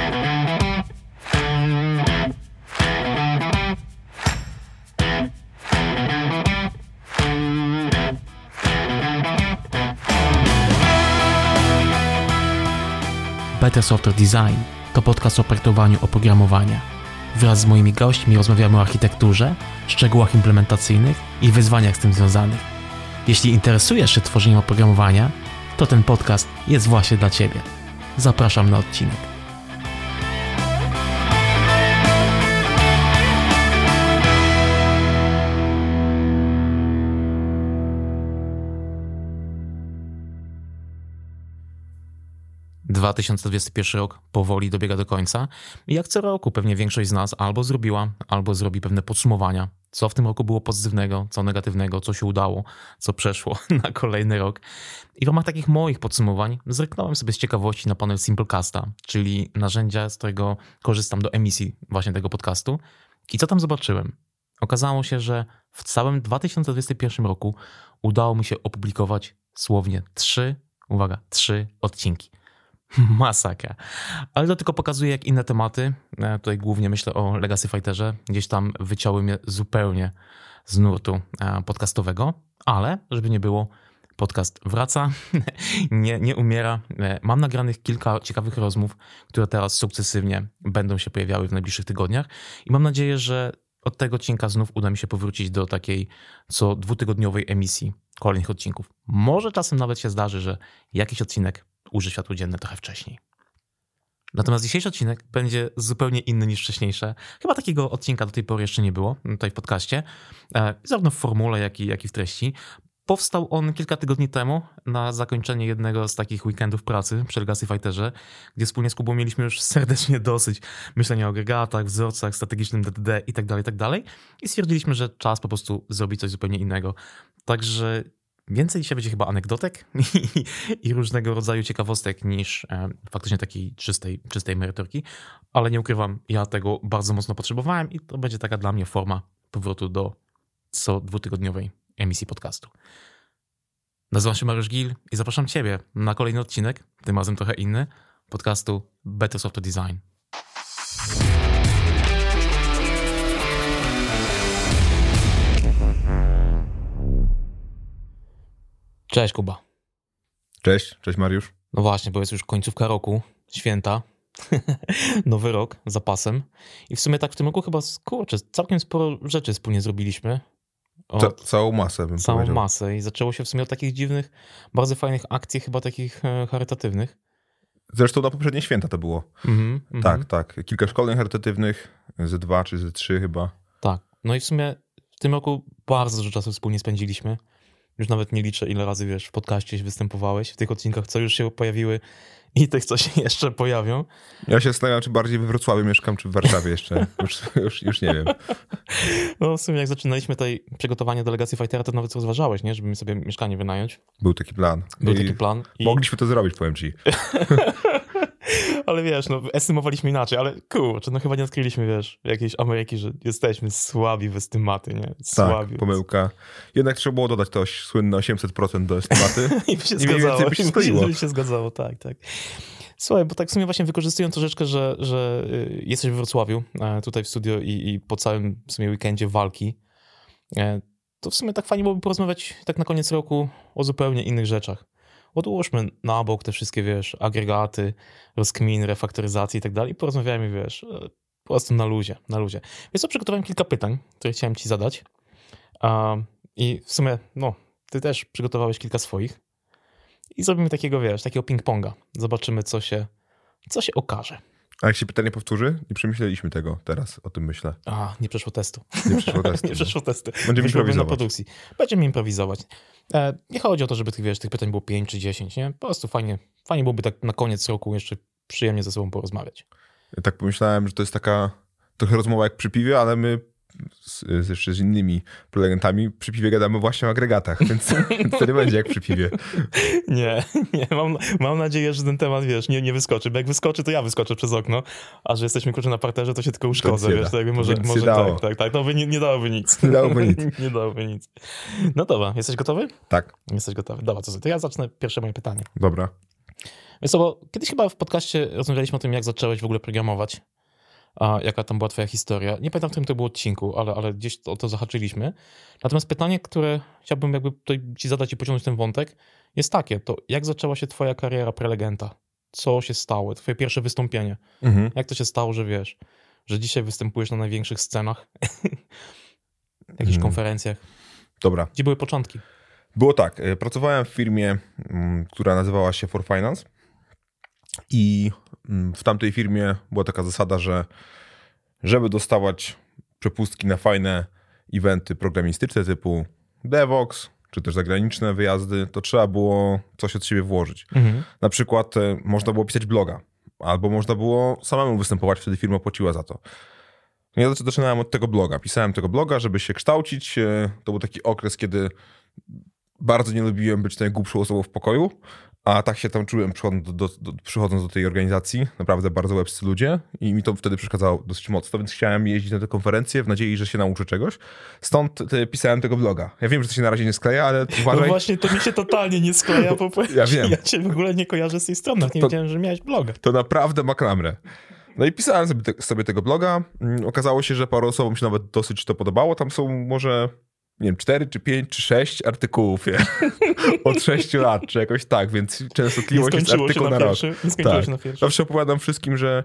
Better Software Design to podcast o projektowaniu oprogramowania. Wraz z moimi gośćmi rozmawiamy o architekturze, szczegółach implementacyjnych i wyzwaniach z tym związanych. Jeśli interesujesz się tworzeniem oprogramowania, to ten podcast jest właśnie dla Ciebie. Zapraszam na odcinek. ...2021 rok powoli dobiega do końca i jak co roku pewnie większość z nas albo zrobiła, albo zrobi pewne podsumowania, co w tym roku było pozytywnego, co negatywnego, co się udało, co przeszło na kolejny rok. I w ramach takich moich podsumowań zerknąłem sobie z ciekawości na panel Simplecasta, czyli narzędzia, z którego korzystam do emisji właśnie tego podcastu. I co tam zobaczyłem? Okazało się, że w całym 2021 roku udało mi się opublikować słownie 3 odcinki. Masakra. Ale to tylko pokazuje, jak inne tematy, tutaj głównie myślę o Legacy Fighterze, gdzieś tam wyciąły mnie zupełnie z nurtu podcastowego, ale żeby nie było, podcast wraca, nie umiera. Mam nagranych kilka ciekawych rozmów, które teraz sukcesywnie będą się pojawiały w najbliższych tygodniach i mam nadzieję, że od tego odcinka znów uda mi się powrócić do takiej co 2-tygodniowej emisji kolejnych odcinków. Może czasem nawet się zdarzy, że jakiś odcinek ujrzy światło dzienne trochę wcześniej. Natomiast dzisiejszy odcinek będzie zupełnie inny niż wcześniejsze. Chyba takiego odcinka do tej pory jeszcze nie było tutaj w podcaście, zarówno w formule, jak i w treści. Powstał on kilka tygodni temu na zakończenie jednego z takich weekendów pracy przy Legacy Fighterze, gdzie wspólnie z Kubą mieliśmy już serdecznie dosyć myślenia o agregatach, wzorcach, strategicznym DDD itd. I stwierdziliśmy, że czas po prostu zrobić coś zupełnie innego. Także więcej dzisiaj będzie chyba anegdotek i różnego rodzaju ciekawostek niż faktycznie takiej czystej merytoryki, ale nie ukrywam, ja tego bardzo mocno potrzebowałem i to będzie taka dla mnie forma powrotu do co 2-tygodniowej emisji podcastu. Nazywam się Mariusz Gil i zapraszam Ciebie na kolejny odcinek, tym razem trochę inny, podcastu Better Software Design. Cześć Kuba. Cześć Mariusz. No właśnie, bo jest już końcówka roku, święta, nowy rok za pasem i w sumie tak w tym roku chyba, całkiem sporo rzeczy wspólnie zrobiliśmy. Całą masę bym powiedział. Całą masę i zaczęło się w sumie od takich dziwnych, bardzo fajnych akcji, chyba takich charytatywnych. Zresztą na poprzednie święta to było. Tak. Kilka szkoleń charytatywnych, ze 2 czy ze 3 chyba. Tak, no i w sumie w tym roku bardzo dużo czasu wspólnie spędziliśmy. Już nawet nie liczę, ile razy, w podcaście występowałeś, w tych odcinkach, co już się pojawiły i tych, co się jeszcze pojawią. Ja się zastanawiam, czy bardziej we Wrocławiu mieszkam, czy w Warszawie jeszcze. już nie wiem. No w sumie jak zaczynaliśmy tutaj przygotowanie do Legacy Fightera, to nawet rozważałeś, nie? Żeby mi sobie mieszkanie wynająć. Był taki plan. Mogliśmy to zrobić, powiem ci. Ale estymowaliśmy inaczej, ale kurczę, chyba nie odkryliśmy, jakiejś Ameryki, że jesteśmy słabi w estymaty, nie? Słabi. Tak, pomyłka. Jednak trzeba było dodać to słynne 800% do estymaty. I by się zgadzało. By się zgadzało, tak. Słuchaj, bo tak w sumie właśnie wykorzystując troszeczkę, że jesteś w Wrocławiu, tutaj w studio i po całym w sumie weekendzie walki, to w sumie tak fajnie byłoby porozmawiać tak na koniec roku o zupełnie innych rzeczach. Odłóżmy na bok te wszystkie, agregaty, rozkminy, refaktoryzacje i tak dalej i porozmawiajmy, po prostu na luzie. Więc przygotowałem kilka pytań, które chciałem ci zadać i w sumie, ty też przygotowałeś kilka swoich i zrobimy takiego, takiego ping-ponga. Zobaczymy, co się okaże. A jak się pytanie powtórzy? Nie przemyśleliśmy tego teraz, o tym myślę. Nie przeszło testu. Nie przeszło testu. Będziemy improwizować. Na produkcji. Będziemy improwizować. Nie chodzi o to, żeby tych pytań było 5 czy 10, nie? Po prostu fajnie byłoby tak na koniec roku jeszcze przyjemnie ze sobą porozmawiać. Ja tak pomyślałem, że to jest taka trochę rozmowa jak przy piwie, ale my jeszcze z innymi prelegentami przy piwie gadamy właśnie o agregatach, więc to nie będzie jak przy piwie. Nie, mam nadzieję, że ten temat, nie wyskoczy, bo jak wyskoczy, to ja wyskoczę przez okno, a że jesteśmy na parterze, to się tylko uszkodzę, to jakby może tak, to by nie dałoby nic. Nie dałoby nic. No dobra, jesteś gotowy? Tak. Jesteś gotowy. Dobra, to ja zacznę pierwsze moje pytanie. Dobra. Wiesz co, bo kiedyś chyba w podcaście rozmawialiśmy o tym, jak zacząłeś w ogóle programować, a jaka tam była twoja historia. Nie pamiętam, w którym to było odcinku, ale gdzieś o to zahaczyliśmy. Natomiast pytanie, które chciałbym jakby tutaj ci zadać i pociągnąć ten wątek, jest takie, to jak zaczęła się twoja kariera prelegenta? Co się stało? Twoje pierwsze wystąpienie. Jak to się stało, że wiesz, że dzisiaj występujesz na największych scenach, jakichś konferencjach? Dobra. Gdzie były początki? Było tak, pracowałem w firmie, która nazywała się For Finance i w tamtej firmie była taka zasada, że żeby dostawać przepustki na fajne eventy programistyczne typu DevOps, czy też zagraniczne wyjazdy, to trzeba było coś od siebie włożyć. Na przykład można było pisać bloga, albo można było samemu występować, wtedy firma płaciła za to. Ja zaczynałem od tego bloga. Pisałem tego bloga, żeby się kształcić. To był taki okres, kiedy bardzo nie lubiłem być najgłupszą osobą w pokoju, a tak się tam czułem przychodząc do tej organizacji. Naprawdę bardzo łebscy ludzie i mi to wtedy przeszkadzało dosyć mocno, więc chciałem jeździć na te konferencje w nadziei, że się nauczę czegoś. Stąd pisałem tego bloga. Ja wiem, że to się na razie nie skleja, ale uważaj. No właśnie, to mi się totalnie nie skleja, bo ja wiem. Ja cię w ogóle nie kojarzę z tej strony, nie wiedziałem, że miałeś bloga. To naprawdę ma klamrę. No i pisałem sobie tego bloga. Okazało się, że paru osobom się nawet dosyć to podobało. Tam są może, nie wiem, 4, czy 5, czy 6 artykułów od 6 lat, czy jakoś tak, więc częstotliwość jest artykuł na rok. Nie skończyło się na pierwszy. Zawsze opowiadam wszystkim, że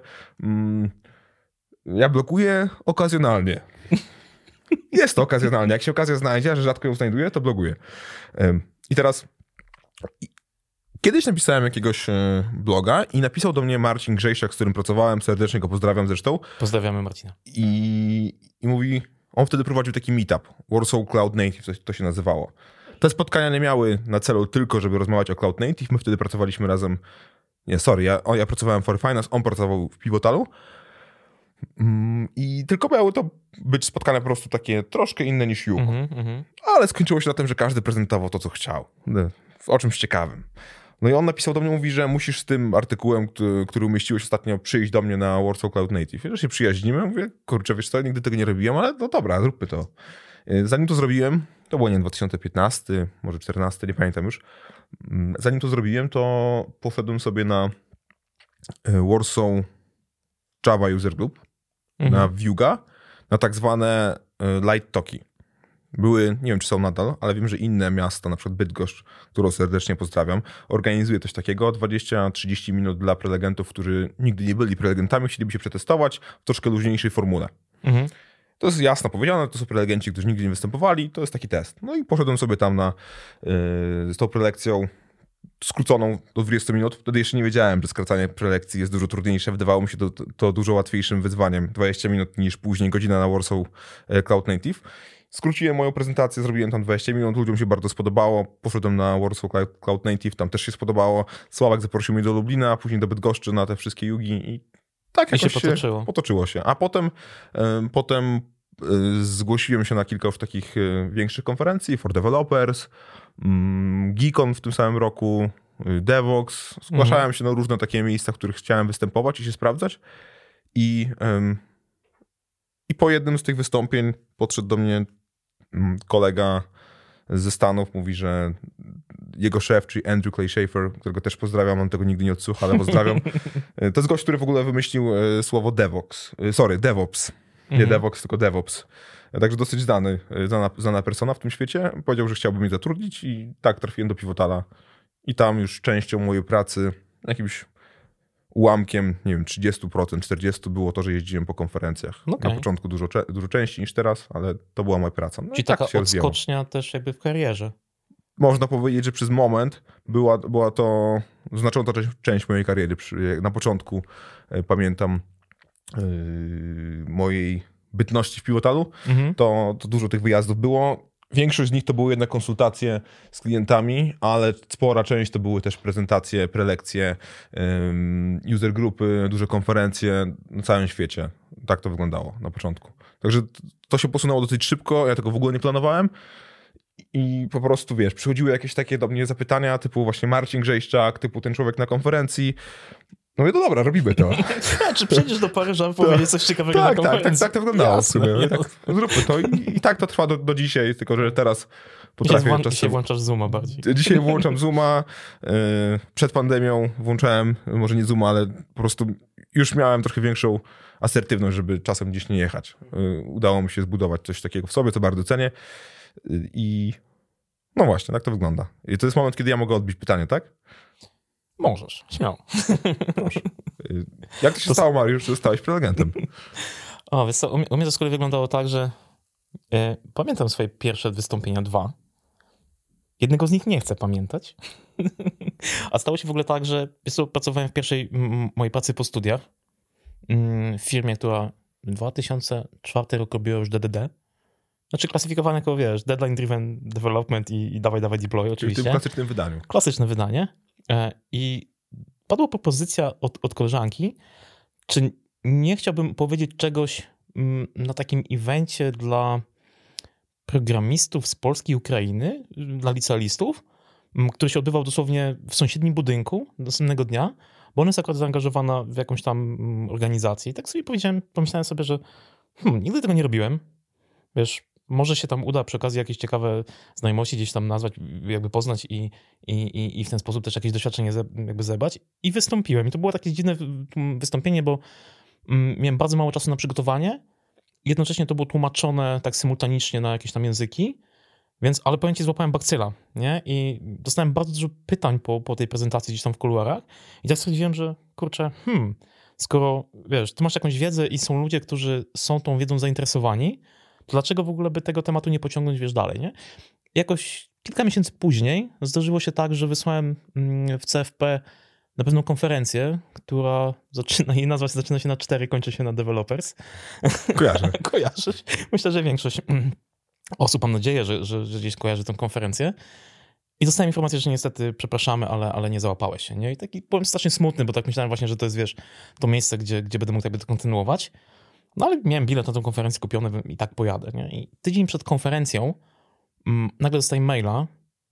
ja bloguję okazjonalnie. Jest to okazjonalnie. Jak się okazja znajdzie, a że rzadko ją znajduję, to bloguję. I teraz kiedyś napisałem jakiegoś bloga i napisał do mnie Marcin Grzejsiak, z którym pracowałem, serdecznie go pozdrawiam zresztą. Pozdrawiamy Marcina. I mówi, on wtedy prowadził taki meetup, Warsaw Cloud Native, to się nazywało. Te spotkania nie miały na celu tylko, żeby rozmawiać o Cloud Native, my wtedy pracowaliśmy razem, ja pracowałem w For Finance, on pracował w Pivotalu i tylko miały to być spotkania po prostu takie troszkę inne niż Jugo. Ale skończyło się na tym, że każdy prezentował to, co chciał, o czymś ciekawym. No i on napisał do mnie, mówi, że musisz z tym artykułem, który umieściłeś ostatnio, przyjść do mnie na Warsaw Cloud Native. Że się przyjaźnimy, mówię, kurczę, wiesz co, nigdy tego nie robiłem, ale no dobra, zróbmy to. Zanim to zrobiłem, to było nie 2015, może 2014, nie pamiętam już. Zanim to zrobiłem, to poszedłem sobie na Warsaw Java User Group, na Vuga, na tak zwane Light Talki. Były, nie wiem czy są nadal, ale wiem, że inne miasta, na przykład Bydgoszcz, którą serdecznie pozdrawiam, organizuje coś takiego, 20-30 minut dla prelegentów, którzy nigdy nie byli prelegentami, chcieliby się przetestować w troszkę luźniejszej formule. To jest jasno powiedziane, to są prelegenci, którzy nigdy nie występowali, to jest taki test. No i poszedłem sobie tam z tą prelekcją skróconą do 20 minut. Wtedy jeszcze nie wiedziałem, że skracanie prelekcji jest dużo trudniejsze. Wydawało mi się to dużo łatwiejszym wyzwaniem. 20 minut niż później godzina na Warsaw Cloud Native. Skróciłem moją prezentację, zrobiłem tam 20 minut, ludziom się bardzo spodobało. Poszedłem na Warsaw Cloud Native, tam też się spodobało. Sławek zaprosił mnie do Lublina, później do Bydgoszczy na te wszystkie jugi i tak jakoś się potoczyło się. A potem zgłosiłem się na kilka już takich większych konferencji, For Developers, Geekon w tym samym roku, Devox. Zgłaszałem się na różne takie miejsca, w których chciałem występować i się sprawdzać. I po jednym z tych wystąpień podszedł do mnie kolega ze Stanów, mówi, że jego szef, czyli Andrew Clay Schaefer, którego też pozdrawiam, on tego nigdy nie odsłucha, ale pozdrawiam. To jest gość, który w ogóle wymyślił słowo DevOps. Nie DevOps, tylko DevOps. Także dosyć znana persona w tym świecie. Powiedział, że chciałby mnie zatrudnić i tak trafiłem do Pivotala. I tam już częścią mojej pracy, jakimś ułamkiem, nie wiem, 30%, 40% było to, że jeździłem po konferencjach. Okay. Na początku dużo częściej niż teraz, ale to była moja praca. No czyli taka odskocznia też jakby w karierze. Można powiedzieć, że przez moment była to znacząca część mojej kariery. Na początku pamiętam mojej bytności w Pivotalu, to dużo tych wyjazdów było. Większość z nich to były jednak konsultacje z klientami, ale spora część to były też prezentacje, prelekcje, user grupy, duże konferencje na całym świecie. Tak to wyglądało na początku. Także to się posunęło dosyć szybko, ja tego w ogóle nie planowałem i po prostu, przychodziły jakieś takie do mnie zapytania typu właśnie Marcin Grzejszczak, typu ten człowiek na konferencji. No i to dobra, robimy to. Czy przyjdziesz do Paryża powiedzieć coś ciekawego na konferencji? Tak to wyglądało. Jasne, Tak, zróbmy to i tak to trwa do dzisiaj, tylko że teraz potrafię... Dzisiaj włączasz Zooma bardziej. Dzisiaj włączam Zooma. Przed pandemią włączałem, może nie Zooma, ale po prostu już miałem trochę większą asertywność, żeby czasem gdzieś nie jechać. Udało mi się zbudować coś takiego w sobie, co bardzo cenię. I no właśnie, tak to wygląda. I to jest moment, kiedy ja mogę odbić pytanie, tak? Możesz, śmiało. Proszę. Jak to się stało, Mariusz, że zostałeś prelegentem? O, wiesz co, u mnie to z kolei wyglądało tak, że pamiętam swoje pierwsze wystąpienia 2. Jednego z nich nie chcę pamiętać. A stało się w ogóle tak, że pracowałem w pierwszej mojej pracy po studiach w firmie, która w 2004 roku robiła już DDD. Znaczy klasyfikowane jako, wiesz, Deadline Driven Development i dawaj deploy oczywiście. W tym klasycznym wydaniu. Klasyczne wydanie. I padła propozycja od koleżanki, czy nie chciałbym powiedzieć czegoś na takim evencie dla programistów z Polski i Ukrainy, dla licealistów, który się odbywał dosłownie w sąsiednim budynku następnego dnia, bo ona jest akurat zaangażowana w jakąś tam organizację. I tak sobie pomyślałem sobie, że nigdy tego nie robiłem. Wiesz, może się tam uda przy okazji jakieś ciekawe znajomości gdzieś tam nazwać, jakby poznać i w ten sposób też jakieś doświadczenie jakby zebrać. I wystąpiłem. I to było takie dziwne wystąpienie, bo miałem bardzo mało czasu na przygotowanie. Jednocześnie to było tłumaczone tak symultanicznie na jakieś tam języki, więc, ale powiem ci, złapałem bakcyla, nie? I dostałem bardzo dużo pytań po tej prezentacji gdzieś tam w kuluarach i tak stwierdziłem, że kurczę, skoro, wiesz, ty masz jakąś wiedzę i są ludzie, którzy są tą wiedzą zainteresowani, to dlaczego w ogóle by tego tematu nie pociągnąć, wiesz, dalej, nie? Jakoś kilka miesięcy później zdarzyło się tak, że wysłałem w CFP na pewną konferencję, która jej nazwa zaczyna się na 4, kończy się na Developers. Kojarzę. Kojarzysz? Myślę, że większość osób, mam nadzieję, że gdzieś kojarzy tę konferencję. I dostałem informację, że niestety przepraszamy, ale nie załapałeś się. Nie? I taki byłem strasznie smutny, bo tak myślałem właśnie, że to jest, wiesz, to miejsce, gdzie będę mógł jakby to kontynuować. No ale miałem bilet na tę konferencję kupiony i tak pojadę. Nie? I tydzień przed konferencją nagle dostaję maila,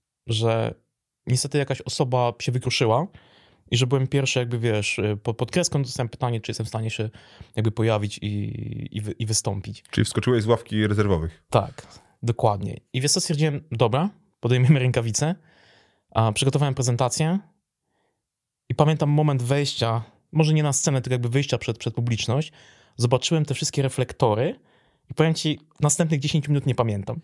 że niestety jakaś osoba się wykruszyła i że byłem pierwszy, jakby wiesz, pod kreską dostałem pytanie, czy jestem w stanie się jakby pojawić i wystąpić. Czyli wskoczyłeś z ławki rezerwowych. Tak, dokładnie. I wiesz co, stwierdziłem, dobra, podejmiemy rękawice, przygotowałem prezentację i pamiętam moment wejścia, może nie na scenę, tylko jakby wyjścia przed publiczność, zobaczyłem te wszystkie reflektory i powiem ci, następnych 10 minut nie pamiętam.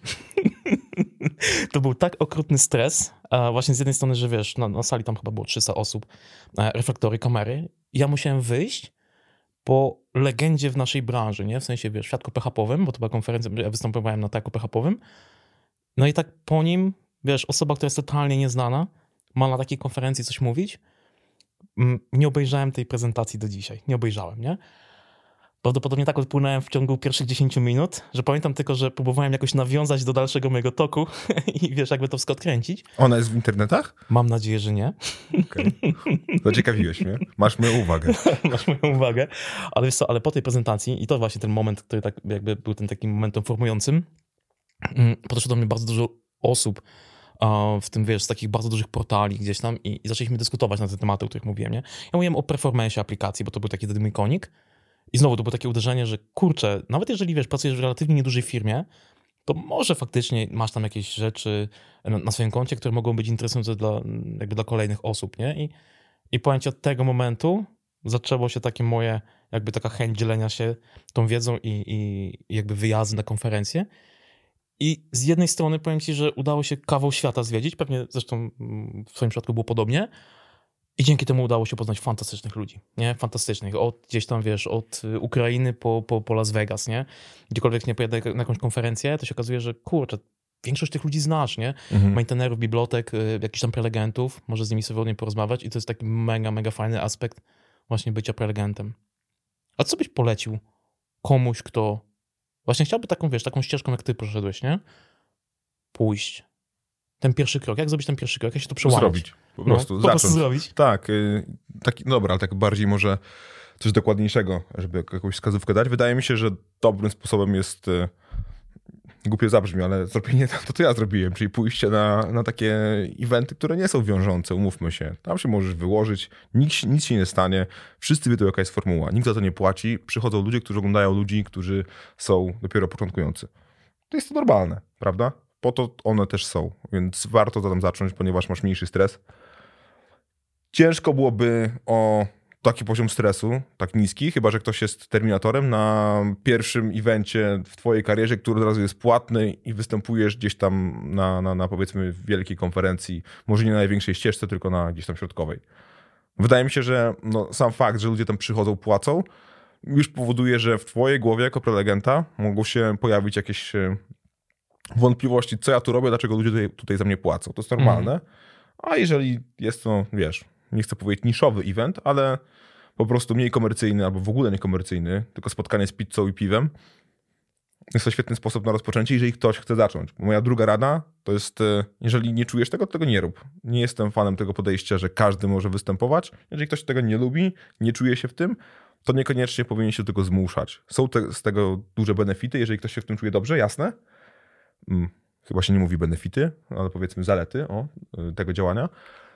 To był tak okrutny stres, właśnie z jednej strony, że wiesz, na sali tam chyba było 300 osób, reflektory, kamery. Ja musiałem wyjść po legendzie w naszej branży, nie? W sensie, wiesz, świadku PHP-owym, bo to była konferencja, ja występowałem na taku PHP-owym. No i tak po nim, wiesz, osoba, która jest totalnie nieznana, ma na takiej konferencji coś mówić. Nie obejrzałem tej prezentacji do dzisiaj. Nie obejrzałem, nie? Prawdopodobnie tak odpłynąłem w ciągu pierwszych 10 minut, że pamiętam tylko, że próbowałem jakoś nawiązać do dalszego mojego toku i wiesz, jakby to wszystko odkręcić. Ona jest w internetach? Mam nadzieję, że nie. Okej. Zaciekawiłeś mnie. Masz moją uwagę. Masz moją uwagę. Ale wiesz co, ale po tej prezentacji, i to właśnie ten moment, który tak jakby był tym takim momentem formującym, podeszło do mnie bardzo dużo osób, w tym, wiesz, z takich bardzo dużych portali gdzieś tam i zaczęliśmy dyskutować na te tematy, o których mówiłem, nie? Ja mówiłem o performance aplikacji, bo to był taki wtedy mój konik. I znowu to było takie uderzenie, że kurczę, nawet jeżeli, wiesz, pracujesz w relatywnie niedużej firmie, to może faktycznie masz tam jakieś rzeczy na swoim koncie, które mogą być interesujące dla kolejnych osób, nie? I powiem ci, od tego momentu zaczęło się takie moje, jakby taka chęć dzielenia się tą wiedzą i jakby wyjazdy na konferencje. I z jednej strony powiem ci, że udało się kawał świata zwiedzić, pewnie zresztą w swoim przypadku było podobnie, i dzięki temu udało się poznać fantastycznych ludzi, nie? Fantastycznych. Od gdzieś tam, wiesz, od Ukrainy po Las Vegas, nie? Gdziekolwiek nie pojadę na jakąś konferencję, to się okazuje, że kurczę, większość tych ludzi znasz, nie? Maintainerów, bibliotek, jakichś tam prelegentów, może z nimi swobodnie porozmawiać i to jest taki mega, mega fajny aspekt właśnie bycia prelegentem. A co byś polecił komuś, kto właśnie chciałby taką, wiesz, taką ścieżką, jak ty poszedłeś, nie? Pójść. Ten pierwszy krok. Jak zrobić ten pierwszy krok? Jak się to przełamać? Zrobić. Po prostu po zacząć. prostu zrobić. Tak. Taki, dobra, ale tak bardziej może coś dokładniejszego, żeby jakąś wskazówkę dać. Wydaje mi się, że dobrym sposobem jest głupio zabrzmi, ale zrobienie to ja zrobiłem, czyli pójście na takie eventy, które nie są wiążące, umówmy się. Tam się możesz wyłożyć, nic się nie stanie, wszyscy wiedzą, jaka jest formuła, nikt za to nie płaci, przychodzą ludzie, którzy oglądają ludzi, którzy są dopiero początkujący. To jest to normalne, prawda? Po to one też są, więc warto to tam zacząć, ponieważ masz mniejszy stres. Ciężko byłoby o taki poziom stresu, tak niski, chyba że ktoś jest terminatorem na pierwszym evencie w twojej karierze, który od razu jest płatny i występujesz gdzieś tam na powiedzmy wielkiej konferencji, może nie na największej ścieżce, tylko na gdzieś tam środkowej. Wydaje mi się, że sam fakt, że ludzie tam przychodzą, płacą, już powoduje, że w twojej głowie jako prelegenta mogą się pojawić jakieś wątpliwości, co ja tu robię, dlaczego ludzie tutaj za mnie płacą. To jest normalne. A jeżeli jest to, wiesz, nie chcę powiedzieć niszowy event, ale po prostu mniej komercyjny albo w ogóle niekomercyjny, tylko spotkanie z pizzą i piwem, jest to świetny sposób na rozpoczęcie, jeżeli ktoś chce zacząć. Moja druga rada to jest, jeżeli nie czujesz tego, to tego nie rób. Nie jestem fanem tego podejścia, że każdy może występować. Jeżeli ktoś tego nie lubi, nie czuje się w tym, to niekoniecznie powinien się do tego zmuszać. Są z tego duże benefity, jeżeli ktoś się w tym czuje dobrze, jasne. Chyba się nie mówi benefity, ale powiedzmy zalety tego działania.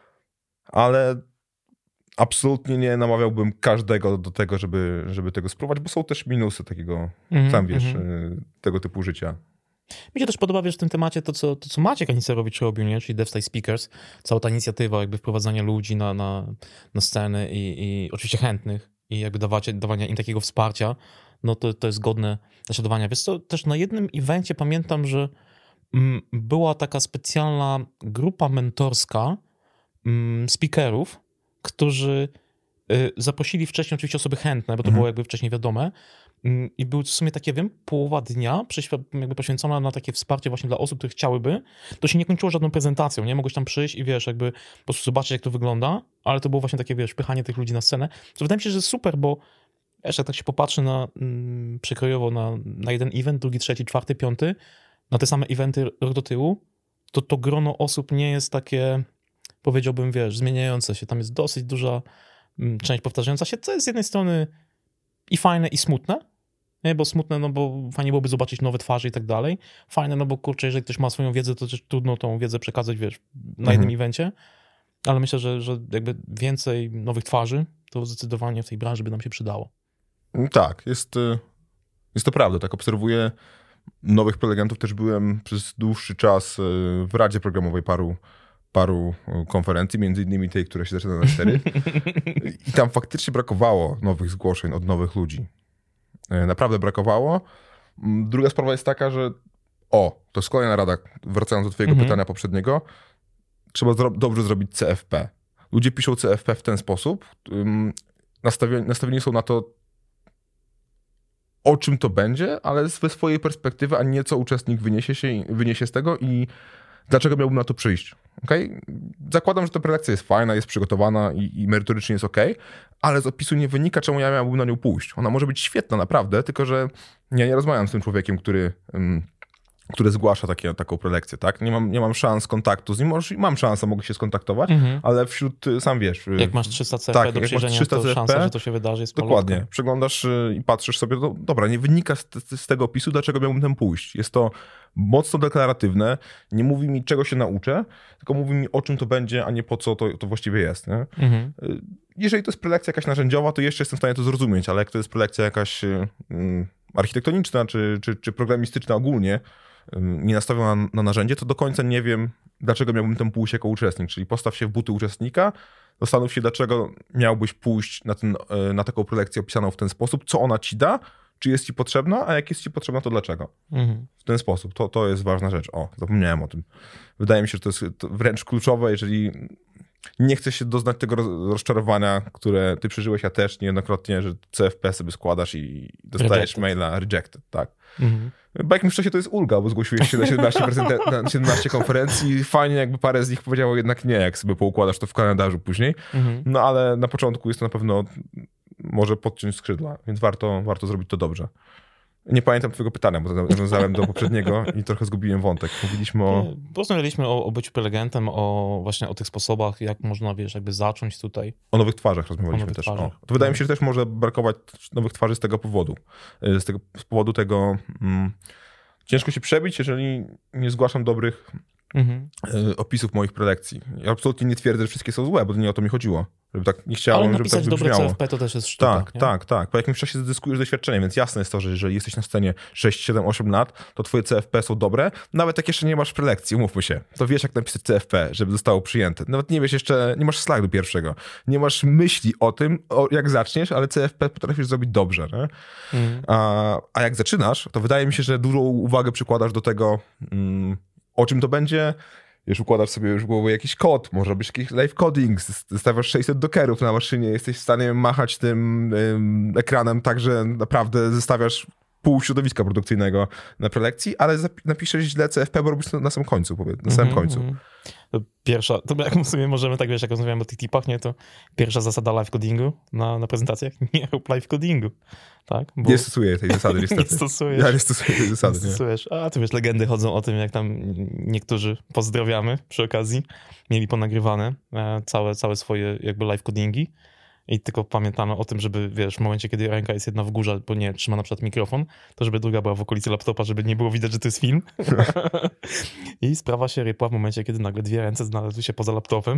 Ale absolutnie nie namawiałbym każdego do tego, żeby tego spróbować, bo są też minusy takiego, sam wiesz, tego typu życia. Mi się też podoba, wiesz, w tym temacie to, co Maciek Anicerowicz robił, nie? Czyli DevStyle Speakers, cała ta inicjatywa jakby wprowadzania ludzi na scenę i oczywiście chętnych i jakby dawania im takiego wsparcia, no to jest godne naśladowania. Wiesz co, też na jednym evencie pamiętam, że była taka specjalna grupa mentorska speakerów, którzy zaprosili wcześniej oczywiście osoby chętne, bo to było jakby wcześniej wiadome i był w sumie takie, wiem, połowa dnia jakby poświęcona na takie wsparcie właśnie dla osób, które chciałyby. To się nie kończyło żadną prezentacją, nie? Mogłeś tam przyjść i wiesz, jakby po prostu zobaczyć, jak to wygląda, ale to było właśnie takie, wiesz, pychanie tych ludzi na scenę. Co wydaje mi się, że jest super, bo wiesz, jak tak się popatrzy przekrojowo na jeden event, drugi, trzeci, czwarty, piąty, na te same eventy rok do tyłu, to grono osób nie jest takie, powiedziałbym, wiesz, zmieniające się. Tam jest dosyć duża część powtarzająca się, co jest z jednej strony i fajne, i smutne. Nie, bo smutne, no bo fajnie byłoby zobaczyć nowe twarze i tak dalej. Fajne, no bo kurczę, jeżeli ktoś ma swoją wiedzę, to też trudno tą wiedzę przekazać, wiesz, na jednym evencie. Ale myślę, że jakby więcej nowych twarzy, to zdecydowanie w tej branży by nam się przydało. Tak, jest to prawda. Tak obserwuję nowych prelegentów. Też byłem przez dłuższy czas w Radzie Programowej paru konferencji, między innymi tej, która się zaczyna na 4. I tam faktycznie brakowało nowych zgłoszeń od nowych ludzi. Naprawdę brakowało. Druga sprawa jest taka, że to jest kolejna rada, wracając do twojego pytania poprzedniego, trzeba dobrze zrobić CFP. Ludzie piszą CFP w ten sposób, nastawieni są na to, o czym to będzie, ale ze swojej perspektywy, a nie co uczestnik wyniesie z tego i dlaczego miałbym na to przyjść. Okay? Zakładam, że ta prelekcja jest fajna, jest przygotowana i merytorycznie jest okej, ale z opisu nie wynika, czemu ja miałbym na nią pójść. Ona może być świetna, naprawdę, tylko że ja nie rozmawiam z tym człowiekiem, który zgłasza taką prelekcję, tak? Nie mam szans kontaktu z nim, może mam szansę, mogę się skontaktować, ale wśród, sam wiesz... Jak masz 300 CFP do przyjrzenia, to szansa, że to się wydarzy jest dokładnie. malutka. Przeglądasz i patrzysz sobie, dobra, nie wynika z tego opisu, dlaczego miałbym tam pójść. Jest to mocno deklaratywne, nie mówi mi, czego się nauczę, tylko mówi mi, o czym to będzie, a nie po co to właściwie jest. Nie? Jeżeli to jest prelekcja jakaś narzędziowa, to jeszcze jestem w stanie to zrozumieć, ale jak to jest prelekcja jakaś architektoniczna czy programistyczna ogólnie, nie nastawiona na narzędzie, to do końca nie wiem, dlaczego miałbym tam pójść jako uczestnik. Czyli postaw się w buty uczestnika, zastanów się, dlaczego miałbyś pójść na taką prelekcję opisaną w ten sposób, co ona ci da, czy jest ci potrzebna, a jak jest ci potrzebna, to dlaczego. W ten sposób. To jest ważna rzecz. Zapomniałem o tym. Wydaje mi się, że to jest wręcz kluczowe, jeżeli nie chcesz się doznać tego rozczarowania, które ty przeżyłeś, ja też niejednokrotnie, że CFP sobie składasz i dostajesz Rejected. maila rejected, tak. W jakimś czasie to jest ulga, bo zgłosiłeś się na 17 konferencji. Fajnie, jakby parę z nich powiedziało jednak nie, jak sobie poukładasz to w kalendarzu później. No ale na początku jest to na pewno, może podciąć skrzydła, więc warto zrobić to dobrze. Nie pamiętam twojego pytania, bo nawiązałem do poprzedniego i trochę zgubiłem wątek. Mówiliśmy Rozmawialiśmy o byciu prelegentem, właśnie o tych sposobach, jak można, wiesz, jakby zacząć tutaj. O nowych twarzach rozmawialiśmy też. To wydaje mi się, że też może brakować nowych twarzy z tego powodu. Z powodu tego, ciężko się przebić, jeżeli nie zgłaszam dobrych opisów moich prelekcji. Ja absolutnie nie twierdzę, że wszystkie są złe, bo nie o to mi chodziło. Żeby tak nie chciałem, ale żeby tak napisać wybrzmiało. dobre CFP to też jest sztuka. Tak. Po jakimś czasie zyskujesz doświadczenie, więc jasne jest to, że jeżeli jesteś na scenie 6, 7, 8 lat, to twoje CFP są dobre. Nawet jak jeszcze nie masz prelekcji, umówmy się, to wiesz jak napisać CFP, żeby zostało przyjęte. Nawet nie wiesz jeszcze, nie masz slajdu pierwszego. Nie masz myśli o tym, jak zaczniesz, ale CFP potrafisz zrobić dobrze. Nie? A jak zaczynasz, to wydaje mi się, że dużą uwagę przykładasz do tego, o czym to będzie. Wiesz, układasz sobie już w głowie jakiś kod, może być jakiś live coding, stawiasz 600 dockerów na maszynie, jesteś w stanie machać tym ekranem tak, że naprawdę zestawiasz pół środowiska produkcyjnego na prelekcji, ale napiszesz źle CFP, bo robisz to na samym końcu, na samym końcu. Pierwsza, to jak sobie możemy, tak wiesz, jak rozmawiamy o tych tipach, nie, to pierwsza zasada live codingu na prezentacjach, nie rób live codingu, tak? Bo nie stosuję tej zasady niestety. Nie stosujesz. Ja nie stosuję tej zasady. Nie stosujesz. A tu wiesz, legendy chodzą o tym, jak tam niektórzy, pozdrawiamy przy okazji, mieli ponagrywane całe swoje jakby live codingi. I tylko pamiętano o tym, żeby, wiesz, w momencie, kiedy ręka jest jedna w górze, bo nie trzyma na przykład mikrofon, to żeby druga była w okolicy laptopa, żeby nie było widać, że to jest film. I sprawa się rypła w momencie, kiedy nagle dwie ręce znalazły się poza laptopem,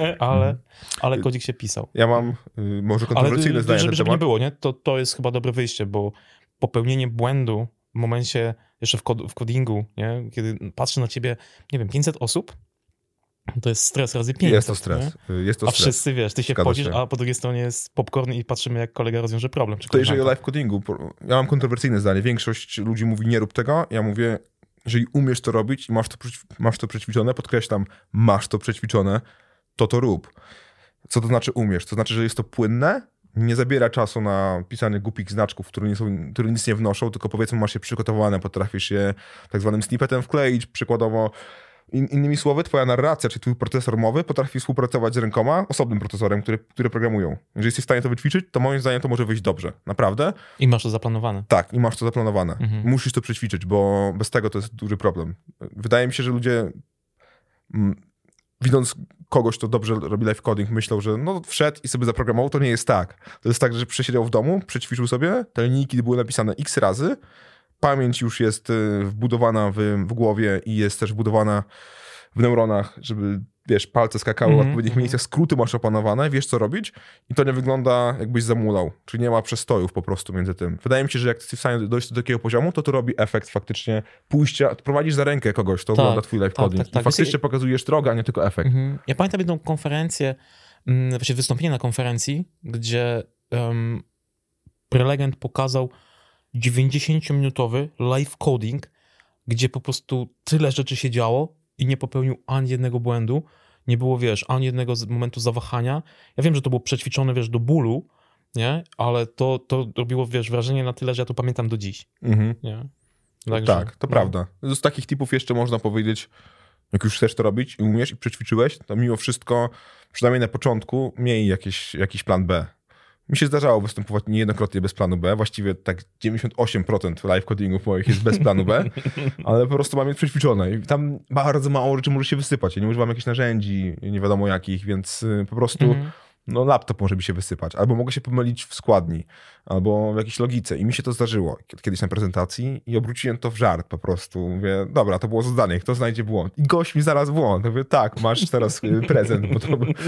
ale kodzik się pisał. Ja mam może kontrowersyjne zdanie na ten żeby temat. nie było, nie? To jest chyba dobre wyjście, bo popełnienie błędu w momencie jeszcze w codingu, nie? Kiedy patrzy na ciebie, nie wiem, 500 osób, to jest stres razy 500. Jest to stres. A wszyscy, wiesz, ty się wchodzisz, a po drugiej stronie jest popcorn i patrzymy, jak kolega rozwiąże problem. To jeżeli o live codingu, ja mam kontrowersyjne zdanie. Większość ludzi mówi, nie rób tego. Ja mówię, jeżeli umiesz to robić i masz to przećwiczone, podkreślam, masz to przećwiczone, to rób. Co to znaczy umiesz? To znaczy, że jest to płynne, nie zabiera czasu na pisanie głupich znaczków, które nic nie wnoszą, tylko powiedzmy masz je przygotowane, potrafisz je tak zwanym snippetem wkleić, przykładowo. Innymi słowy, twoja narracja, czyli twój procesor mowy potrafi współpracować z rękoma, osobnym procesorem, które programują. Jeżeli jesteś w stanie to wyćwiczyć, to moim zdaniem to może wyjść dobrze. Naprawdę. I masz to zaplanowane. Tak, i masz to zaplanowane. Musisz to przećwiczyć, bo bez tego to jest duży problem. Wydaje mi się, że ludzie widząc kogoś, kto dobrze robi live coding, myślą, że no wszedł i sobie zaprogramował. To nie jest tak. To jest tak, że przesiedział w domu, przećwiczył sobie, te linijki były napisane x razy, pamięć już jest wbudowana w głowie i jest też wbudowana w neuronach, żeby, wiesz, palce skakały w odpowiednich miejscach, skróty masz opanowane, wiesz co robić i to nie wygląda jakbyś zamulał, czyli nie ma przestojów po prostu między tym. Wydaje mi się, że jak jesteś w stanie dojść do takiego poziomu, to robi efekt faktycznie pójścia, prowadzisz za rękę kogoś, to wygląda twój live coding i faktycznie pokazujesz drogę, a nie tylko efekt. Ja pamiętam jedną konferencję, właśnie wystąpienie na konferencji, gdzie prelegent pokazał 90-minutowy live coding, gdzie po prostu tyle rzeczy się działo i nie popełnił ani jednego błędu. Nie było, wiesz, ani jednego momentu zawahania. Ja wiem, że to było przećwiczone, wiesz, do bólu, nie? Ale to robiło, wiesz, wrażenie na tyle, że ja to pamiętam do dziś. Nie? Także, tak, to prawda. Z takich typów jeszcze można powiedzieć, jak już chcesz to robić i umiesz i przećwiczyłeś, to mimo wszystko, przynajmniej na początku, miej jakiś plan B. Mi się zdarzało występować niejednokrotnie bez planu B. Właściwie tak 98% live codingów moich jest bez planu B, ale po prostu mam je przećwiczone i tam bardzo mało rzeczy może się wysypać. Ja nie używam jakichś narzędzi, nie wiadomo jakich, więc po prostu no laptop może mi się wysypać. Albo mogę się pomylić w składni, albo w jakiejś logice. I mi się to zdarzyło kiedyś na prezentacji i obróciłem to w żart po prostu. Mówię, dobra, to było zadanie, kto znajdzie błąd? I gość mi zaraz błąd. Mówię, tak, masz teraz prezent. Bo to...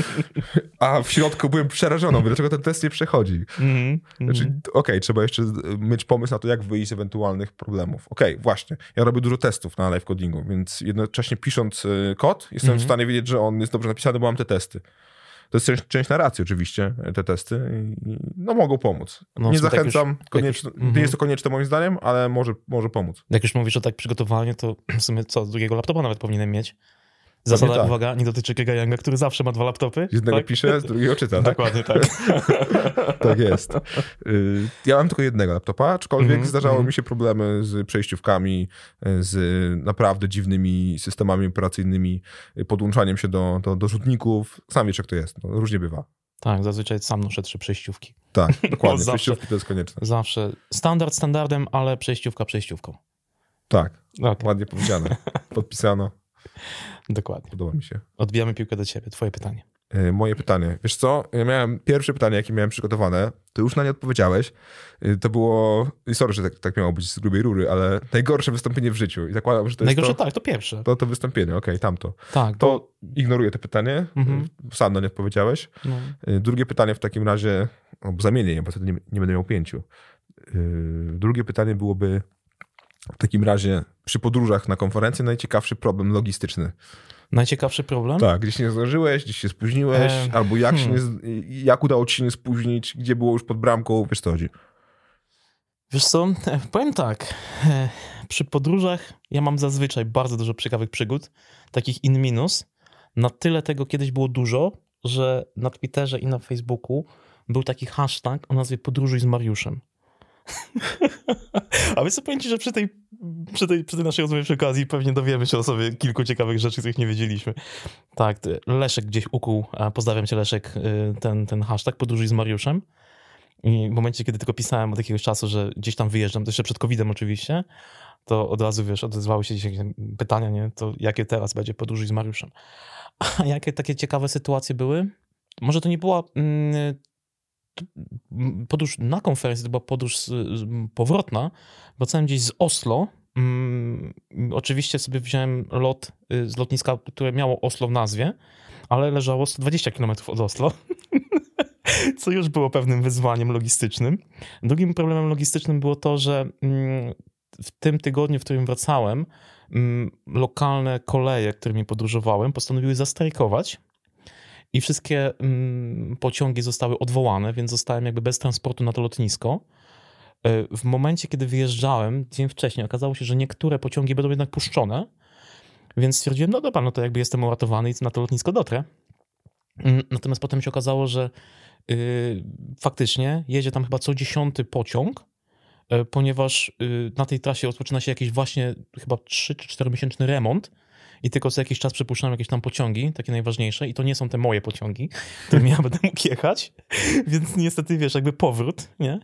A w środku byłem przerażony, mówię, dlaczego ten test nie przechodzi? Znaczy, okej, trzeba jeszcze mieć pomysł na to, jak wyjść z ewentualnych problemów. Właśnie, ja robię dużo testów na live codingu, więc jednocześnie pisząc kod, jestem w stanie wiedzieć, że on jest dobrze napisany, bo mam te testy. To jest część narracji oczywiście, te testy i no mogą pomóc. No, nie zachęcam, nie jest to konieczne moim zdaniem, ale może pomóc. Jak już mówisz o tak przygotowaniu, to w sumie co, drugiego laptopa nawet powinienem mieć. Zasada, tak. Uwaga, nie dotyczy Grega Younga, który zawsze ma 2 laptopy. Z jednego pisze, z drugiego czyta. Tak? Dokładnie tak. Tak jest. Ja mam tylko jednego laptopa, aczkolwiek zdarzało mi się problemy z przejściówkami, z naprawdę dziwnymi systemami operacyjnymi, podłączaniem się do rzutników. Sam wiesz, jak to jest. No, różnie bywa. Tak, zazwyczaj sam noszę 3 przejściówki. Tak, dokładnie. Przejściówki to jest konieczne. Zawsze. Standard standardem, ale przejściówka przejściówką. Tak, ładnie powiedziane. Podpisano. Dokładnie. Podoba mi się. Odbijamy piłkę do ciebie. Twoje pytanie. Moje pytanie. Wiesz co? Ja miałem pierwsze pytanie, jakie miałem przygotowane, to już na nie odpowiedziałeś. To było, sorry, że tak miało być z grubej rury, ale najgorsze wystąpienie w życiu. I zakładam, że to najgorsze, jest tak, to pierwsze. To wystąpienie, okej, tamto. Tak. To ignoruję to pytanie, sam na nie odpowiedziałeś. No. Drugie pytanie w takim razie, zamienię je, bo wtedy nie będę miał 5. Drugie pytanie byłoby w takim razie przy podróżach na konferencję najciekawszy problem logistyczny. Najciekawszy problem? Tak, gdzieś nie zdążyłeś, gdzieś się spóźniłeś, albo jak udało ci się nie spóźnić, gdzie było już pod bramką, wiesz co chodzi. Wiesz co, powiem tak, przy podróżach ja mam zazwyczaj bardzo dużo ciekawych przygód, takich in minus. Na tyle tego kiedyś było dużo, że na Twitterze i na Facebooku był taki hashtag o nazwie Podróżuj z Mariuszem. A wiesz co, powiem ci, że przy tej naszej rozmowie przy okazji pewnie dowiemy się o sobie kilku ciekawych rzeczy, których nie wiedzieliśmy. Tak, Leszek gdzieś ukuł, pozdrawiam cię Leszek, ten hashtag Podróżuj z Mariuszem. I w momencie, kiedy tylko pisałem od jakiegoś czasu, że gdzieś tam wyjeżdżam, to jeszcze przed COVID-em oczywiście, to od razu, wiesz, odezwały się jakieś pytania, nie? To jakie teraz będzie Podróżuj z Mariuszem? A jakie takie ciekawe sytuacje były? Może to nie była podróż na konferencję, to była podróż powrotna. Wracałem gdzieś z Oslo. Oczywiście sobie wziąłem lot z lotniska, które miało Oslo w nazwie, ale leżało 120 km od Oslo. Co już było pewnym wyzwaniem logistycznym. Drugim problemem logistycznym było to, że w tym tygodniu, w którym wracałem, lokalne koleje, którymi podróżowałem, postanowiły zastrajkować i wszystkie pociągi zostały odwołane, więc zostałem jakby bez transportu na to lotnisko. W momencie, kiedy wyjeżdżałem, dzień wcześniej, okazało się, że niektóre pociągi będą jednak puszczone, więc stwierdziłem, no dobra, no to jakby jestem uratowany i na to lotnisko dotrę. Natomiast potem się okazało, że faktycznie jedzie tam chyba co 10. pociąg, ponieważ na tej trasie rozpoczyna się jakiś właśnie chyba 3 czy 4 miesięczny remont i tylko co jakiś czas przepuszczają jakieś tam pociągi, takie najważniejsze i to nie są te moje pociągi, którymi ja będę mógł jechać, więc niestety wiesz, jakby powrót, nie?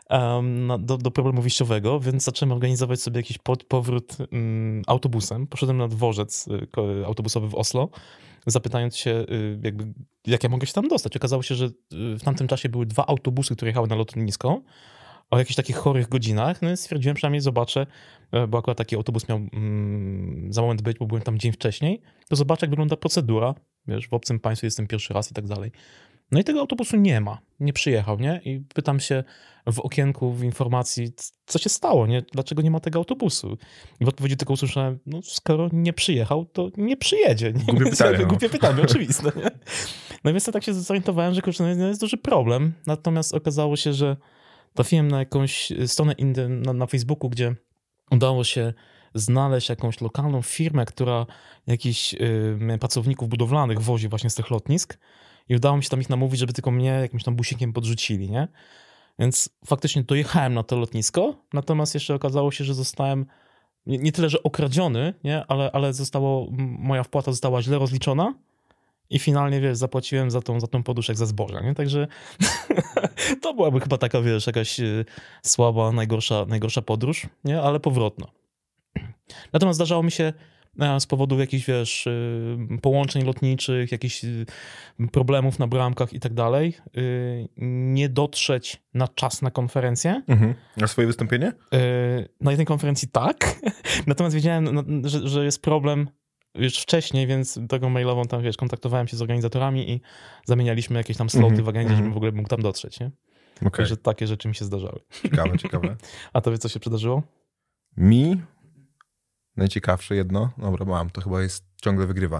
Do problemu wyjściowego, więc zacząłem organizować sobie jakiś powrót autobusem. Poszedłem na dworzec autobusowy w Oslo, zapytając się, jakby, jak ja mogę się tam dostać. Okazało się, że w tamtym czasie były 2 autobusy, które jechały na lotnisko o jakichś takich chorych godzinach. No i stwierdziłem, przynajmniej zobaczę, bo akurat taki autobus miał za moment być, bo byłem tam dzień wcześniej, to zobaczę, jak wygląda procedura. Wiesz, w obcym państwie jestem pierwszy raz i tak dalej. No i tego autobusu nie ma, nie przyjechał, nie? I pytam się w okienku, w informacji, co się stało, nie? Dlaczego nie ma tego autobusu? I w odpowiedzi tylko usłyszałem, no skoro nie przyjechał, to nie przyjedzie. Nie? Głupie pytanie, oczywiste, nie? No więc ja tak się zorientowałem, że kurczę, no jest duży problem. Natomiast okazało się, że trafiłem na jakąś stronę na Facebooku, gdzie udało się znaleźć jakąś lokalną firmę, która jakichś pracowników budowlanych wozi właśnie z tych lotnisk i udało mi się tam ich namówić, żeby tylko mnie jakimś tam busikiem podrzucili, nie? Więc faktycznie dojechałem na to lotnisko, natomiast jeszcze okazało się, że zostałem nie tyle, że okradziony, nie? Ale moja wpłata została źle rozliczona i finalnie, wiesz, zapłaciłem za tą podróż jak za zboża, nie? Także to byłaby chyba taka, wiesz, jakaś słaba, najgorsza podróż, nie? Ale powrotna. Natomiast zdarzało mi się z powodu jakichś, wiesz, połączeń lotniczych, jakichś problemów na bramkach i tak dalej, nie dotrzeć na czas na konferencję. Na swoje wystąpienie? Na jednej konferencji tak, natomiast wiedziałem, że jest problem już wcześniej, więc drogą mailową tam, wiesz, kontaktowałem się z organizatorami i zamienialiśmy jakieś tam sloty w agendzie, żebym w ogóle mógł tam dotrzeć, nie? Okay. Także takie rzeczy mi się zdarzały. Ciekawe. A tobie co się przydarzyło? Mi najciekawsze jedno, dobra, mam, to chyba ciągle wygrywa.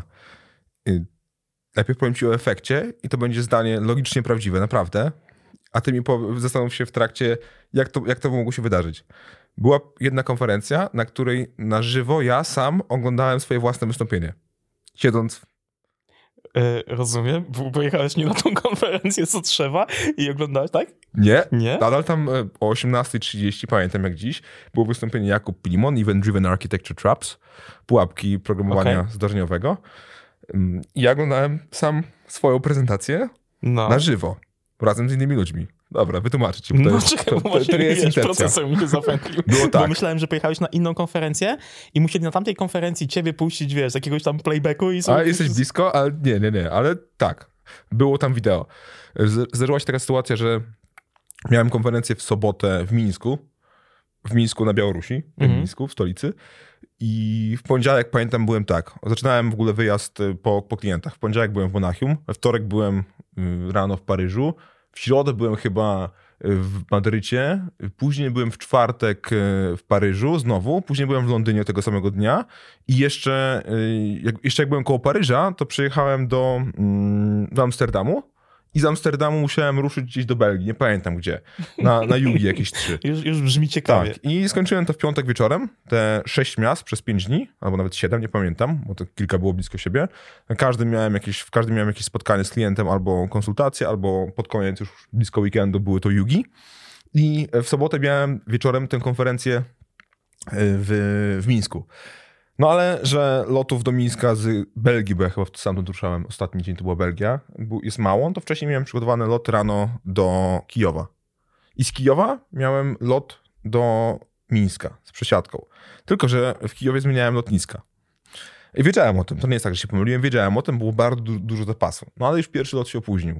Najpierw powiem ci o efekcie i to będzie zdanie logicznie prawdziwe, naprawdę. A ty mi zastanów się w trakcie, jak to mogło się wydarzyć. Była jedna konferencja, na której na żywo ja sam oglądałem swoje własne wystąpienie. Siedząc. Rozumiem. Pojechałeś nie na tą konferencję, co trzeba i oglądałeś, tak? Nie. Nadal tam o 18:30, pamiętam jak dziś, było wystąpienie Jakub Pilimon, Event Driven Architecture Traps, pułapki programowania zdarzeniowego. I ja oglądałem sam swoją prezentację na żywo, razem z innymi ludźmi. Dobra, wytłumaczę ci, bo to jest intencja. Procesor mi się zapętlił. Było tak. Bo myślałem, że pojechałeś na inną konferencję i musieli na tamtej konferencji ciebie puścić, wiesz, z jakiegoś tam playbacku i... A jesteś blisko? Ale nie, ale tak. było tam wideo. Zdarzyła się taka sytuacja, że miałem konferencję w sobotę w Mińsku na Białorusi, w Mińsku, w stolicy. I w poniedziałek, pamiętam, byłem tak. Zaczynałem w ogóle wyjazd po klientach. W poniedziałek byłem w Monachium, we wtorek byłem rano w Paryżu, w środę byłem chyba w Madrycie, później byłem w czwartek w Paryżu znowu, później byłem w Londynie tego samego dnia i jeszcze jak byłem koło Paryża, to przyjechałem do Amsterdamu. I z Amsterdamu musiałem ruszyć gdzieś do Belgii, nie pamiętam gdzie, na Jugi jakieś 3. Już brzmi ciekawie. Tak, i skończyłem to w piątek wieczorem, te 6 miast przez 5 dni, albo nawet 7, nie pamiętam, bo to kilka było blisko siebie. W każdym miałem jakieś spotkanie z klientem, albo konsultacje, albo pod koniec już blisko weekendu były to Jugi. I w sobotę miałem wieczorem tę konferencję w Mińsku. No ale, że lotów do Mińska z Belgii, bo ja chyba stamtąd ruszałem, ostatni dzień to była Belgia, jest mało, to wcześniej miałem przygotowany lot rano do Kijowa. I z Kijowa miałem lot do Mińska z przesiadką. Tylko że w Kijowie zmieniałem lotniska. I wiedziałem o tym, to nie jest tak, że się pomyliłem, wiedziałem o tym, było bardzo dużo zapasu. No ale już pierwszy lot się opóźnił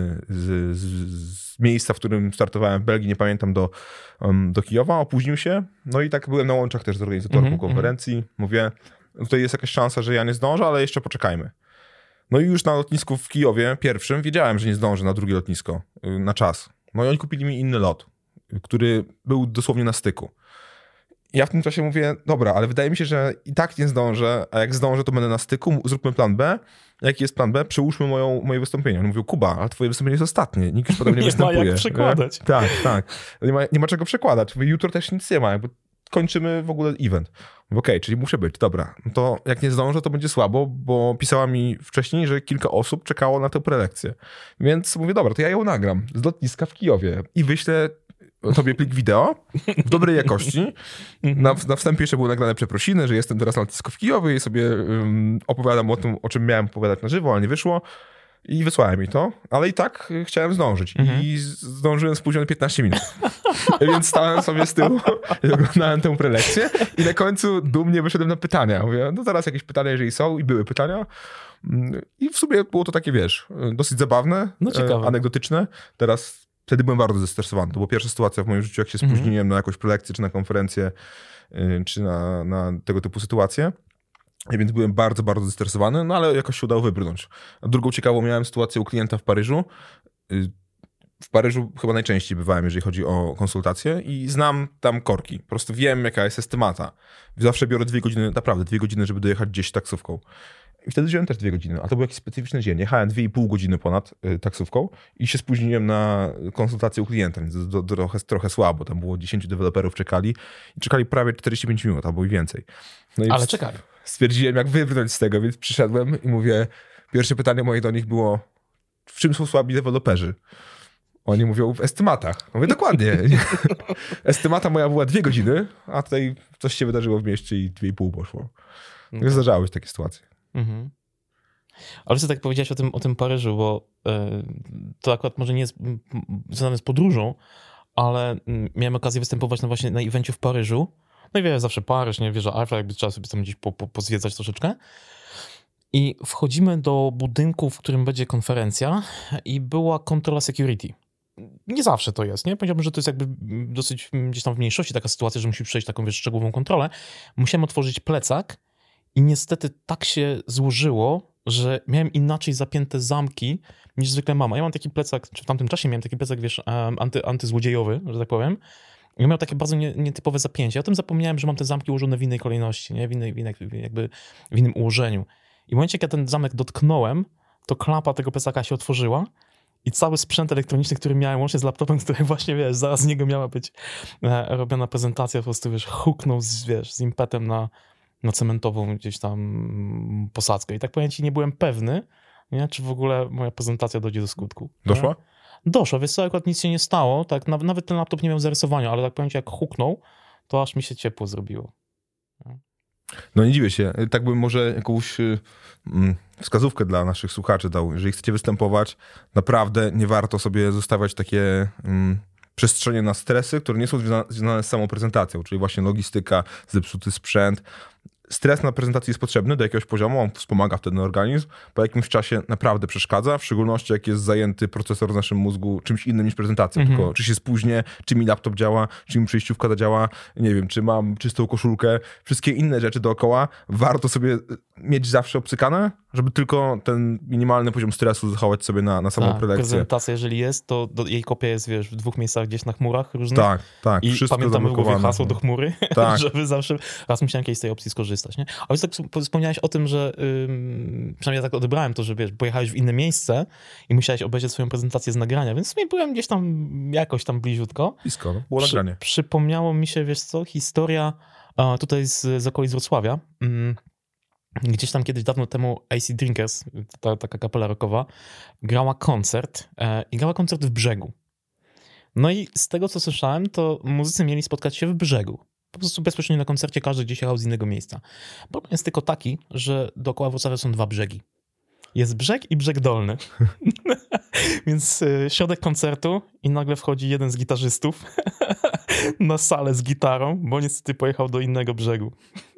z miejsca, w którym startowałem w Belgii, nie pamiętam, do Kijowa, opóźnił się. No i tak byłem na łączach też z organizatorką konferencji. Mówię, tutaj jest jakaś szansa, że ja nie zdążę, ale jeszcze poczekajmy. No i już na lotnisku w Kijowie pierwszym wiedziałem, że nie zdążę na drugie lotnisko na czas. No i oni kupili mi inny lot, który był dosłownie na styku. Ja w tym czasie mówię, dobra, ale wydaje mi się, że i tak nie zdążę, a jak zdążę, to będę na styku, zróbmy plan B. Jaki jest plan B? Przełóżmy moje wystąpienie. On mówił, Kuba, ale twoje wystąpienie jest ostatnie, nikt już potem nie występuje. Nie ma jak przekładać. Tak. Nie ma czego przekładać. Mówię, jutro też nic nie ma, bo kończymy w ogóle event. Okej, czyli muszę być, dobra. No to jak nie zdążę, to będzie słabo, bo pisała mi wcześniej, że kilka osób czekało na tę prelekcję. Więc mówię, dobra, to ja ją nagram z lotniska w Kijowie i wyślę tobie plik wideo w dobrej jakości. Na wstępie jeszcze były nagrane przeprosiny, że jestem teraz na lotnisku w Kijowie i sobie opowiadam o tym, o czym miałem opowiadać na żywo, ale nie wyszło. I wysłałem mi to, ale i tak chciałem zdążyć. I zdążyłem spóźniony 15 minut. Więc stałem sobie z tyłu i oglądałem tę prelekcję i na końcu dumnie wyszedłem na pytania. Mówię, no zaraz jakieś pytania, jeżeli są, i były pytania. I w sumie było to takie, wiesz, dosyć zabawne, anegdotyczne. Wtedy byłem bardzo zestresowany. To była pierwsza sytuacja w moim życiu, jak się spóźniłem na jakąś prelekcję, czy na konferencję, czy na tego typu sytuacje. Więc byłem bardzo, bardzo zestresowany, no ale jakoś się udało wybrnąć. A drugą ciekawą miałem sytuację u klienta w Paryżu. W Paryżu chyba najczęściej bywałem, jeżeli chodzi o konsultacje i znam tam korki. Po prostu wiem, jaka jest estymata. Zawsze biorę 2 godziny, naprawdę 2 godziny, żeby dojechać gdzieś taksówką. I wtedy wziąłem też 2 godziny, a to był jakiś specyficzny dzień. Jechałem 2,5 godziny ponad taksówką i się spóźniłem na konsultację u klienta, więc trochę słabo. Tam było 10 deweloperów czekali i czekali prawie 45 minut albo i więcej. No i ale czekali. Stwierdziłem, jak wybrnąć z tego, więc przyszedłem i mówię, pierwsze pytanie moje do nich było, w czym są słabi deweloperzy? Oni mówią, w estymatach. Mówię, dokładnie. Estymata moja była 2 godziny, a tutaj coś się wydarzyło w mieście i 2,5 poszło. Okay. Zdarzały się takie sytuacje. Ale co tak powiedziałeś o tym Paryżu, bo to akurat może nie jest związane z podróżą, ale miałem okazję występować właśnie na evencie w Paryżu. No i wiesz, zawsze Paryż, nie, wieża Eiffla, jakby trzeba sobie tam gdzieś pozwiedzać troszeczkę. I wchodzimy do budynku, w którym będzie konferencja i była kontrola security. Nie zawsze to jest, nie? Powiedziałbym, że to jest jakby dosyć gdzieś tam w mniejszości taka sytuacja, że musi przejść taką, wiesz, szczegółową kontrolę. Musiałem otworzyć plecak i niestety tak się złożyło, że miałem inaczej zapięte zamki niż zwykle mam. Ja mam taki plecak, czy w tamtym czasie miałem taki plecak, wiesz, antyzłodziejowy, że tak powiem. I miał takie bardzo nietypowe zapięcie. Ja o tym zapomniałem, że mam te zamki ułożone w innej kolejności, nie? W innym ułożeniu. I w momencie, jak ja ten zamek dotknąłem, to klapa tego plecaka się otworzyła i cały sprzęt elektroniczny, który miałem, łącznie z laptopem, który właśnie, wiesz, zaraz z niego miała być robiona prezentacja, po prostu, wiesz, huknął z impetem na cementową gdzieś tam posadzkę. I tak powiem ci, nie byłem pewny, nie? Czy w ogóle moja prezentacja dojdzie do skutku. Doszła? Nie? Doszło, wiesz co, akurat nic się nie stało, tak, nawet ten laptop nie miał zarysowania, ale tak powiem ci, jak huknął, to aż mi się ciepło zrobiło. No nie dziwię się, tak bym może jakąś wskazówkę dla naszych słuchaczy dał. Jeżeli chcecie występować, naprawdę nie warto sobie zostawiać takie przestrzenie na stresy, które nie są związane z samą prezentacją, czyli właśnie logistyka, zepsuty sprzęt. stres na prezentacji jest potrzebny do jakiegoś poziomu, on wspomaga wtedy organizm, po jakimś czasie naprawdę przeszkadza, w szczególności jak jest zajęty procesor w naszym mózgu czymś innym niż prezentacja, tylko czy się spóźnię, czy mi laptop działa, czy mi przejściówka działa, nie wiem, czy mam czystą koszulkę, wszystkie inne rzeczy dookoła, warto sobie mieć zawsze obcykane, żeby tylko ten minimalny poziom stresu zachować sobie na samą prelekcję. Prezentacja, jeżeli jest, to jej kopia jest, wiesz, w 2 miejscach gdzieś na chmurach różnych. Tak. I wszystko pamiętamy w głowie hasło do chmury, tak. żeby zawsze, raz musiałem kiedyś z tej opcji skorzystać, nie? A więc tak wspomniałeś o tym, że przynajmniej ja tak odebrałem to, że wiesz, pojechałeś w inne miejsce i musiałeś obejrzeć swoją prezentację z nagrania, więc w sumie byłem gdzieś tam jakoś tam bliziutko. Blisko, no. Było nagranie. Przypomniało mi się, wiesz co, historia tutaj z okolic Wrocławia. Gdzieś tam kiedyś dawno temu AC Drinkers, taka kapela rockowa, grała koncert i grała koncert w Brzegu. No i z tego, co słyszałem, to muzycy mieli spotkać się w Brzegu. Po prostu bezpośrednio na koncercie każdy gdzieś jechał z innego miejsca. Problem jest tylko taki, że dookoła Wrocławia są 2 brzegi. Jest brzeg i brzeg dolny. Więc środek koncertu i nagle wchodzi jeden z gitarzystów na salę z gitarą, bo niestety pojechał do innego brzegu.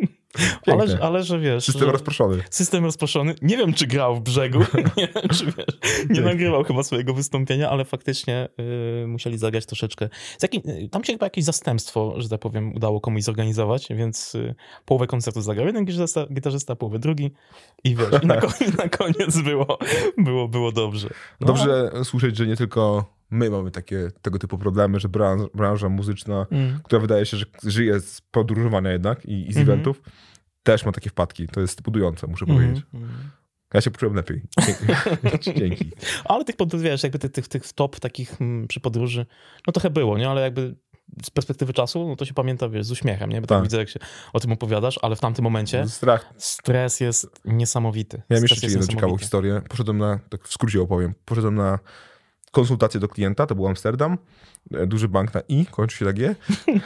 Ale że wiesz... System rozproszony. System rozproszony. Nie wiem, czy grał w Brzegu. Nie wiem, czy wiesz, nie nagrywał chyba swojego wystąpienia, ale faktycznie musieli zagrać troszeczkę. Tam się chyba jakieś zastępstwo, że tak powiem, udało komuś zorganizować, więc połowę koncertu zagrał jeden gitarzysta, połowę drugi i wiesz, i na koniec było dobrze. No. Dobrze słyszeć, że nie tylko my mamy tego typu problemy, że branża muzyczna, która wydaje się, że żyje z podróżowania jednak i z eventów, też ma takie wpadki. To jest budujące, muszę powiedzieć. Ja się poczułem lepiej. Dzięki. Ale wiesz, jakby tych top takich przy podróży, no trochę było, nie? Ale jakby z perspektywy czasu, no to się pamięta, wiesz, z uśmiechem, nie? Bo tak widzę, jak się o tym opowiadasz, ale w tamtym momencie stres jest niesamowity. Miałem jeszcze jedną ciekawą historię. Tak w skrócie opowiem, poszedłem na konsultację do klienta, to był Amsterdam, duży bank na I, kończy się na G.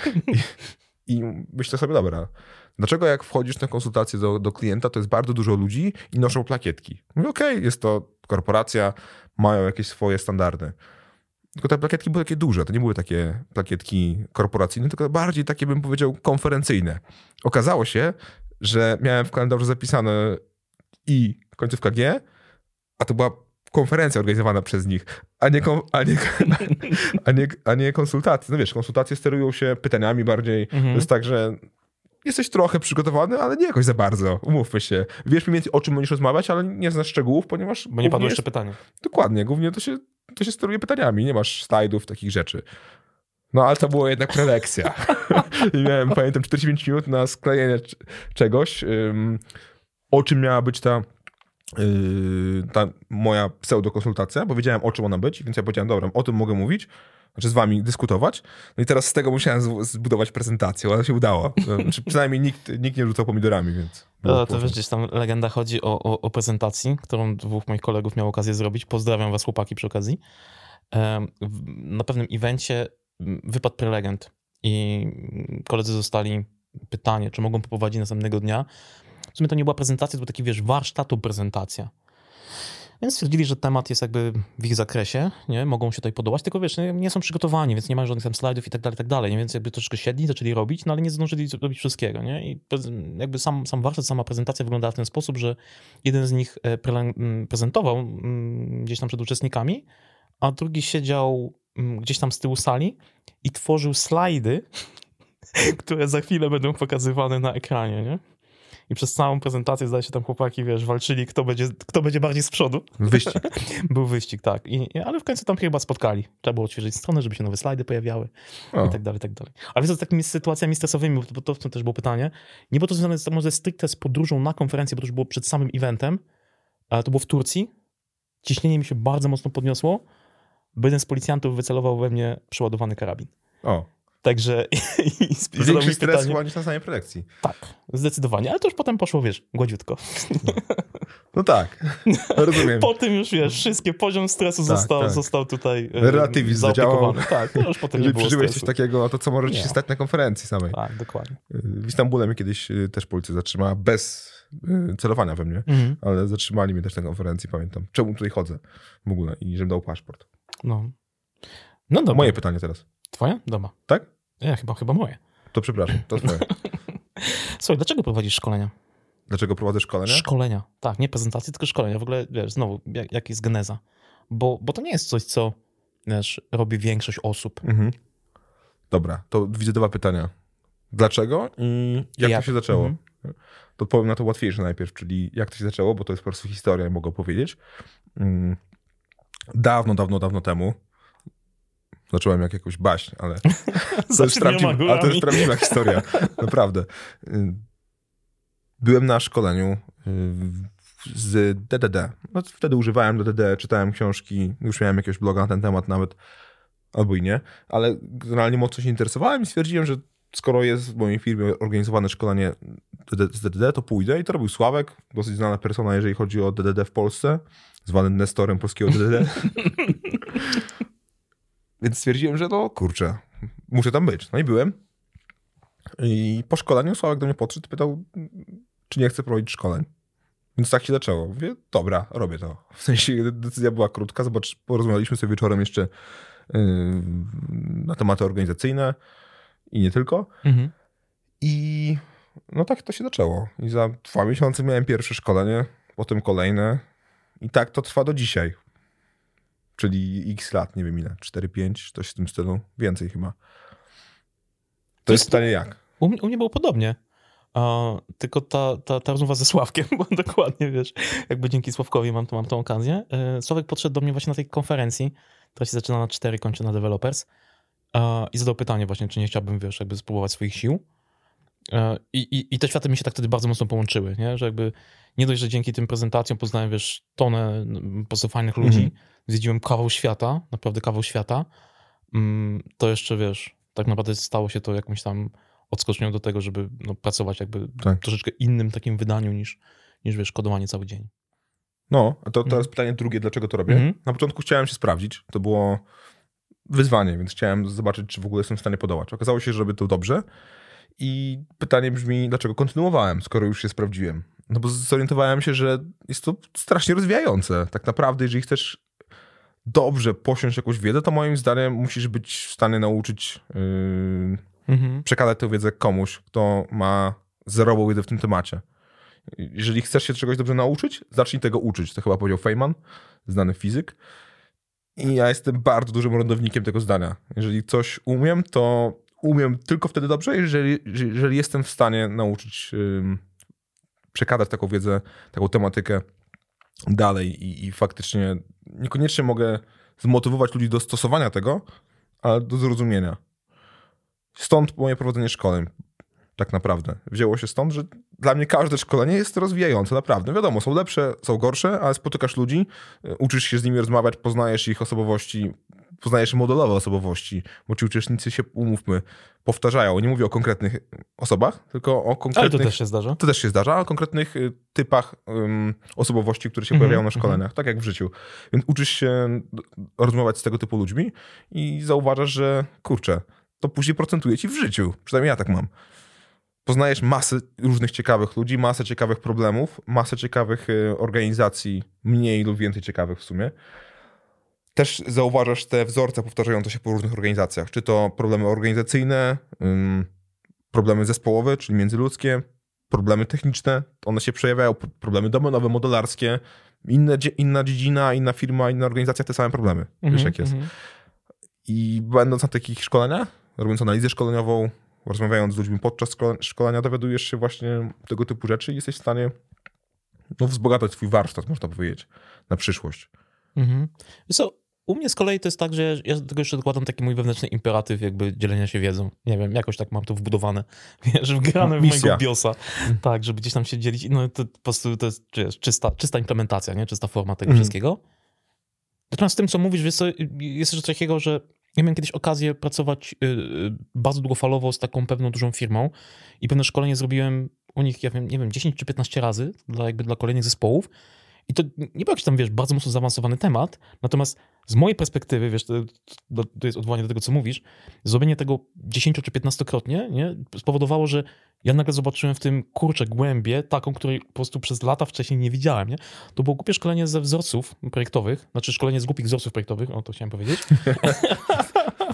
I myślę sobie, dobra, dlaczego jak wchodzisz na konsultację do klienta, to jest bardzo dużo ludzi i noszą plakietki. Mówię, okej, jest to korporacja, mają jakieś swoje standardy. Tylko te plakietki były takie duże, to nie były takie plakietki korporacyjne, tylko bardziej takie, bym powiedział, konferencyjne. Okazało się, że miałem w kalendarzu zapisane I, końcówka G, a to była konferencja organizowana przez nich, a nie konsultacje. No wiesz, konsultacje sterują się pytaniami bardziej. To jest tak, że jesteś trochę przygotowany, ale nie jakoś za bardzo. Umówmy się. Wiesz mniej więcej, o czym będziesz rozmawiać, ale nie znasz szczegółów, ponieważ... Bo nie padło jeszcze pytanie. Dokładnie. Głównie to się steruje pytaniami. Nie masz slajdów, takich rzeczy. No, ale to była jednak prelekcja. I miałem, pamiętam, 45 minut na sklejenie czegoś, o czym miała być ta moja pseudokonsultacja, bo wiedziałem, o czym ona być, więc ja powiedziałem, dobra, o tym mogę mówić, znaczy z wami dyskutować. No i teraz z tego musiałem zbudować prezentację, ale się udało. Znaczy, przynajmniej nikt nie rzucał pomidorami, więc... To wiesz, gdzieś tam legenda chodzi o prezentację, którą 2 moich kolegów miało okazję zrobić. Pozdrawiam was, chłopaki, przy okazji. Na pewnym evencie wypadł prelegent i koledzy zostali pytanie, czy mogą poprowadzić następnego dnia. W sumie to nie była prezentacja, to był taki, wiesz, warsztatu prezentacja. Więc stwierdzili, że temat jest jakby w ich zakresie, nie? Mogą się tutaj podobać, tylko wiesz, nie są przygotowani, więc nie mają żadnych tam slajdów i tak dalej, nie? Więc jakby troszeczkę siedli, zaczęli robić, no ale nie zdążyli robić wszystkiego, nie? I jakby sam warsztat, sama prezentacja wyglądała w ten sposób, że jeden z nich prezentował gdzieś tam przed uczestnikami, a drugi siedział gdzieś tam z tyłu sali i tworzył slajdy, które za chwilę będą pokazywane na ekranie, nie? I przez całą prezentację, zdaje się, tam chłopaki, wiesz, walczyli, kto będzie bardziej z przodu. Wyścig. Był wyścig, tak. Ale w końcu tam chyba spotkali. Trzeba było odświeżyć stronę, żeby się nowe slajdy pojawiały i tak dalej, i tak dalej. Ale co z takimi sytuacjami stresowymi, bo to też było pytanie, nie było to związane może stricte z podróżą na konferencję, bo to już było przed samym eventem, ale to było w Turcji. Ciśnienie mi się bardzo mocno podniosło, bo jeden z policjantów wycelował we mnie przeładowany karabin. Także... Większy stres chyba niż na samej prelekcji. Tak, zdecydowanie. Ale to już potem poszło, wiesz, gładziutko. No tak, rozumiem. Po tym już, wiesz, poziom stresu został tutaj relatywizm zaopiekowane. Tak, to już potem nie było przeżyłeś stresu. coś takiego, to co może ci się stać na konferencji samej. Tak, dokładnie. W Istambule mnie kiedyś też policja zatrzymała bez celowania we mnie, ale zatrzymali mnie też na konferencji, pamiętam. Czemu tutaj chodzę w ogóle i żebym dał paszport. No dobra. Moje pytanie teraz. Twoje? Dobra. Tak? Ja chyba moje. To przepraszam, to twoje. Słuchaj, dlaczego prowadzisz szkolenia? Dlaczego prowadzę szkolenia? Szkolenia, tak, nie prezentacje, tylko szkolenia. W ogóle, wiesz, znowu, jak jest geneza? Bo to nie jest coś, co, wiesz, robi większość osób. Dobra, to widzę 2 pytania. Dlaczego i jak to się zaczęło? To odpowiem na to łatwiejsze najpierw, czyli jak to się zaczęło, bo to jest po prostu historia, mogę opowiedzieć. Dawno temu, zacząłem jak jakąś baśń, ale to jest prawdziwa historia, naprawdę. Byłem na szkoleniu z DDD. No, wtedy używałem DDD, czytałem książki, już miałem jakiegoś bloga na ten temat nawet, albo i nie, ale generalnie mocno się interesowałem i stwierdziłem, że skoro jest w mojej firmie organizowane szkolenie z DDD, to pójdę. I to robił Sławek, dosyć znana persona, jeżeli chodzi o DDD w Polsce, zwany Nestorem polskiego DDD. Więc stwierdziłem, że no kurczę, muszę tam być. No i byłem. I po szkoleniu Sławek do mnie podszedł i pytał, czy nie chcę prowadzić szkoleń. Więc tak się zaczęło. Mówię, dobra, robię to. W sensie decyzja była krótka. Porozmawialiśmy sobie wieczorem jeszcze na tematy organizacyjne i nie tylko. I no tak to się zaczęło. I za 2 miesiące miałem pierwsze szkolenie, potem kolejne. I tak to trwa do dzisiaj. Czyli x lat, nie wiem ile, 4-5, coś w tym stylu. Więcej chyba. To jest pytanie jak? U mnie było podobnie. Tylko ta rozmowa ze Sławkiem, bo dokładnie, wiesz, jakby dzięki Sławkowi mam tą okazję. Sławek podszedł do mnie właśnie na tej konferencji, która się zaczyna na 4, kończy na Developers, i zadał pytanie właśnie, czy nie chciałbym, wiesz, jakby spróbować swoich sił. I te światy mi się tak wtedy bardzo mocno połączyły, nie? Że jakby nie dość, że dzięki tym prezentacjom poznałem, wiesz, tonę po prostu fajnych ludzi, zwiedziłem kawał świata, naprawdę kawał świata, to jeszcze, wiesz, tak naprawdę stało się to jakimś tam odskocznią do tego, żeby pracować jakby troszeczkę innym takim wydaniu niż wiesz, kodowanie cały dzień. No, a to teraz pytanie drugie, dlaczego to robię? Na początku chciałem się sprawdzić, to było wyzwanie, więc chciałem zobaczyć, czy w ogóle jestem w stanie podołać. Okazało się, że robię to dobrze i pytanie brzmi, dlaczego kontynuowałem, skoro już się sprawdziłem? No bo zorientowałem się, że jest to strasznie rozwijające. Tak naprawdę, jeżeli chcesz dobrze posiąść jakąś wiedzę, to moim zdaniem musisz być w stanie nauczyć, przekazać tę wiedzę komuś, kto ma zerową wiedzę w tym temacie. Jeżeli chcesz się czegoś dobrze nauczyć, zacznij tego uczyć. To chyba powiedział Feynman, znany fizyk. I ja jestem bardzo dużym orędownikiem tego zdania. Jeżeli coś umiem, to umiem tylko wtedy dobrze, jeżeli jestem w stanie nauczyć, przekazać taką wiedzę, taką tematykę dalej i faktycznie niekoniecznie mogę zmotywować ludzi do stosowania tego, ale do zrozumienia. Stąd moje prowadzenie szkoleń. Tak naprawdę. Wzięło się stąd, że dla mnie każde szkolenie jest rozwijające, naprawdę. Wiadomo, są lepsze, są gorsze, ale spotykasz ludzi, uczysz się z nimi rozmawiać, poznajesz ich osobowości, poznajesz modelowe osobowości, bo ci uczestnicy się, umówmy, powtarzają. Nie mówię o konkretnych osobach, tylko o konkretnych... Ale to też się zdarza. To też się zdarza, ale o konkretnych typach osobowości, które się pojawiają na szkoleniach, tak jak w życiu. Więc uczysz się rozmawiać z tego typu ludźmi i zauważasz, że kurczę, to później procentuje ci w życiu. Przynajmniej ja tak mam. Poznajesz masę różnych ciekawych ludzi, masę ciekawych problemów, masę ciekawych organizacji, mniej lub więcej ciekawych w sumie. Też zauważasz te wzorce powtarzające się po różnych organizacjach. Czy to problemy organizacyjne, problemy zespołowe, czyli międzyludzkie, problemy techniczne, one się przejawiają, problemy domenowe, modelarskie, inna dziedzina, inna firma, inna organizacja, te same problemy. Wiesz jak jest. I będąc na takich szkoleniach, robiąc analizę szkoleniową, rozmawiając z ludźmi podczas szkolenia, dowiadujesz się właśnie tego typu rzeczy i jesteś w stanie wzbogacać swój warsztat, można powiedzieć, na przyszłość. U mnie z kolei to jest tak, że ja do tego jeszcze dokładam taki mój wewnętrzny imperatyw jakby dzielenia się wiedzą. Nie wiem, jakoś tak mam to wbudowane, wiesz, wgrane w mojego BIOSa. Tak, żeby gdzieś tam się dzielić. No to po prostu to jest czysta implementacja, nie? Czysta forma tego wszystkiego. Natomiast z tym, co mówisz, wiesz co, jest coś takiego, że ja miałem kiedyś okazję pracować bardzo długofalowo z taką pewną dużą firmą i pewne szkolenie zrobiłem u nich, ja wiem, nie wiem, 10 czy 15 razy dla kolejnych zespołów. I to nie był jakiś tam, wiesz, bardzo mocno zaawansowany temat, natomiast z mojej perspektywy, wiesz, to jest odwołanie do tego, co mówisz, zrobienie tego 10 czy 15-krotnie, nie, spowodowało, że ja nagle zobaczyłem w tym, kurczę, głębię, taką, której po prostu przez lata wcześniej nie widziałem, nie? To było głupie szkolenie ze wzorców projektowych, znaczy szkolenie z głupich wzorców projektowych, o to chciałem powiedzieć.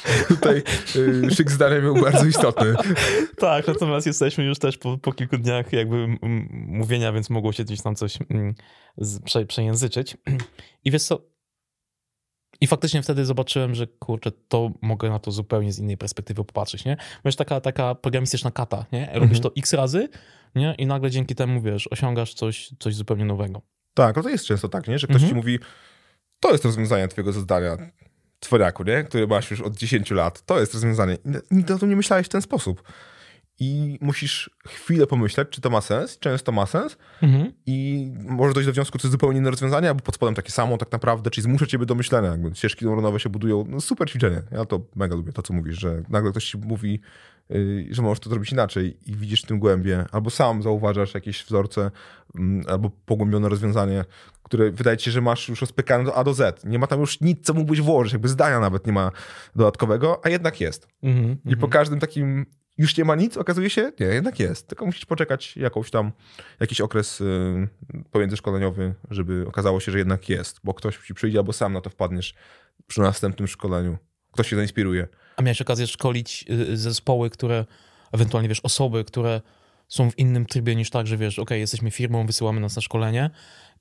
Tutaj szyk zdania był bardzo istotny. Tak, natomiast jesteśmy już też po kilku dniach jakby mówienia, więc mogło się gdzieś tam coś przejęzyczyć. I wiesz co, i faktycznie wtedy zobaczyłem, że kurczę, to mogę na to zupełnie z innej perspektywy popatrzeć, nie? Wiesz, taka programistyczna kata, nie? Robisz to x razy, nie? I nagle dzięki temu, wiesz, osiągasz coś zupełnie nowego. Tak, no to jest często tak, nie? Że ktoś ci mówi, to jest rozwiązanie twojego zadania, cwaniaku, nie? Które masz już od 10 lat. To jest rozwiązanie. I nigdy o tym nie myślałeś w ten sposób. I musisz chwilę pomyśleć, czy to ma sens, często ma sens i może dojść do wniosku, że to jest zupełnie inne rozwiązanie, albo pod spodem takie samo tak naprawdę, czyli zmusza ciebie do myślenia. Jakby ścieżki neuronowe się budują. No super ćwiczenie. Ja to mega lubię, to co mówisz, że nagle ktoś ci mówi, że możesz to zrobić inaczej i widzisz w tym głębie, albo sam zauważasz jakieś wzorce, albo pogłębione rozwiązanie, które wydaje ci się, że masz już rozpykane do A do Z. Nie ma tam już nic, co mógłbyś włożyć, jakby zdania nawet nie ma dodatkowego, a jednak jest. I po każdym takim już nie ma nic, okazuje się, nie, jednak jest. Tylko musisz poczekać jakiś okres pomiędzyszkoleniowy, żeby okazało się, że jednak jest, bo ktoś ci przyjdzie, albo sam na to wpadniesz przy następnym szkoleniu. Ktoś się zainspiruje. A miałeś okazję szkolić zespoły, które, ewentualnie wiesz, osoby, które są w innym trybie niż tak, że wiesz, okej, jesteśmy firmą, wysyłamy nas na szkolenie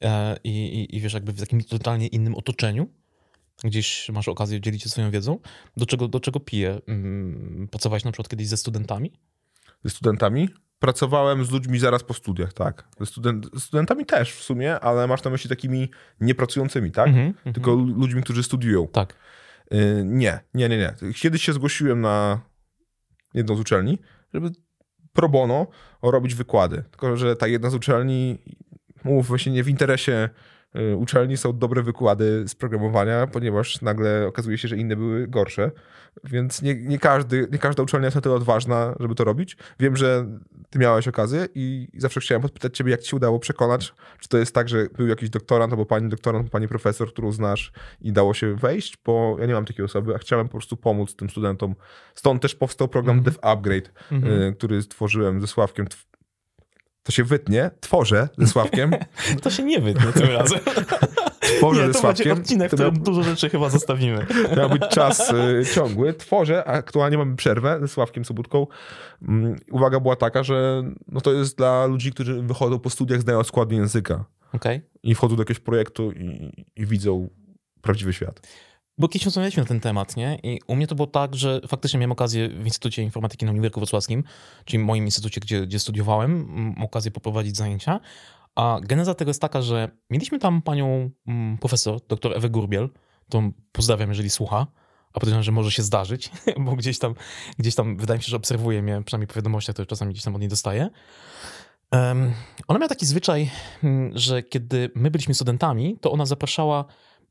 i wiesz, jakby w takim totalnie innym otoczeniu, gdzieś masz okazję dzielić się swoją wiedzą. Do czego piję? Pracowałeś na przykład kiedyś ze studentami? Ze studentami? Pracowałem z ludźmi zaraz po studiach, tak. Z studentami też w sumie, ale masz na myśli takimi niepracującymi, tak? Tylko ludźmi, którzy studiują. Tak. Nie. Kiedyś się zgłosiłem na jedną z uczelni, żeby pro bono robić wykłady. Tylko że ta jedna z uczelni, właśnie nie w interesie uczelni są dobre wykłady z programowania, ponieważ nagle okazuje się, że inne były gorsze. Więc nie każda uczelnia jest na tyle odważna, żeby to robić. Wiem, że ty miałeś okazję i zawsze chciałem podpytać ciebie, jak ci się udało przekonać, czy to jest tak, że był jakiś doktorant, albo pani doktorant, albo pani profesor, którą znasz i dało się wejść, bo ja nie mam takiej osoby, a chciałem po prostu pomóc tym studentom. Stąd też powstał program Dev Upgrade, który stworzyłem ze Sławkiem. To się wytnie, tworzę ze Sławkiem. To się nie wytnie tym razem. Tworzę ze Sławkiem. To będzie odcinek, w którym dużo rzeczy chyba zostawimy. Miał być czas ciągły. Tworzę, a aktualnie mamy przerwę ze Sławkiem Sobótką. Uwaga była taka, że no to jest dla ludzi, którzy wychodzą po studiach, znają składy języka. Okay. I wchodzą do jakiegoś projektu i widzą prawdziwy świat. Bo kiedyś rozmawialiśmy na ten temat, nie? I u mnie to było tak, że faktycznie miałem okazję w Instytucie Informatyki na Uniwersytecie Wrocławskim, czyli moim instytucie, gdzie studiowałem, okazję poprowadzić zajęcia. A geneza tego jest taka, że mieliśmy tam panią profesor, dr Ewę Gurbiel, to pozdrawiam, jeżeli słucha, a podejrzewam, że może się zdarzyć, bo gdzieś tam wydaje mi się, że obserwuje mnie, przynajmniej po wiadomościach, które czasami gdzieś tam od niej dostaję. Ona miała taki zwyczaj, że kiedy my byliśmy studentami, to ona zapraszała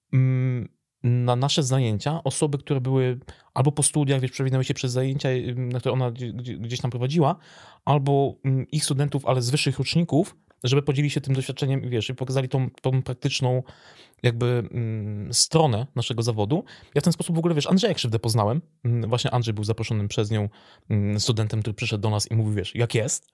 na nasze zajęcia osoby, które były albo po studiach, wiesz, przewinęły się przez zajęcia, na które ona gdzieś tam prowadziła, albo ich studentów, ale z wyższych roczników, żeby podzielili się tym doświadczeniem, wiesz, i pokazali tą praktyczną jakby stronę naszego zawodu. Ja w ten sposób w ogóle, wiesz, Andrzeja Krzywdę poznałem. Właśnie Andrzej był zaproszonym przez nią studentem, który przyszedł do nas i mówił, wiesz, jak jest.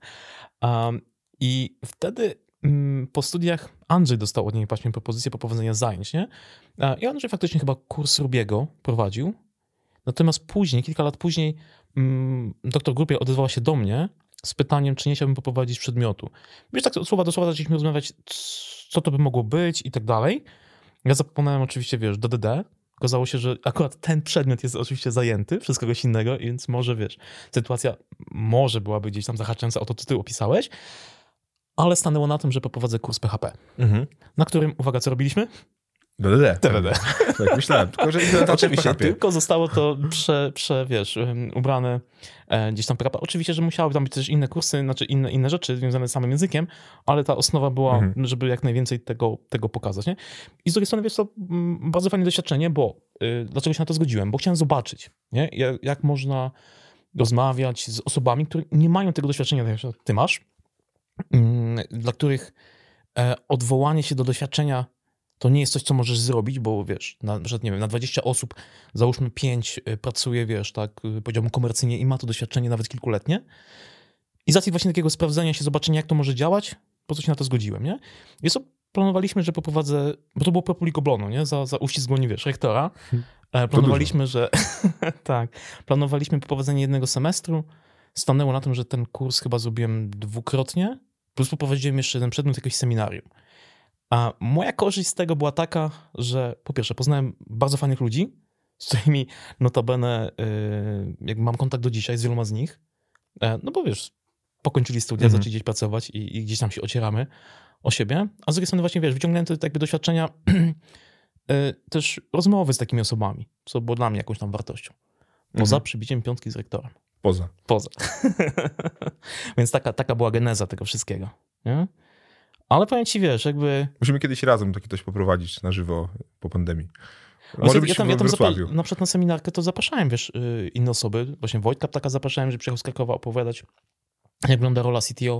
I wtedy po studiach Andrzej dostał od niej właśnie propozycję poprowadzenia zajęć, nie? I Andrzej faktycznie chyba kurs Rubiego prowadził. Natomiast później, kilka lat później, doktor Grupie odezwała się do mnie z pytaniem, czy nie chciałbym poprowadzić przedmiotu. Wiesz, tak słowa do słowa zaczęliśmy rozmawiać, co to by mogło być i tak dalej. Ja zaproponowałem oczywiście, wiesz, DDD. Okazało się, że akurat ten przedmiot jest oczywiście zajęty przez kogoś innego, więc może, wiesz, sytuacja może byłaby gdzieś tam zahaczająca o to, co ty opisałeś, ale stanęło na tym, że poprowadzę kurs PHP, na którym, uwaga, co robiliśmy? DDD. Tak myślałem, tylko że oczywiście, tylko zostało to ubrane gdzieś tam PHP. Oczywiście, że musiały tam być też inne kursy, znaczy inne rzeczy związane z samym językiem, ale ta osnowa była, żeby jak najwięcej tego pokazać, nie? I z drugiej strony, wiesz co, bardzo fajne doświadczenie, bo dlaczego się na to zgodziłem? Bo chciałem zobaczyć, nie? Jak można rozmawiać z osobami, które nie mają tego doświadczenia, tak jak ty masz, dla których odwołanie się do doświadczenia to nie jest coś, co możesz zrobić, bo wiesz, na 20 osób, załóżmy 5 pracuje, wiesz, tak, powiedziałbym komercyjnie i ma to doświadczenie nawet kilkuletnie. I z racji właśnie takiego sprawdzenia się, zobaczenia, jak to może działać, po co się na to zgodziłem, nie? Więc planowaliśmy, że poprowadzę, bo to było pro publico bono, nie? Za uścisk dłoni, wiesz, rektora. Planowaliśmy, że tak, planowaliśmy poprowadzenie jednego semestru. Stanęło na tym, że ten kurs chyba zrobiłem dwukrotnie, plus poprowadziłem jeszcze jeden przedmiot, jakiegoś seminarium. A moja korzyść z tego była taka, że po pierwsze poznałem bardzo fajnych ludzi, z którymi notabene jakby mam kontakt do dzisiaj z wieloma z nich. No bo wiesz, pokończyli studia, zaczęli gdzieś pracować i gdzieś tam się ocieramy o siebie. A z drugiej strony właśnie, wiesz, wyciągnąłem te jakby doświadczenia też rozmowy z takimi osobami, co było dla mnie jakąś tam wartością. Poza przybiciem piątki z rektorem. Poza. Więc taka była geneza tego wszystkiego. Nie? Ale powiem ci, wiesz, jakby... Musimy kiedyś razem takie coś poprowadzić na żywo po pandemii. Może być ja tam na przykład na seminarkę to zapraszałem, wiesz, inne osoby. Właśnie Wojtka Ptaka zapraszałem, że przyjechał z Krakowa opowiadać, jak wygląda rola CTO.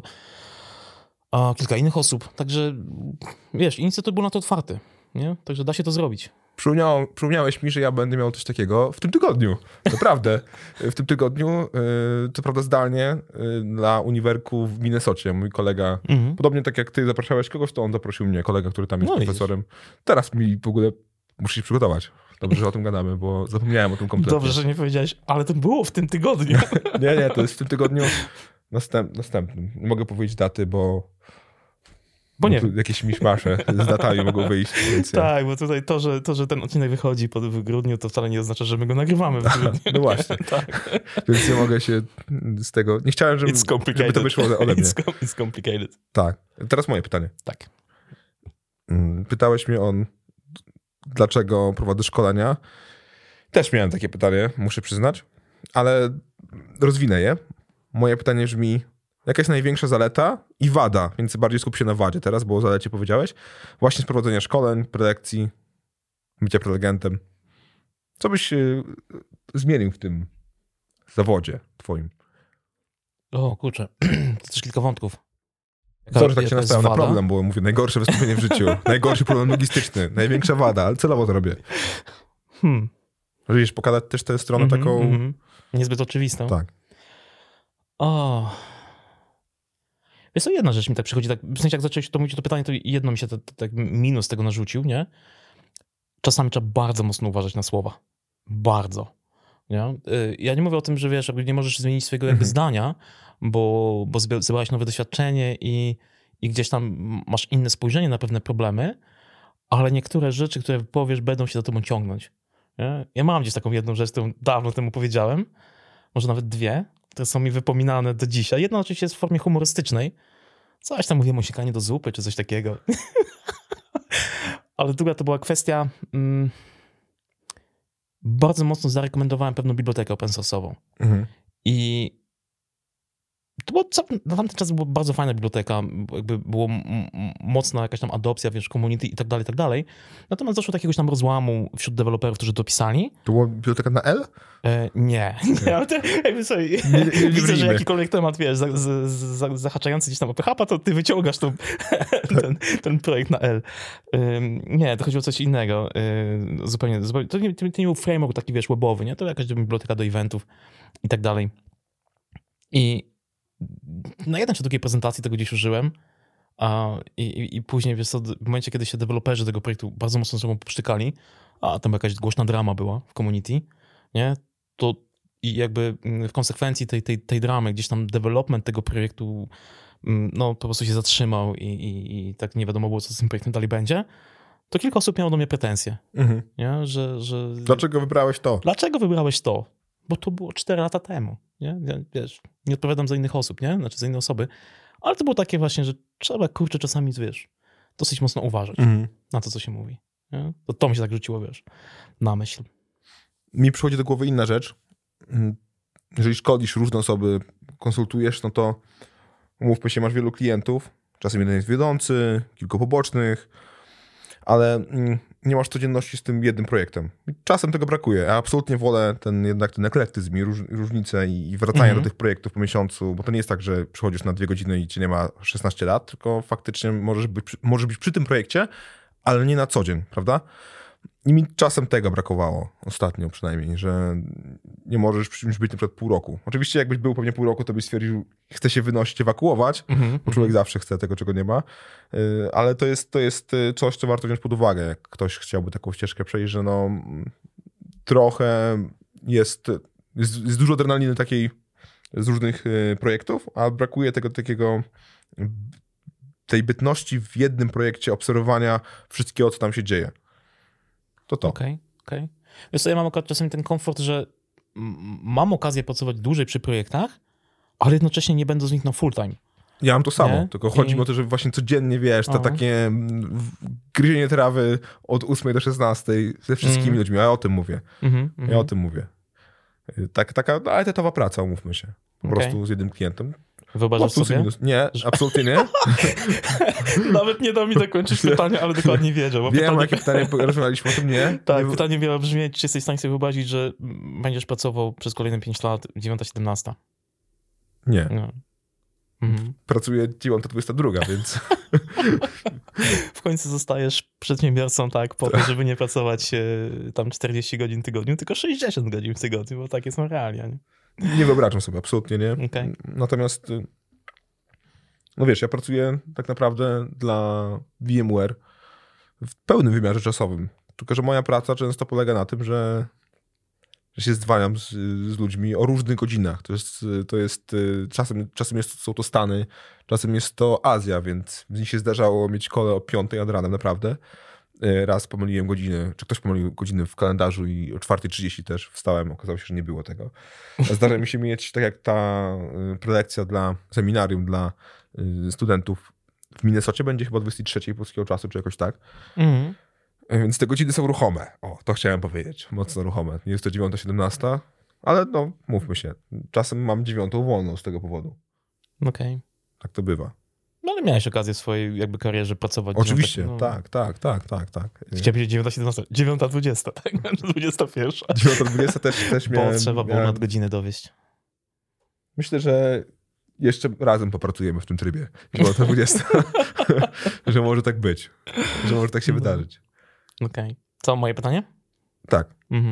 A kilka innych osób. Także, wiesz, inicjatyw był na to otwarty. Nie? Także da się to zrobić. Przypomniałeś mi, że ja będę miał coś takiego w tym tygodniu. Naprawdę. W tym tygodniu, co prawda zdalnie, na uniwerku w Minnesocie. Mój kolega, podobnie tak jak ty zapraszałeś kogoś, to on zaprosił mnie, kolega, który tam jest profesorem. Teraz mi w ogóle muszę się przygotować. Dobrze, że o tym gadamy, bo zapomniałem o tym kompletnie. Dobrze, że nie powiedziałeś, ale to było w tym tygodniu. Nie, to jest w tym tygodniu następnym. Nie mogę powiedzieć daty, bo nie. Jakieś miszmasze z datami mogą wyjść. Więc tak, bo tutaj to, że ten odcinek wychodzi w grudniu, to wcale nie oznacza, że my go nagrywamy w grudniu. No właśnie. Tak. Więc nie mogę się z tego... Nie chciałem, żeby to wyszło ode mnie. It's complicated. Tak. Teraz moje pytanie. Tak. Pytałeś mnie dlaczego prowadzę szkolenia. Też miałem takie pytanie, muszę przyznać, ale rozwinę je. Moje pytanie brzmi, jaka jest największa zaleta i wada, więc bardziej skup się na wadzie teraz, bo o zalecie powiedziałeś. Właśnie z prowadzenia szkoleń, prelekcji, bycia prelegentem. Co byś zmienił w tym zawodzie twoim? O kurczę, to też kilka wątków. Sorry, że tak się nastawiam na problem, bo mówię, najgorsze wystąpienie w życiu, najgorszy problem logistyczny, największa wada, ale celowo to robię. Możesz pokazać też tę stronę taką... Niezbyt oczywistą. Tak. Wiesz co, jedna rzecz mi tak przychodzi, tak, w sensie jak zacząłeś to mówić to pytanie, to jedno mi się tak minus tego narzucił, nie? Czasami trzeba bardzo mocno uważać na słowa. Bardzo. Nie? Ja nie mówię o tym, że wiesz, nie możesz zmienić swojego jakby zdania, bo zebrałeś nowe doświadczenie i gdzieś tam masz inne spojrzenie na pewne problemy, ale niektóre rzeczy, które powiesz, będą się za tobą ciągnąć. Nie? Ja mam gdzieś taką jedną rzecz, którą dawno temu powiedziałem, może nawet dwie, które są mi wypominane do dzisiaj. Jedna oczywiście jest w formie humorystycznej. Coś tam mówiłem o siekaniu do zupy, czy coś takiego. Ale druga to była kwestia... bardzo mocno zarekomendowałem pewną bibliotekę open source'ową. I to było, na tamten czas była bardzo fajna biblioteka, jakby było mocna jakaś tam adopcja, wiesz, community i tak dalej. Natomiast doszło do jakiegoś tam rozłamu wśród deweloperów, którzy dopisali. To była biblioteka na L? Nie. Ale to, jakby sobie, widzę, że jakikolwiek temat, wiesz, zahaczający gdzieś tam o PHP, to ty wyciągasz ten projekt na L. Nie, to chodziło o coś innego. Zupełnie. To nie był framework taki, wiesz, webowy, nie? To jakaś biblioteka do eventów i tak dalej. I na jednej czy drugiej prezentacji tego gdzieś użyłem i później, wiesz co, w momencie, kiedy się deweloperzy tego projektu bardzo mocno ze sobą poprztykali, a tam jakaś głośna drama była w community, nie? To i jakby w konsekwencji tej dramy gdzieś tam development tego projektu no po prostu się zatrzymał i tak nie wiadomo było, co z tym projektem dalej będzie, to kilka osób miało do mnie pretensje. Nie? Że... Dlaczego wybrałeś to? Dlaczego wybrałeś to? Bo to było 4 lata temu. Nie? Wiesz, nie odpowiadam za innych osób, nie? Znaczy za inne osoby. Ale to było takie właśnie, że trzeba, kurczę, czasami, wiesz, dosyć mocno uważać na to, co się mówi. Nie? To mi się tak rzuciło, wiesz, na myśl. Mi przychodzi do głowy inna rzecz. Jeżeli szkolisz różne osoby, konsultujesz, no to umówmy się, masz wielu klientów. Czasem jeden jest wiodący, kilku pobocznych, ale nie masz codzienności z tym jednym projektem. Czasem tego brakuje. Ja absolutnie wolę ten eklektyzm i różnice i wracanie do tych projektów po miesiącu, bo to nie jest tak, że przychodzisz na 2 godziny i cię nie ma 16 lat, tylko faktycznie możesz być przy tym projekcie, ale nie na co dzień, prawda? I mi czasem tego brakowało, ostatnio przynajmniej, że nie możesz przy czymś być na przykład pół roku. Oczywiście jakbyś był pewnie pół roku, to byś stwierdził, chce się wynosić, ewakuować, bo człowiek zawsze chce tego, czego nie ma, ale to jest coś, co warto wziąć pod uwagę, jak ktoś chciałby taką ścieżkę przejść, że no trochę jest dużo adrenaliny takiej z różnych projektów, a brakuje tego takiego tej bytności w jednym projekcie, obserwowania wszystkiego, co tam się dzieje. To. Okej. Wiesz co, ja mam akurat czasami ten komfort, że mam okazję pracować dłużej przy projektach, ale jednocześnie nie będę z nich na full time. Ja mam to samo, tylko chodzi mi o to, że właśnie codziennie, wiesz, to takie gryzienie trawy od 8 do 16 ze wszystkimi ludźmi, ja o tym mówię. Ja o tym mówię. Taka etatowa praca, umówmy się. Po prostu z jednym klientem. Wyobrażasz sobie? Nie, absolutnie nie. Nawet nie da mi dokończyć pytania, ale dokładnie wiedział. Bo wiem, jakie pytanie rozmawialiśmy o tym, nie? Tak, pytanie miało brzmieć, czy jesteś w stanie sobie wyobrazić, że będziesz pracował przez kolejne 5 lat 9-17? Nie. Pracuję 9-22, więc... W końcu zostajesz przedsiębiorcą tak, po to, żeby nie pracować tam 40 godzin w tygodniu, tylko 60 godzin w tygodniu, bo takie są realia. Nie wyobrażam sobie, absolutnie nie. Okay. Natomiast, no wiesz, ja pracuję tak naprawdę dla VMware w pełnym wymiarze czasowym. Tylko że moja praca często polega na tym, że się zdwaniam z ludźmi o różnych godzinach. To jest czasem są to Stany, czasem jest to Azja, więc mi się zdarzało mieć kole o 5 nad ranem, naprawdę. Raz pomyliłem godziny, czy ktoś pomylił godziny w kalendarzu i o 4:30 też wstałem, okazało się, że nie było tego. Zdarza mi się mieć, tak jak ta prelekcja dla seminarium dla studentów w Minnesocie będzie chyba 23 polskiego czasu, czy jakoś tak. Więc te godziny są ruchome. O, to chciałem powiedzieć. Mocno ruchome. Nie jest to 9-17, ale no, mówmy się. Czasem mam 9 wolną z tego powodu. Okej. Tak to bywa. No ale miałeś okazję w swojej jakby karierze pracować. Oczywiście, tak. Chciałem powiedzieć 9-17, 9-20, tak? 21. 9-20 też miałem. Bo trzeba było nadgodziny dowieść. Myślę, że jeszcze razem popracujemy w tym trybie. 9-20. Że może tak być. Że może tak się wydarzyć. Okej. Co, moje pytanie? Tak.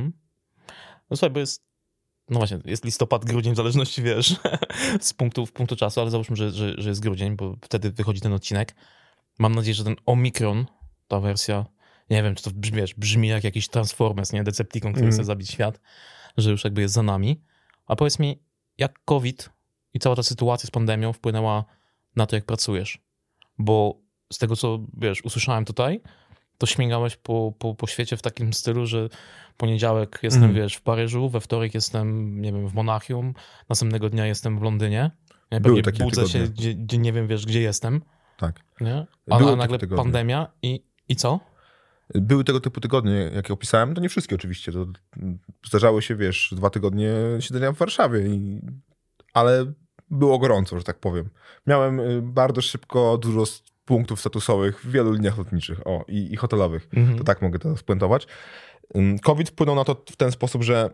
No słuchaj, bo jest, no właśnie, jest listopad, grudzień, w zależności, wiesz, z punktu czasu, ale załóżmy, że jest grudzień, bo wtedy wychodzi ten odcinek. Mam nadzieję, że ten Omikron, ta wersja, nie wiem, czy to brzmi jak jakiś Transformers, nie? Decepticon, który chce zabić świat, że już jakby jest za nami. A powiedz mi, jak COVID i cała ta sytuacja z pandemią wpłynęła na to, jak pracujesz? Bo z tego, co, wiesz, usłyszałem tutaj, to śmigałeś po świecie w takim stylu, że poniedziałek jestem, wiesz, w Paryżu, we wtorek jestem, nie wiem, w Monachium, następnego dnia jestem w Londynie. Ja pewnie budzę się, gdzie nie wiem, wiesz, gdzie jestem. Tak. Nie? A nagle pandemia i co? Były tego typu tygodnie, jakie opisałem, to nie wszystkie oczywiście. To zdarzały się, wiesz, 2 tygodnie siedzenia w Warszawie, ale było gorąco, że tak powiem. Miałem bardzo szybko dużo punktów statusowych w wielu liniach lotniczych i hotelowych. To tak mogę to spuentować. COVID wpłynął na to w ten sposób, że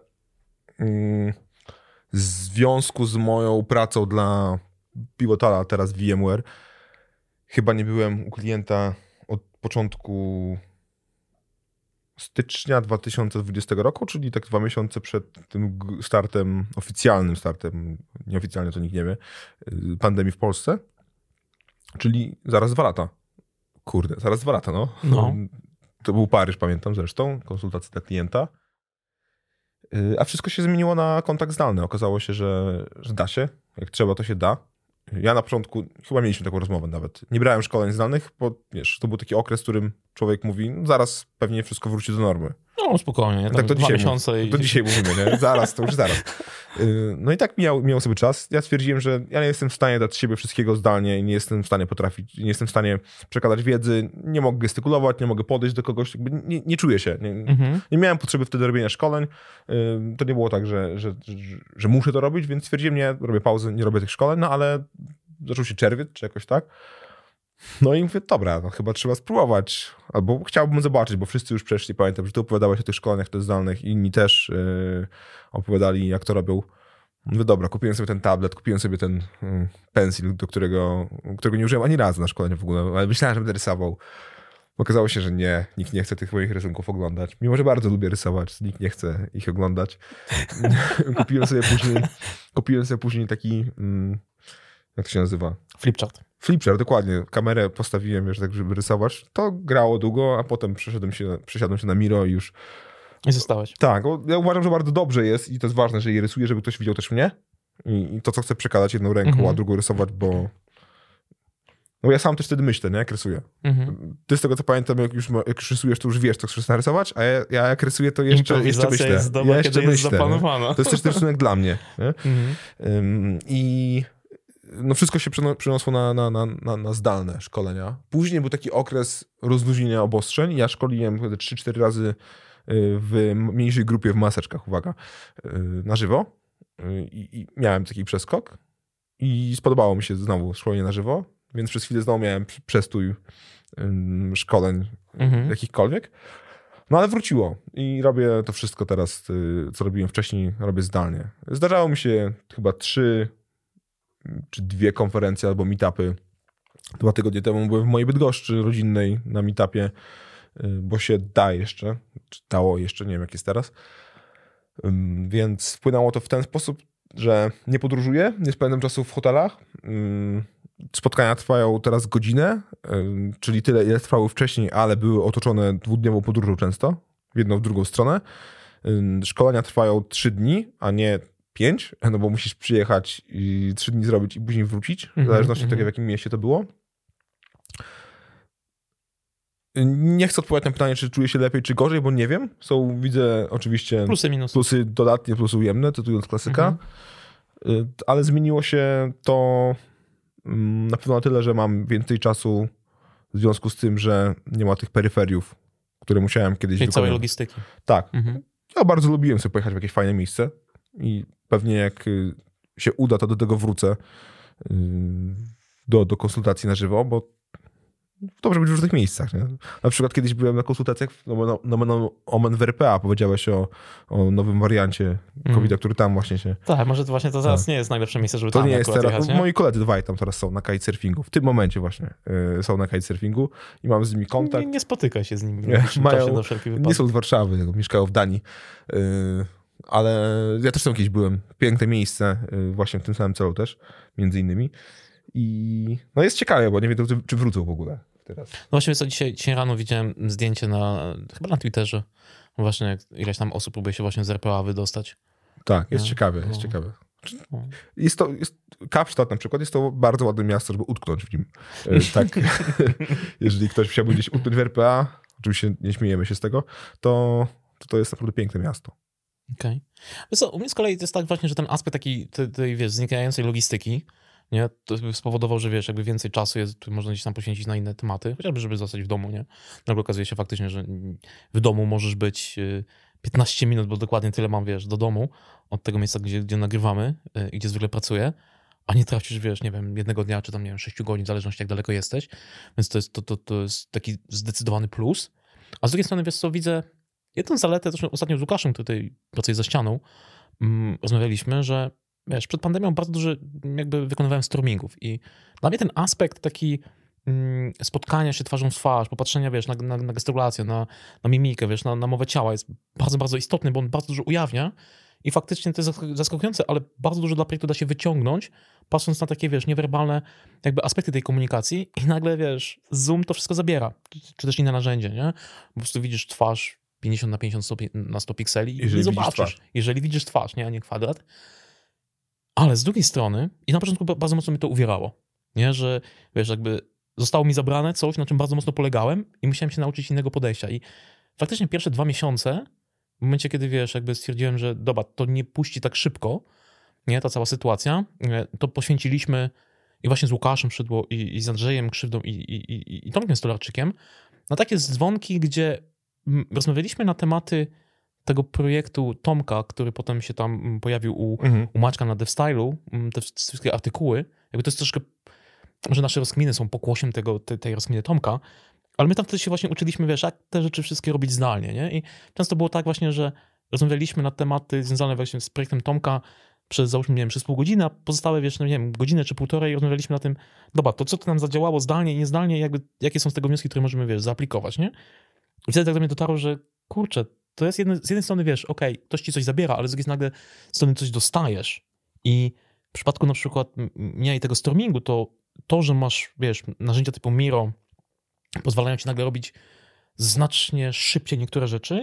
w związku z moją pracą dla Pivotala, teraz VMware, chyba nie byłem u klienta od początku stycznia 2020 roku, czyli tak 2 miesiące przed tym startem, oficjalnym startem, nieoficjalnie to nikt nie wie, pandemii w Polsce. Czyli zaraz 2 lata. Kurde, zaraz 2 lata, no. To był Paryż, pamiętam zresztą, konsultacja dla klienta. A wszystko się zmieniło na kontakt zdalny. Okazało się, że da się. Jak trzeba, to się da. Ja na początku, chyba mieliśmy taką rozmowę nawet, nie brałem szkoleń zdalnych, bo wiesz, to był taki okres, w którym człowiek mówi, no zaraz pewnie wszystko wróci do normy. No spokojnie, nie? Tak to 2 miesiące to dzisiaj mówimy, nie? Zaraz, to już zaraz. No i tak miał sobie czas. Ja stwierdziłem, że ja nie jestem w stanie dać siebie wszystkiego zdalnie i nie jestem w stanie nie jestem w stanie przekazać wiedzy, nie mogę gestykulować, nie mogę podejść do kogoś, jakby nie czuję się. Nie miałem potrzeby wtedy robienia szkoleń. To nie było tak, że muszę to robić, więc stwierdziłem, nie, robię pauzę, nie robię tych szkoleń, no ale zaczął się czerwiec, czy jakoś tak. No i mówię, dobra, no chyba trzeba spróbować. Albo chciałbym zobaczyć, bo wszyscy już przeszli. Pamiętam, że ty opowiadałeś o tych szkoleniach zdalnych i inni też opowiadali, jak to robią. Mówię, dobra, kupiłem sobie ten tablet, kupiłem sobie ten pensil, którego nie użyłem ani razu na szkoleniu w ogóle, ale myślałem, że będę rysował. Okazało się, że nie, nikt nie chce tych moich rysunków oglądać. Mimo że bardzo lubię rysować, nikt nie chce ich oglądać. Kupiłem sobie później taki, jak to się nazywa? Flipchart, dokładnie. Kamerę postawiłem, wiesz, tak, żeby rysować. To grało długo, a potem przesiadłem się na Miro i już I zostałeś. Tak, ja uważam, że bardzo dobrze jest i to jest ważne, że je rysuję, żeby ktoś widział też mnie i to, co chcę przekazać jedną ręką, a drugą rysować, bo ja sam też wtedy myślę, nie, jak rysuję. Ty z tego, co pamiętam, jak już rysujesz, to już wiesz, co chcesz narysować, a ja jak rysuję, to jeszcze myślę. Jest dobra, jeszcze kiedy jest zaplanowana. To jest też rysunek dla mnie. Nie? I no wszystko się przeniosło na zdalne szkolenia. Później był taki okres rozluźnienia obostrzeń. Ja szkoliłem 3-4 razy w mniejszej grupie w maseczkach, uwaga, na żywo. I miałem taki przeskok. I spodobało mi się znowu szkolenie na żywo, więc przez chwilę znowu miałem przestój szkoleń jakichkolwiek. No ale wróciło i robię to wszystko teraz, co robiłem wcześniej, robię zdalnie. Zdarzało mi się chyba 3 czy 2 konferencje albo meetupy. 2 tygodnie temu byłem w mojej Bydgoszczy rodzinnej na meetupie, bo się da jeszcze, czy dało jeszcze, nie wiem jak jest teraz. Więc wpłynęło to w ten sposób, że nie podróżuję, nie spędzam czasu w hotelach. Spotkania trwają teraz godzinę, czyli tyle, ile trwały wcześniej, ale były otoczone 2-dniową podróżą często, w jedną, w drugą stronę. Szkolenia trwają 3 dni, a nie 5, no bo musisz przyjechać i 3 dni zrobić i później wrócić, w zależności od tego, w jakim mieście to było. Nie chcę odpowiadać na pytanie, czy czuję się lepiej, czy gorzej, bo nie wiem. Widzę oczywiście plusy, minusy. Plusy dodatnie, plusy ujemne, cytując klasyka. Ale zmieniło się to na pewno na tyle, że mam więcej czasu w związku z tym, że nie ma tych peryferiów, które musiałem kiedyś wykonać. Całej logistyki. Tak. Ja bardzo lubiłem sobie pojechać w jakieś fajne miejsce i pewnie jak się uda, to do tego wrócę do konsultacji na żywo, bo dobrze być w różnych miejscach. Nie? Na przykład kiedyś byłem na konsultacjach omen w RPA, powiedziałeś o nowym wariancie COVID-a, który tam właśnie się... Tak, może to właśnie to zaraz nie jest najlepsze miejsce, żeby to tam nie jest teraz. Jechać, nie? Moi koledzy dwaj tam teraz są na kitesurfingu. W tym momencie właśnie są na kitesurfingu i mam z nimi kontakt. Nie spotykaj się z nimi. Nie są z Warszawy, mieszkają w Danii. Ale ja też tam kiedyś byłem. Piękne miejsce, właśnie w tym samym celu też, między innymi. I no jest ciekawe, bo nie wiem, czy wrócą w ogóle teraz. No właśnie, co dzisiaj dzisiaj widziałem zdjęcie chyba na Twitterze. Właśnie jak ileś tam osób próbuje się właśnie z RPA wydostać. Tak, jest ciekawe, jest ciekawe. Kapsztad na przykład jest to bardzo ładne miasto, żeby utknąć w nim. Tak. Jeżeli ktoś chciałby gdzieś utknąć w RPA, oczywiście nie śmiejemy się z tego, to jest naprawdę piękne miasto. Okej. U mnie z kolei to jest tak właśnie, że ten aspekt takiej tej znikającej logistyki, nie, to spowodował, że jakby więcej czasu jest, można gdzieś tam poświęcić na inne tematy, chociażby żeby zostać w domu, nie? Nagle okazuje się faktycznie, że w domu możesz być 15 minut, bo dokładnie tyle mam, do domu, od tego miejsca, gdzie nagrywamy i gdzie zwykle pracuję, a nie tracisz, nie wiem, jednego dnia, czy tam, nie wiem, 6 godzin, w zależności jak daleko jesteś, więc to jest taki zdecydowany plus. A z drugiej strony, co widzę, jedną zaletę, zresztą ostatnio z Łukaszem, który tutaj pracuje za ścianą, rozmawialiśmy, że przed pandemią bardzo dużo jakby wykonywałem stormingów i dla mnie ten aspekt taki spotkania się twarzą w twarz, popatrzenia, na gestykulację, na mimikę, na mowę ciała jest bardzo, bardzo istotny, bo on bardzo dużo ujawnia i faktycznie to jest zaskakujące, ale bardzo dużo dla projektu da się wyciągnąć, patrząc na takie, niewerbalne jakby aspekty tej komunikacji i nagle, Zoom to wszystko zabiera, czy też inne narzędzie, nie? Po prostu widzisz twarz 50 na 50 na 100 pikseli i nie zobaczysz. Jeżeli widzisz twarz, nie, a nie kwadrat. Ale z drugiej strony, i na początku bardzo mocno mnie to uwierało, nie? Że jakby zostało mi zabrane coś, na czym bardzo mocno polegałem i musiałem się nauczyć innego podejścia. I faktycznie pierwsze 2 miesiące, w momencie, kiedy jakby stwierdziłem, że dobra, to nie puści tak szybko, nie, ta cała sytuacja, to poświęciliśmy i właśnie z Łukaszem Szydło i z Andrzejem Krzywdą i Tomkiem Stolarczykiem na takie dzwonki, gdzie rozmawialiśmy na tematy tego projektu Tomka, który potem się tam pojawił u Maćka na DevStyle'u, te wszystkie artykuły, jakby to jest troszkę, że nasze rozkminy są pokłosiem tej rozkminy Tomka, ale my tam wtedy się właśnie uczyliśmy, jak te rzeczy wszystkie robić zdalnie, nie? I często było tak właśnie, że rozmawialiśmy na tematy związane właśnie z projektem Tomka załóżmy, nie wiem, przez pół godziny, a pozostałe, nie wiem, godzinę czy półtorej rozmawialiśmy na tym, dobra, to co to nam zadziałało zdalnie i niezdalnie, jakby jakie są z tego wnioski, które możemy, zaaplikować, nie? I wtedy tak do mnie dotarło, że kurczę, to jest z jednej strony, okej, ktoś ci coś zabiera, ale z drugiej strony coś dostajesz. I w przypadku na przykład mnie i tego stormingu, to, że masz, narzędzia typu Miro pozwalają ci nagle robić znacznie szybciej niektóre rzeczy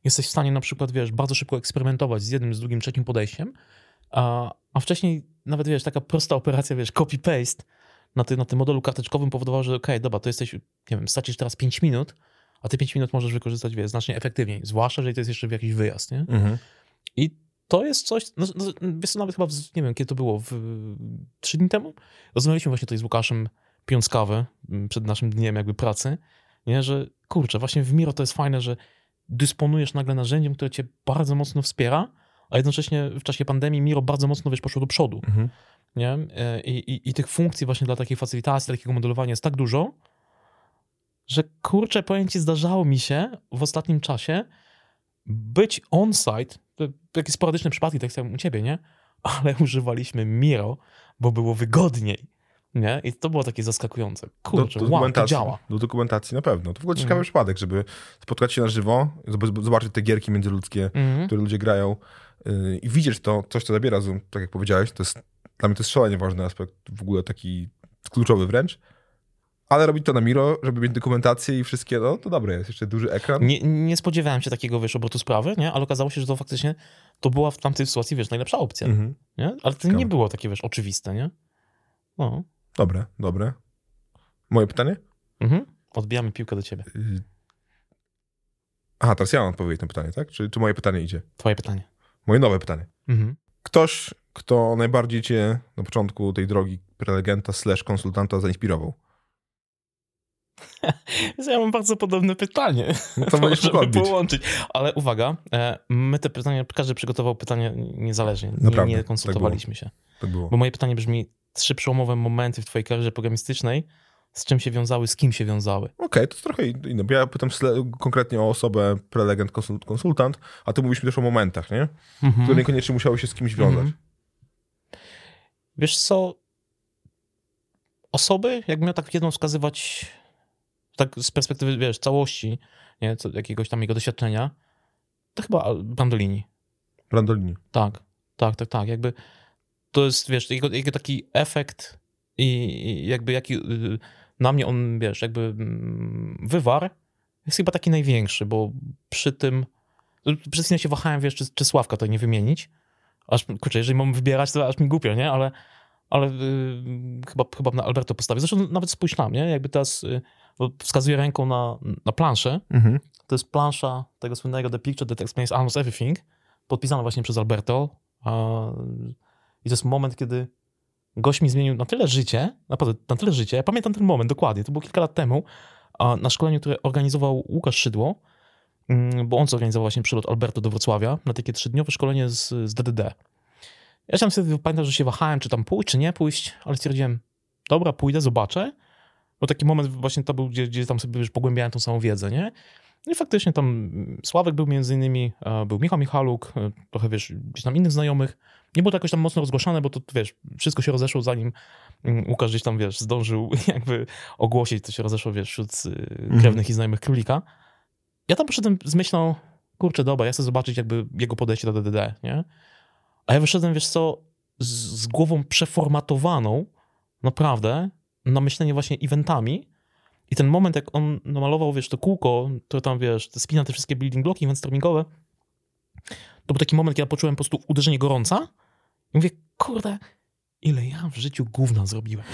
jesteś w stanie na przykład, wiesz, bardzo szybko eksperymentować z jednym, z drugim, trzecim podejściem, a wcześniej nawet, wiesz, taka prosta operacja, wiesz, copy-paste na tym modelu karteczkowym powodowała, że okej, dobra, to jesteś, nie wiem, stracisz teraz 5 minut, a te 5 minut możesz wykorzystać, wiesz, znacznie efektywniej, zwłaszcza, jeżeli to jest jeszcze w jakiś wyjazd, nie? I to jest coś, wiesz co, nawet chyba, nie wiem, kiedy to było, 3 dni temu, rozmawialiśmy właśnie tutaj z Łukaszem, pijąc kawę przed naszym dniem jakby pracy, nie, że kurczę, właśnie w Miro to jest fajne, że dysponujesz nagle narzędziem, które cię bardzo mocno wspiera, a jednocześnie w czasie pandemii Miro bardzo mocno, wiesz, poszło do przodu, nie? I tych funkcji właśnie dla takiej facylitacji, takiego modelowania jest tak dużo, że kurczę, powiem ci, zdarzało mi się w ostatnim czasie być on-site, takie sporadyczne przypadki, tak jak u ciebie, nie? Ale używaliśmy Miro, bo było wygodniej, nie? I to było takie zaskakujące. Kurczę, wow, to działa. Do dokumentacji na pewno. To w ogóle ciekawy przypadek, żeby spotkać się na żywo, zobaczyć te gierki międzyludzkie, które ludzie grają i widzieć to, coś, co zabiera Zoom, tak jak powiedziałeś, dla mnie to jest szalenie ważny aspekt, w ogóle taki kluczowy wręcz. Ale robić to na Miro, żeby mieć dokumentację i wszystkie, no to dobre jest, jeszcze duży ekran. Nie spodziewałem się takiego, wiesz, obrotu sprawy, nie? Ale okazało się, że to faktycznie to była w tamtej sytuacji, wiesz, najlepsza opcja, nie? Ale to nie było takie, wiesz, oczywiste, nie? No. Dobre. Moje pytanie? Odbijamy piłkę do ciebie. Aha, teraz ja mam odpowiedzieć na pytanie, tak? Czy moje pytanie idzie? Twoje pytanie. Moje nowe pytanie. Ktoś, kto najbardziej cię na początku tej drogi prelegenta / konsultanta zainspirował? Ja mam bardzo podobne pytanie. No to będziesz mógł odbić. Połączyć. Ale uwaga, my te pytania, każdy przygotował pytanie niezależnie. Nie konsultowaliśmy się. Tak było. Bo moje pytanie brzmi, 3 przełomowe momenty w twojej karierze programistycznej, z czym się wiązały, z kim się wiązały? Okej, to jest trochę inne, bo ja pytam konkretnie o osobę prelegent, konsultant, a ty mówiliśmy też o momentach, nie? Które niekoniecznie musiały się z kimś wiązać. Wiesz co, osoby, jakbym miał tak jedną wskazywać, tak z perspektywy, wiesz, całości, nie, jakiegoś tam jego doświadczenia, to chyba Brandolini. Brandolini. Tak. Jakby to jest, wiesz, jego taki efekt i jakby jaki na mnie on, wiesz, jakby wywarł, jest chyba taki największy, bo przy tym, przez chwilę się wahałem, wiesz, czy Sławka to nie wymienić. Aż, kurczę, jeżeli mam wybierać, to aż mi głupio, nie? Ale chyba na Alberto postawię. Zresztą nawet spójrz na mnie, jakby teraz wskazuję ręką na planszę. To jest plansza tego słynnego The Picture That Explains Almost Everything, podpisana właśnie przez Alberto. I to jest moment, kiedy gość mi zmienił na tyle życie, naprawdę na tyle życie. Ja pamiętam ten moment dokładnie, to było kilka lat temu, na szkoleniu, które organizował Łukasz Szydło, bo on zorganizował właśnie przylot Alberto do Wrocławia na takie 3-dniowe szkolenie z DDD. Ja tam sobie pamiętam, że się wahałem, czy tam pójść, czy nie pójść, ale stwierdziłem, dobra, pójdę, zobaczę. Bo taki moment właśnie to był, gdzie tam sobie już pogłębiałem tą samą wiedzę, nie? No i faktycznie tam Sławek był między innymi, był Michał Michaluk, trochę, wiesz, gdzieś tam innych znajomych. Nie było to jakoś tam mocno rozgłaszane, bo to, wiesz, wszystko się rozeszło, zanim Łukasz gdzieś tam, wiesz, zdążył jakby ogłosić, to się rozeszło, wiesz, wśród krewnych i znajomych Królika. Ja tam poszedłem z myślą, kurczę, dobra, ja chcę zobaczyć jakby jego podejście do DDD, nie? A ja wyszedłem, wiesz co, z głową przeformatowaną, naprawdę, na myślenie właśnie eventami. I ten moment, jak on namalował, wiesz, to kółko, to tam, wiesz, spina te wszystkie building blocki eventstormingowe, to był taki moment, kiedy ja poczułem po prostu uderzenie gorąca i mówię, kurde, ile ja w życiu gówna zrobiłem.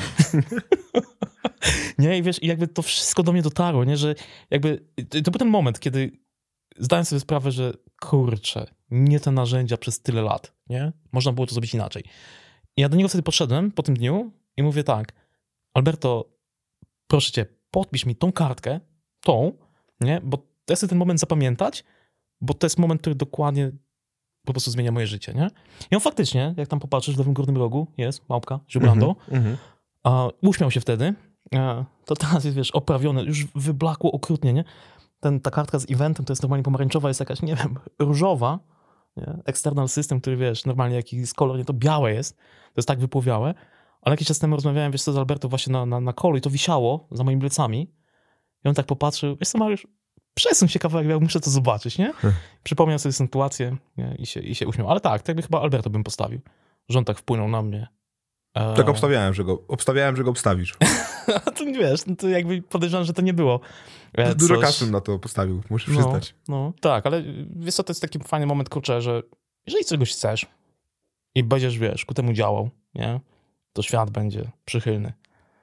Nie, i wiesz, i jakby to wszystko do mnie dotarło, nie, że jakby, to był ten moment, kiedy zdałem sobie sprawę, że kurczę, nie te narzędzia przez tyle lat, nie? Można było to zrobić inaczej. I ja do niego wtedy podszedłem po tym dniu i mówię tak, Alberto, proszę cię, podpisz mi tą kartkę, nie? Bo ja chcę ten moment zapamiętać, bo to jest moment, który dokładnie po prostu zmienia moje życie, nie? I on faktycznie, jak tam popatrzysz w lewym górnym rogu, jest małpka, Jubrando, uśmiał się wtedy, to teraz jest, wiesz, oprawione, już wyblakło okrutnie, nie? Ta kartka z eventem to jest normalnie pomarańczowa, jest jakaś, nie wiem, różowa, nie? External system, który, wiesz, normalnie jaki jest kolor, nie, to białe jest, to jest tak wypłowiałe, ale jakiś czas temu rozmawiałem, wiesz co, z Alberto właśnie na kolu i to wisiało za moimi plecami i on tak popatrzył, wiesz co, Mariusz, przesuń się kawałek, ja muszę to zobaczyć, nie? Przypomniał sobie sytuację, nie? I się uśmiał, ale tak jakby chyba Alberto bym postawił, że on tak wpłynął na mnie Tak obstawiałem, że go obstawisz. To nie wiesz, to jakby podejrzewam, że to nie było. Dużo kasy na to postawił, muszę przyznać. No, tak, ale wiesz co, to jest taki fajny moment, kurczę, że jeżeli czegoś chcesz i będziesz, wiesz, ku temu działał, nie? To świat będzie przychylny.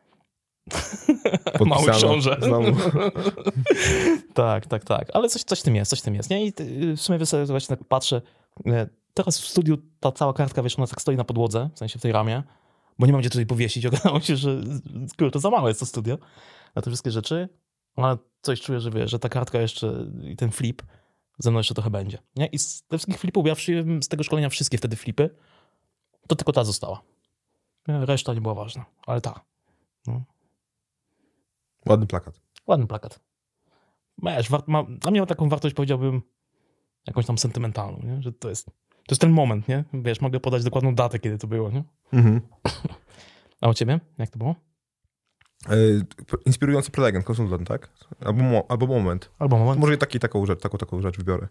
Mały książę. Tak. Ale coś w tym jest, nie? I w sumie właśnie tak patrzę, teraz w studiu ta cała kartka, wiesz, ona tak stoi na podłodze, w sensie w tej ramie, bo nie mam gdzie tutaj powiesić. Okazało się, że to za małe jest to studio na te wszystkie rzeczy, ale coś czuję, że wiesz, że ta kartka jeszcze i ten flip ze mną jeszcze trochę będzie, nie? I z tych wszystkich flipów, ja przyjąłem z tego szkolenia wszystkie wtedy flipy, to tylko ta została. Reszta nie była ważna, ale ta. No. Ładny plakat. Wiesz, dla mnie ma taką wartość, powiedziałbym, jakąś tam sentymentalną, nie? Że to jest ten moment, nie? Wiesz, mogę podać dokładną datę, kiedy to było, nie? Mhm. A u ciebie? Jak to było? Inspirujący prelegent, konsultant, tak? Albo moment. Może i taką rzecz wybiorę.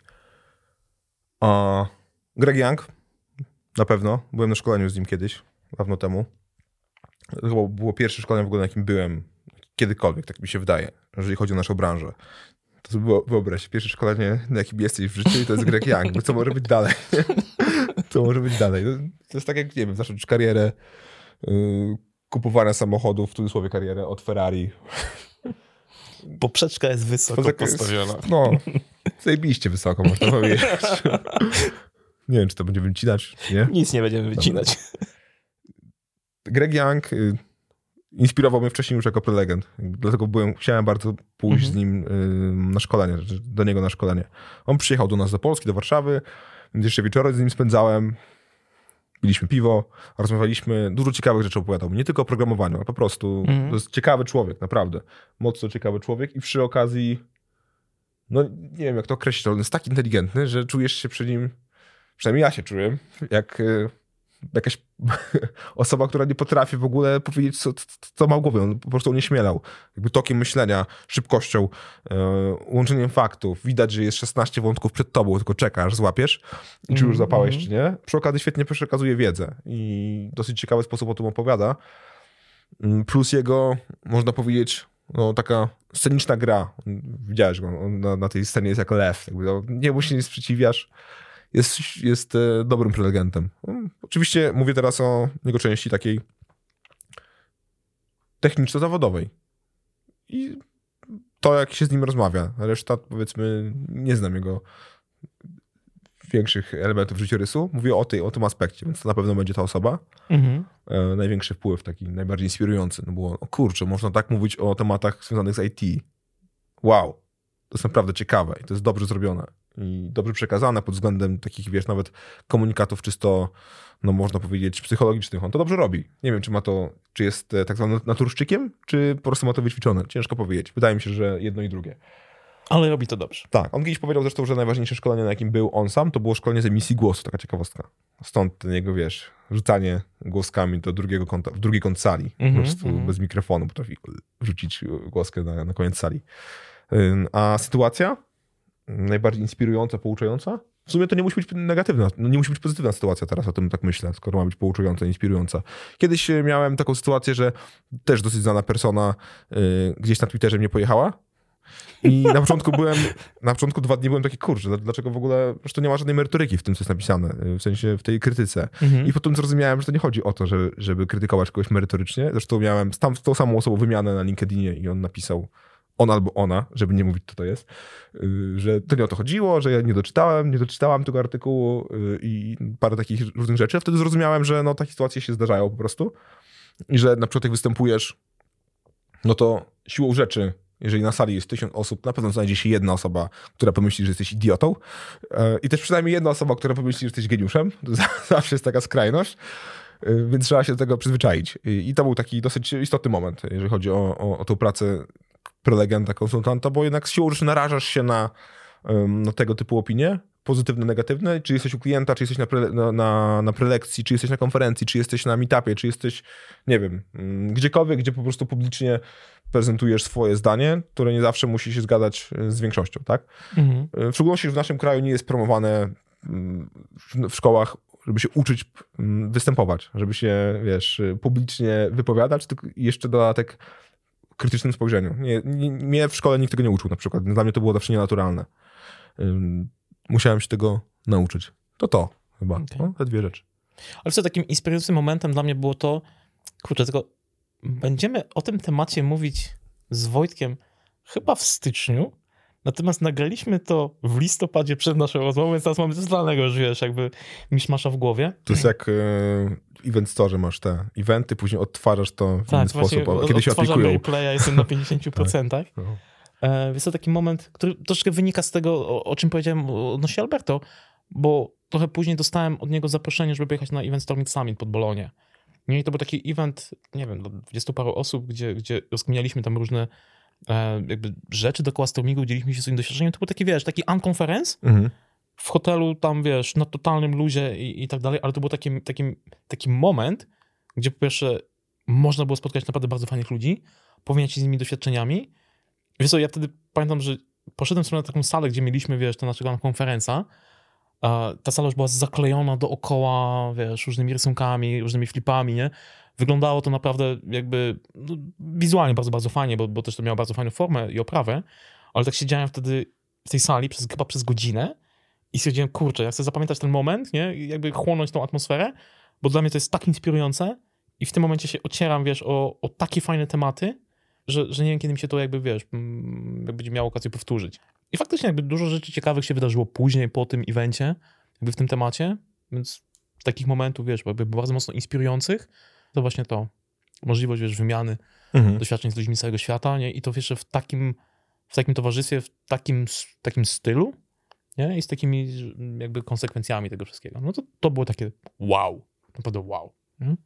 Greg Young, na pewno. Byłem na szkoleniu z nim kiedyś, dawno temu. To chyba było pierwsze szkolenie w ogóle, na jakim byłem kiedykolwiek, tak mi się wydaje, jeżeli chodzi o naszą branżę. To było, wyobraź, pierwsze szkolenie, na jakim jesteś w życiu i to jest Greg Young. Bo co może być dalej? Co może być dalej? To jest tak jak, nie wiem, zacząć karierę kupowania samochodów, w cudzysłowie karierę, od Ferrari. Poprzeczka jest wysoko postawiona. No, zajebiście wysoko, można powiedzieć. Nie wiem, czy to będziemy wycinać, nie? Nic nie będziemy wycinać. Greg Young inspirował mnie wcześniej już jako prelegent. Dlatego chciałem bardzo pójść z nim na szkolenie, do niego na szkolenie. On przyjechał do nas do Polski, do Warszawy, więc jeszcze wieczorem z nim spędzałem. Piliśmy piwo, rozmawialiśmy, dużo ciekawych rzeczy opowiadał. Nie tylko o programowaniu, ale po prostu to jest ciekawy człowiek, naprawdę. Mocno ciekawy człowiek i przy okazji, no nie wiem jak to określić, ale on jest tak inteligentny, że czujesz się przy nim, przynajmniej ja się czułem, jak jakaś osoba, która nie potrafi w ogóle powiedzieć, co ma w głowie. On po prostu onieśmielał. Jakby tokiem myślenia, szybkością, łączeniem faktów. Widać, że jest 16 wątków przed tobą, tylko czekasz, złapiesz. I czy już złapałeś, czy nie. Przy okazji świetnie przekazuje wiedzę i w dosyć ciekawy sposób o tym opowiada. Plus jego, można powiedzieć, no, taka sceniczna gra. Widziałeś go, on na tej scenie jest jak lew. Jakby, no, niemu się nie sprzeciwiasz. Jest dobrym prelegentem. Oczywiście mówię teraz o jego części takiej techniczno-zawodowej. I to, jak się z nim rozmawia. Reszta, powiedzmy, nie znam jego większych elementów życiorysu. Mówię o tym aspekcie, więc to na pewno będzie ta osoba. Największy wpływ, taki najbardziej inspirujący. No było, o kurczę, można tak mówić o tematach związanych z IT. Wow, to jest naprawdę ciekawe i to jest dobrze zrobione. I dobrze przekazane pod względem takich, wiesz, nawet komunikatów czysto, no można powiedzieć, psychologicznych. On to dobrze robi. Nie wiem, czy jest tak zwanym naturszczykiem, czy po prostu ma to wyćwiczone. Ciężko powiedzieć. Wydaje mi się, że jedno i drugie. Ale robi to dobrze. Tak. On kiedyś powiedział zresztą, że najważniejsze szkolenie, na jakim był on sam, to było szkolenie z emisji głosu. Taka ciekawostka. Stąd ten jego, wiesz, rzucanie głoskami do w drugi kąt sali. Po prostu bez mikrofonu potrafi rzucić głoskę na koniec sali. A sytuacja najbardziej inspirująca, pouczająca? W sumie to nie musi być negatywna, nie musi być pozytywna sytuacja, teraz o tym tak myślę, skoro ma być pouczająca, inspirująca. Kiedyś miałem taką sytuację, że też dosyć znana persona gdzieś na Twitterze mnie pojechała i na początku 2 dni byłem taki, kurczę, dlaczego w ogóle, że to nie ma żadnej merytoryki w tym, co jest napisane, w sensie w tej krytyce. I potem zrozumiałem, że to nie chodzi o to, żeby krytykować kogoś merytorycznie. Zresztą miałem z tą samą osobą wymianę na LinkedInie i on napisał, on albo ona, żeby nie mówić, co to jest, że to nie o to chodziło, że ja nie doczytałam tego artykułu i parę takich różnych rzeczy. A wtedy zrozumiałem, że no, takie sytuacje się zdarzają po prostu i że na przykład jak występujesz, no to siłą rzeczy, jeżeli na sali jest 1000 osób, na pewno znajdzie się jedna osoba, która pomyśli, że jesteś idiotą i też przynajmniej jedna osoba, która pomyśli, że jesteś geniuszem. To zawsze jest taka skrajność. Więc trzeba się do tego przyzwyczaić. I to był taki dosyć istotny moment, jeżeli chodzi o tą pracę prelegenta, konsultanta, bo jednak z siłą rzeczy narażasz się na tego typu opinie, pozytywne, negatywne, czy jesteś u klienta, czy jesteś na prelekcji, czy jesteś na konferencji, czy jesteś na meetupie, czy jesteś, nie wiem, gdziekolwiek, gdzie po prostu publicznie prezentujesz swoje zdanie, które nie zawsze musi się zgadzać z większością, tak? W szczególności w naszym kraju nie jest promowane w szkołach żeby się uczyć występować, żeby się, wiesz, publicznie wypowiadać, tylko jeszcze dodatek krytycznym spojrzeniu. Mnie w szkole nikt tego nie uczył na przykład. Dla mnie to było zawsze nienaturalne. Musiałem się tego nauczyć. To chyba. Okay. No, te dwie rzeczy. Ale co, takim inspirującym momentem dla mnie było to, kurczę, tylko będziemy o tym temacie mówić z Wojtkiem chyba w styczniu, natomiast nagraliśmy to w listopadzie przed naszą rozmową, więc teraz mamy coś totalnego już, wiesz, jakby miszmasza w głowie. To jest jak Event Store, masz te eventy, później odtwarzasz to w inny sposób, a kiedy się aplikują. Replaya, jestem na 50%. Tak. Więc to taki moment, który troszkę wynika z tego, o czym powiedziałem odnośnie Alberto, bo trochę później dostałem od niego zaproszenie, żeby pojechać na Event Storming Summit pod Bolonię. I to był taki event, nie wiem, do 20 paru osób, gdzie rozkminialiśmy tam różne jakby rzeczy dookoła stormingu, dzieliliśmy się swoim doświadczeniem. To był taki, wiesz, taki unconference w hotelu tam, wiesz, na totalnym luzie i tak dalej, ale to był taki moment, gdzie po pierwsze można było spotkać naprawdę bardzo fajnych ludzi, pomieniać się z nimi doświadczeniami. Wiesz co, ja wtedy pamiętam, że poszedłem sobie na taką salę, gdzie mieliśmy, wiesz, to naszego konferencja. Ta sala już była zaklejona dookoła, wiesz, różnymi rysunkami, różnymi flipami, nie? Wyglądało to naprawdę jakby wizualnie bardzo, bardzo fajnie, bo też to miało bardzo fajną formę i oprawę, ale tak siedziałem wtedy w tej sali chyba przez godzinę i stwierdziłem, kurczę, ja chcę zapamiętać ten moment, nie? I jakby chłonąć tą atmosferę, bo dla mnie to jest tak inspirujące i w tym momencie się ocieram, wiesz, o takie fajne tematy, że nie wiem, kiedy mi się to jakby, wiesz, jakby będzie miało okazję powtórzyć. I faktycznie jakby dużo rzeczy ciekawych się wydarzyło później, po tym evencie, jakby w tym temacie, więc takich momentów, wiesz, jakby bardzo mocno inspirujących, to właśnie to, możliwość, wiesz, wymiany doświadczeń z ludźmi z całego świata, nie? I to jeszcze w takim towarzystwie, w takim stylu, nie? I z takimi jakby konsekwencjami tego wszystkiego. No to było takie wow, naprawdę wow. Nie?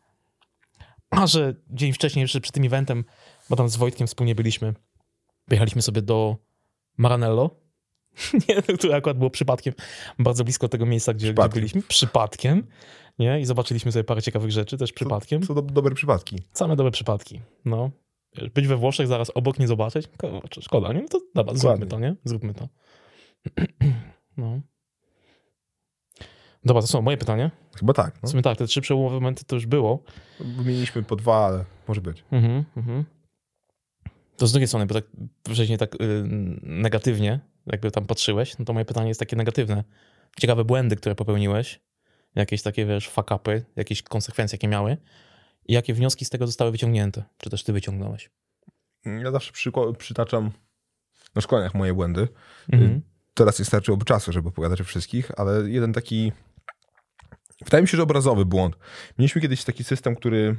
A że dzień wcześniej jeszcze przed tym eventem, bo tam z Wojtkiem wspólnie pojechaliśmy sobie do Maranello, nie, które akurat było przypadkiem bardzo blisko tego miejsca, gdzie byliśmy. Przypadkiem. Nie? I zobaczyliśmy sobie parę ciekawych rzeczy też przypadkiem. Co dobre przypadki. Same dobre przypadki. No. Być we Włoszech, zaraz obok nie zobaczyć. Szkoda, nie? No to dobra, zróbmy to, nie? Zróbmy to. No. Dobra, to są moje pytania. Chyba tak. No. W sumie tak, te 3 przełomowe momenty to już było. Wymieniliśmy po 2, ale może być. To z drugiej strony, bo tak wcześniej tak negatywnie, jakby tam patrzyłeś, no to moje pytanie jest takie negatywne. Ciekawe błędy, które popełniłeś, jakieś takie, wiesz, fuck-upy, jakieś konsekwencje, jakie miały i jakie wnioski z tego zostały wyciągnięte, czy też ty wyciągnąłeś? Ja zawsze przytaczam na szkoleniach moje błędy. Teraz nie starczyłoby czasu, żeby opowiadać o wszystkich, ale jeden taki, wydaje mi się, że obrazowy błąd. Mieliśmy kiedyś taki system, który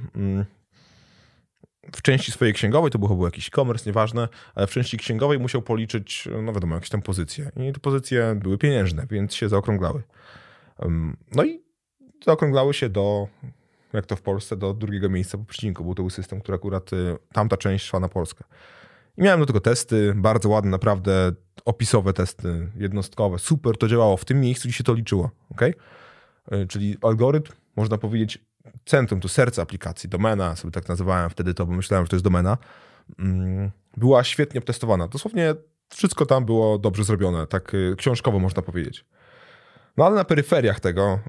w części swojej księgowej, to był jakiś e-commerce, nieważne, ale w części księgowej musiał policzyć, no wiadomo, jakieś tam pozycje. I te pozycje były pieniężne, więc się zaokrąglały. No i zaokrąglały się do, jak to w Polsce, do drugiego miejsca po przecinku. Był to był system, który akurat tamta część szła na Polskę. I miałem do tego testy, bardzo ładne, naprawdę opisowe testy, jednostkowe. Super to działało w tym miejscu, gdzie się to liczyło. Okay? Czyli algorytm, można powiedzieć, centrum, to serce aplikacji, domena, sobie tak nazywałem wtedy to, bo myślałem, że to jest domena, była świetnie testowana. Dosłownie wszystko tam było dobrze zrobione, tak książkowo można powiedzieć. No ale na peryferiach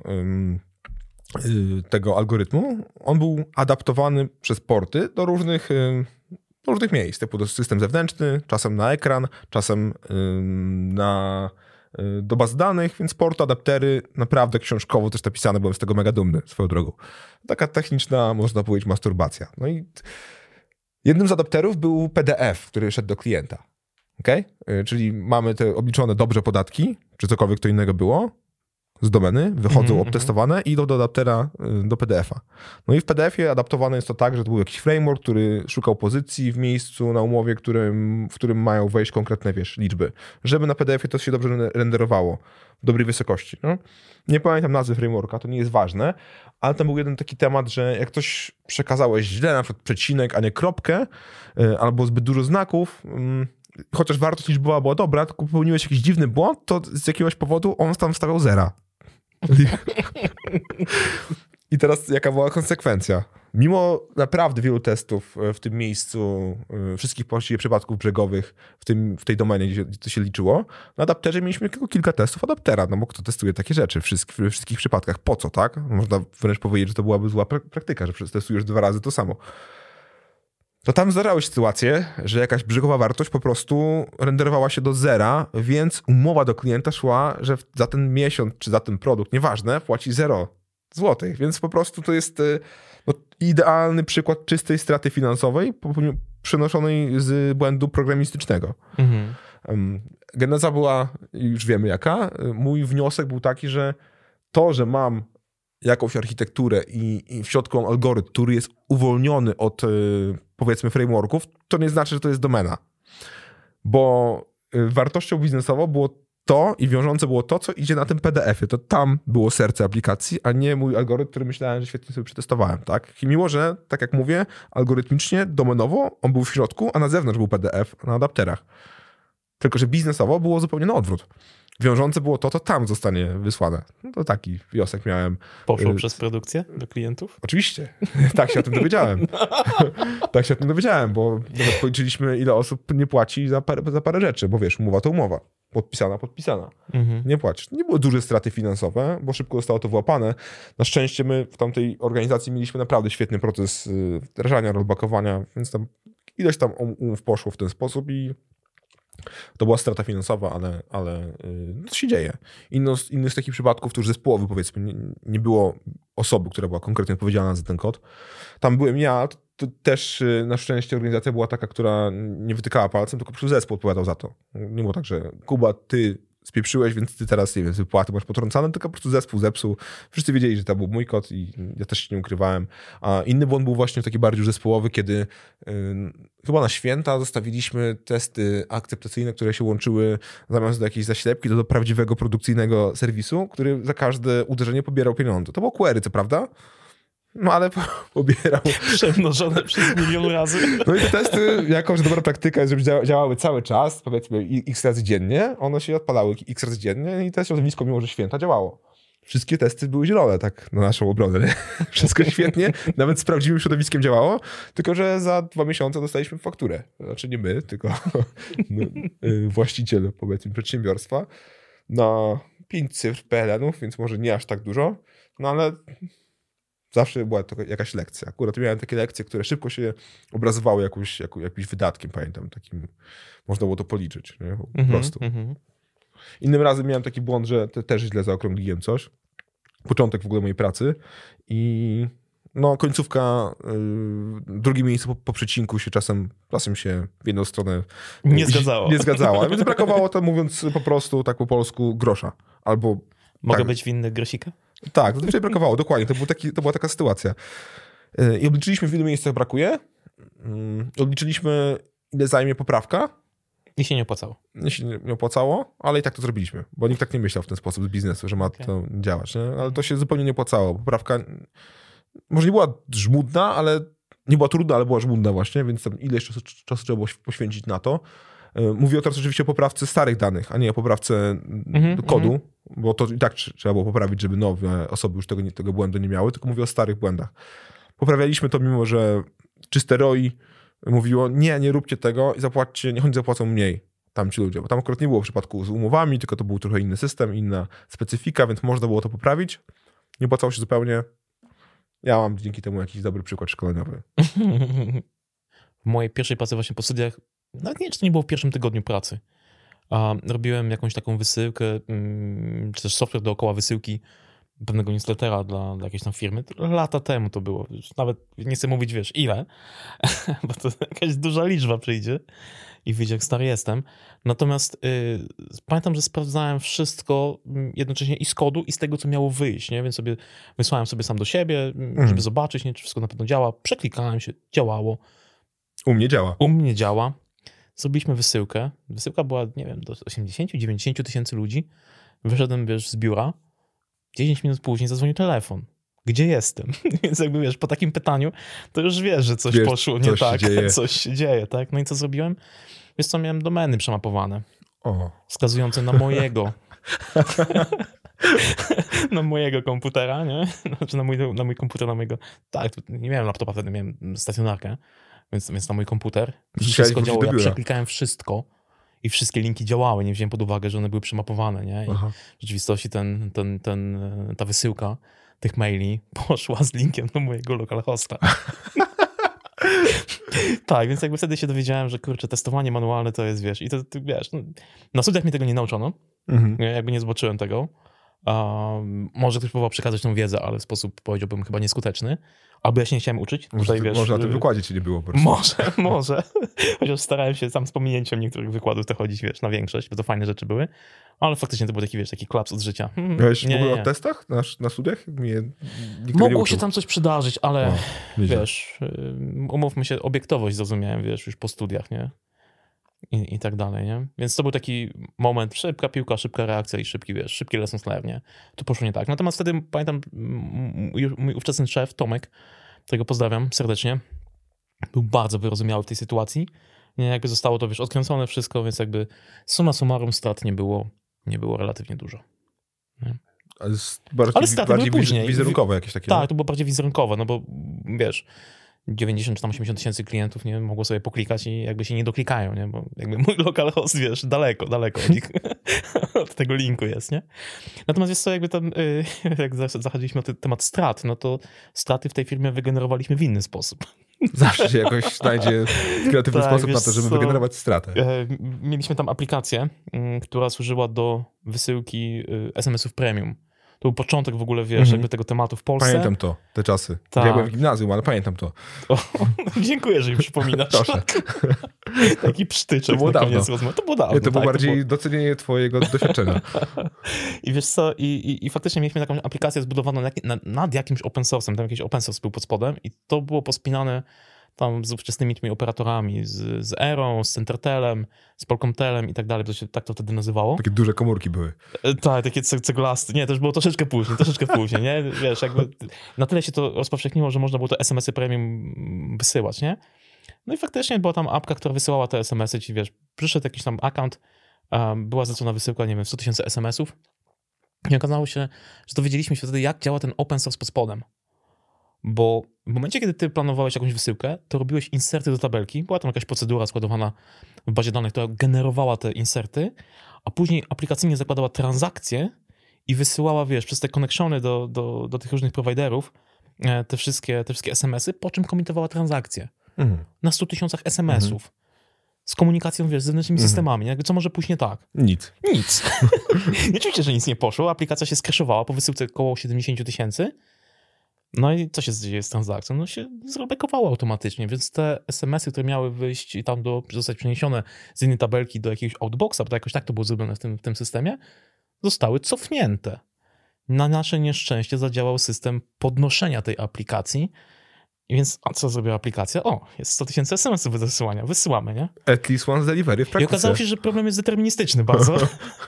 tego algorytmu on był adaptowany przez porty do różnych miejsc, typu do system zewnętrzny, czasem na ekran, czasem do baz danych, więc porty, adaptery, naprawdę książkowo też napisane, byłem z tego mega dumny swoją drogą. Taka techniczna, można powiedzieć, masturbacja. No i jednym z adapterów był PDF, który szedł do klienta. Okay? Czyli mamy te obliczone dobrze podatki, czy cokolwiek to innego było, z domeny, wychodzą obtestowane i idą do adaptera, do PDF-a. No i w PDF-ie adaptowane jest to tak, że to był jakiś framework, który szukał pozycji w miejscu na umowie, w którym mają wejść konkretne, wiesz, liczby. Żeby na PDF-ie to się dobrze renderowało w dobrej wysokości. No. Nie pamiętam nazwy frameworka, to nie jest ważne, ale tam był jeden taki temat, że jak ktoś przekazałeś źle, na przykład przecinek, a nie kropkę, albo zbyt dużo znaków, chociaż wartość liczbowa była dobra, tylko popełniłeś jakiś dziwny błąd, to z jakiegoś powodu on tam wstawiał zera. I teraz jaka była konsekwencja? Mimo naprawdę wielu testów w tym miejscu, wszystkich właściwie przypadków brzegowych w tej domenie, gdzie to się liczyło, na adapterze mieliśmy tylko kilka testów adaptera, no bo kto testuje takie rzeczy w wszystkich przypadkach? Po co, tak? Można wręcz powiedzieć, że to byłaby zła praktyka, że testujesz 2 razy to samo. To tam zdarzały się sytuacje, że jakaś brzegowa wartość po prostu renderowała się do zera, więc umowa do klienta szła, że za ten miesiąc czy za ten produkt, nieważne, płaci 0 złotych, więc po prostu to jest idealny przykład czystej straty finansowej przenoszonej z błędu programistycznego. Geneza była, już wiemy jaka. Mój wniosek był taki, że to, że mam jakąś architekturę i w środku mam algorytm, który jest uwolniony od, powiedzmy, frameworków, to nie znaczy, że to jest domena. Bo wartością biznesową było to i wiążące było to, co idzie na tym PDF-ie. To tam było serce aplikacji, a nie mój algorytm, który myślałem, że świetnie sobie przetestowałem. Tak? I mimo, że, tak jak mówię, algorytmicznie, domenowo on był w środku, a na zewnątrz był PDF na adapterach. Tylko że biznesowo było zupełnie na odwrót. Wiążące było to, co tam zostanie wysłane. No to taki wniosek miałem. Poszło przez produkcję do klientów? Oczywiście. Tak się o tym dowiedziałem. Tak się o tym dowiedziałem, bo nawet policzyliśmy, ile osób nie płaci za parę rzeczy, bo wiesz, umowa to umowa. Podpisana. Nie płacisz. Nie były duże straty finansowe, bo szybko zostało to wyłapane. Na szczęście my w tamtej organizacji mieliśmy naprawdę świetny proces wdrażania, rollbackowania, więc tam ileś tam umów poszło w ten sposób i to była strata finansowa, ale to się dzieje. Inny z takich przypadków, to już zespołowy, powiedzmy, nie było osoby, która była konkretnie odpowiedzialna za ten kod. Tam byłem ja, to też na szczęście organizacja była taka, która nie wytykała palcem, tylko po prostu zespół odpowiadał za to. Nie było tak, że Kuba, ty spieprzyłeś, więc ty teraz, nie wiem, wypłaty masz potrącane, tylko po prostu zespół zepsuł. Wszyscy wiedzieli, że to był mój kod i ja też się nie ukrywałem. A inny błąd był właśnie taki bardziej zespołowy, kiedy chyba na święta zostawiliśmy testy akceptacyjne, które się łączyły zamiast do jakiejś zaślepki, do prawdziwego produkcyjnego serwisu, który za każde uderzenie pobierał pieniądze. To było query, co prawda? No ale pobierał. Przemnożone przez 1 000 000 razy. No i te testy, jako że dobra praktyka jest, żeby działały cały czas, powiedzmy x razy dziennie, one się odpalały x razy dziennie i to środowisko, mimo że święta, działało. Wszystkie testy były zielone, tak na naszą obronę. Nie? Wszystko świetnie, nawet z prawdziwym środowiskiem działało, tylko że za 2 miesiące dostaliśmy fakturę. Znaczy nie my, tylko właściciel, powiedzmy, przedsiębiorstwa na 5 cyfr PLN-ów, więc może nie aż tak dużo, no ale zawsze była to jakaś lekcja. Akurat miałem takie lekcje, które szybko się obrazowały jakimś wydatkiem, pamiętam, takim, można było to policzyć, nie? Po prostu. Innym razem miałem taki błąd, że też źle zaokrągliłem coś. Początek w ogóle mojej pracy i no końcówka, drugie miejsce po przecinku się czasem się w jedną stronę nie zgadzało. Więc brakowało to, mówiąc po prostu tak po polsku, grosza. Albo mogę tak, być winny grosika? Tak, zazwyczaj brakowało, dokładnie. To była taka sytuacja. I obliczyliśmy, w ilu miejscach brakuje. Obliczyliśmy, ile zajmie poprawka. I się nie opłacało. I się nie opłacało, ale i tak to zrobiliśmy. Bo nikt tak nie myślał w ten sposób z biznesu, że ma to działać. Nie? Ale to się zupełnie nie opłacało. Poprawka może nie była żmudna, ale nie była trudna, ale była żmudna właśnie, więc tam ileś czasu trzeba było poświęcić na to. Mówię teraz oczywiście o poprawce starych danych, a nie o poprawce kodu, bo to i tak trzeba było poprawić, żeby nowe osoby już tego błędu nie miały, tylko mówię o starych błędach. Poprawialiśmy to, mimo że czyste ROI mówiło, nie róbcie tego i zapłaćcie, niech oni zapłacą mniej tam ci ludzie, bo tam akurat nie było w przypadku z umowami, tylko to był trochę inny system, inna specyfika, więc można było to poprawić. Nie opłacało się zupełnie. Ja mam dzięki temu jakiś dobry przykład szkoleniowy. W mojej pierwszej pracy właśnie po studiach, nawet nie wiem, czy to nie było w pierwszym tygodniu pracy, robiłem jakąś taką wysyłkę, czy też software dookoła wysyłki pewnego newslettera dla jakiejś tam firmy. Lata temu to było. Nawet nie chcę mówić, wiesz, ile, bo to jakaś duża liczba przyjdzie i wiecie, jak stary jestem. Natomiast pamiętam, że sprawdzałem wszystko jednocześnie i z kodu, i z tego, co miało wyjść, nie? Więc sobie wysłałem sobie sam do siebie, żeby zobaczyć, nie, czy wszystko na pewno działa. Przeklikałem się, działało. U mnie działa. Zrobiliśmy wysyłkę. Wysyłka była, nie wiem, do 80-90 tysięcy ludzi. Wyszedłem, wiesz, z biura. 10 minut później zadzwonił telefon. Gdzie jestem? Więc jakby, wiesz, po takim pytaniu to już wiesz, że coś poszło nie tak. Coś się dzieje, tak? No i co zrobiłem? Wiesz co, miałem domeny przemapowane. Wskazujące na mojego na mojego komputera, nie? Znaczy na mój komputer, na mojego... Tak, nie miałem laptopa, wtedy miałem stacjonarkę, więc na mój komputer wszystko działało. Ja przeklikałem wszystko i wszystkie linki działały. Nie wziąłem pod uwagę, że one były przemapowane, nie? I w rzeczywistości ta wysyłka tych maili poszła z linkiem do mojego localhosta. Tak, więc jakby wtedy się dowiedziałem, że kurczę, testowanie manualne to jest, wiesz, i to wiesz, no, na studiach mnie tego nie nauczono, jakby nie zobaczyłem tego. Może ktoś próbował przekazać tą wiedzę, ale w sposób, powiedziałbym, chyba nieskuteczny. Albo ja się nie chciałem uczyć. Tutaj, wiesz, może na tym wykładzie ci nie było. Po prostu. Może. Chociaż starałem się sam z pominięciem niektórych wykładów to chodzić, wiesz, na większość, bo to fajne rzeczy były. Ale faktycznie to był taki, wiesz, taki klaps od życia. Miałeś w ogóle o testach na studiach? Mogło się tam coś przydarzyć, ale wiesz, umówmy się, obiektowość zrozumiałem, wiesz, już po studiach, nie? I tak dalej, nie? Więc to był taki moment, szybka piłka, szybka reakcja i szybki lessons learned, nie? To poszło nie tak. Natomiast wtedy pamiętam, mój ówczesny szef, Tomek, którego pozdrawiam serdecznie, był bardzo wyrozumiały w tej sytuacji. Nie, jakby zostało to, wiesz, odkręcone wszystko, więc jakby summa summarum strat nie było relatywnie dużo. Nie? Ale straty bardziej były później. Wizerunkowe jakieś takie. Tak, to było bardziej wizerunkowe, no bo wiesz, 90 czy tam 80 tysięcy klientów nie mogło sobie poklikać i jakby się nie doklikają, nie? Bo jakby mój localhost, wiesz, daleko od nich, od tego linku jest, nie? Natomiast jest to jakby tam, jak zachodziliśmy na temat strat, no to straty w tej firmie wygenerowaliśmy w inny sposób. Zawsze się jakoś znajdzie kreatywny sposób na to, żeby wygenerować stratę. Mieliśmy tam aplikację, która służyła do wysyłki SMS-ów premium. To był początek w ogóle, wiesz, jakby tego tematu w Polsce. Pamiętam to, te czasy. Tak. Ja byłem w gimnazjum, ale pamiętam to. Dziękuję, że mi przypominasz. Proszę. Taki psztyczek na koniec rozmowy. To było dawno. To było bardziej docenienie twojego doświadczenia. I wiesz co, i faktycznie mieliśmy taką aplikację zbudowaną nad jakimś open source'em, tam jakiś open source był pod spodem i to było pospinane tam z ówczesnymi tymi operatorami, z Aerą, z Centertelem, z Polkomtelem i tak dalej, tak to wtedy nazywało. Takie duże komórki były. Tak, takie ceglaste. Nie, to już było troszeczkę później, nie? Wiesz, jakby na tyle się to rozpowszechniło, że można było te SMS-y premium wysyłać, nie? No i faktycznie była tam apka, która wysyłała te SMS-y, ci wiesz, przyszedł jakiś tam account, była zlecona wysyłka, nie wiem, 100 000 SMS-ów i okazało się, że dowiedzieliśmy się wtedy, jak działa ten open source pod spodem. Bo w momencie, kiedy ty planowałeś jakąś wysyłkę, to robiłeś inserty do tabelki, była tam jakaś procedura składowana w bazie danych, która generowała te inserty, a później aplikacyjnie zakładała transakcje i wysyłała, wiesz, przez te connectiony do tych różnych prowajderów te wszystkie SMS-y, po czym komitowała transakcje na 100 000 SMS-ów. Z komunikacją, wiesz, z zewnętrznymi systemami. Jakby co może pójść nie tak? Nic. Nie oczywiście, że nic nie poszło. Aplikacja się skraszowała po wysyłce około 70 000. No i co się dzieje z transakcją? No się zrobekowało automatycznie, więc te SMS-y, które miały wyjść i tam zostać przeniesione z innej tabelki do jakiegoś outboxa, bo to jakoś tak to było zrobione w tym systemie, zostały cofnięte. Na nasze nieszczęście zadziałał system podnoszenia tej aplikacji. Więc a co zrobiła aplikacja? O, jest 100 000 SMS-ów do wysyłania. Wysyłamy, nie? At least once delivery w praktyce. I okazało się, że problem jest deterministyczny bardzo.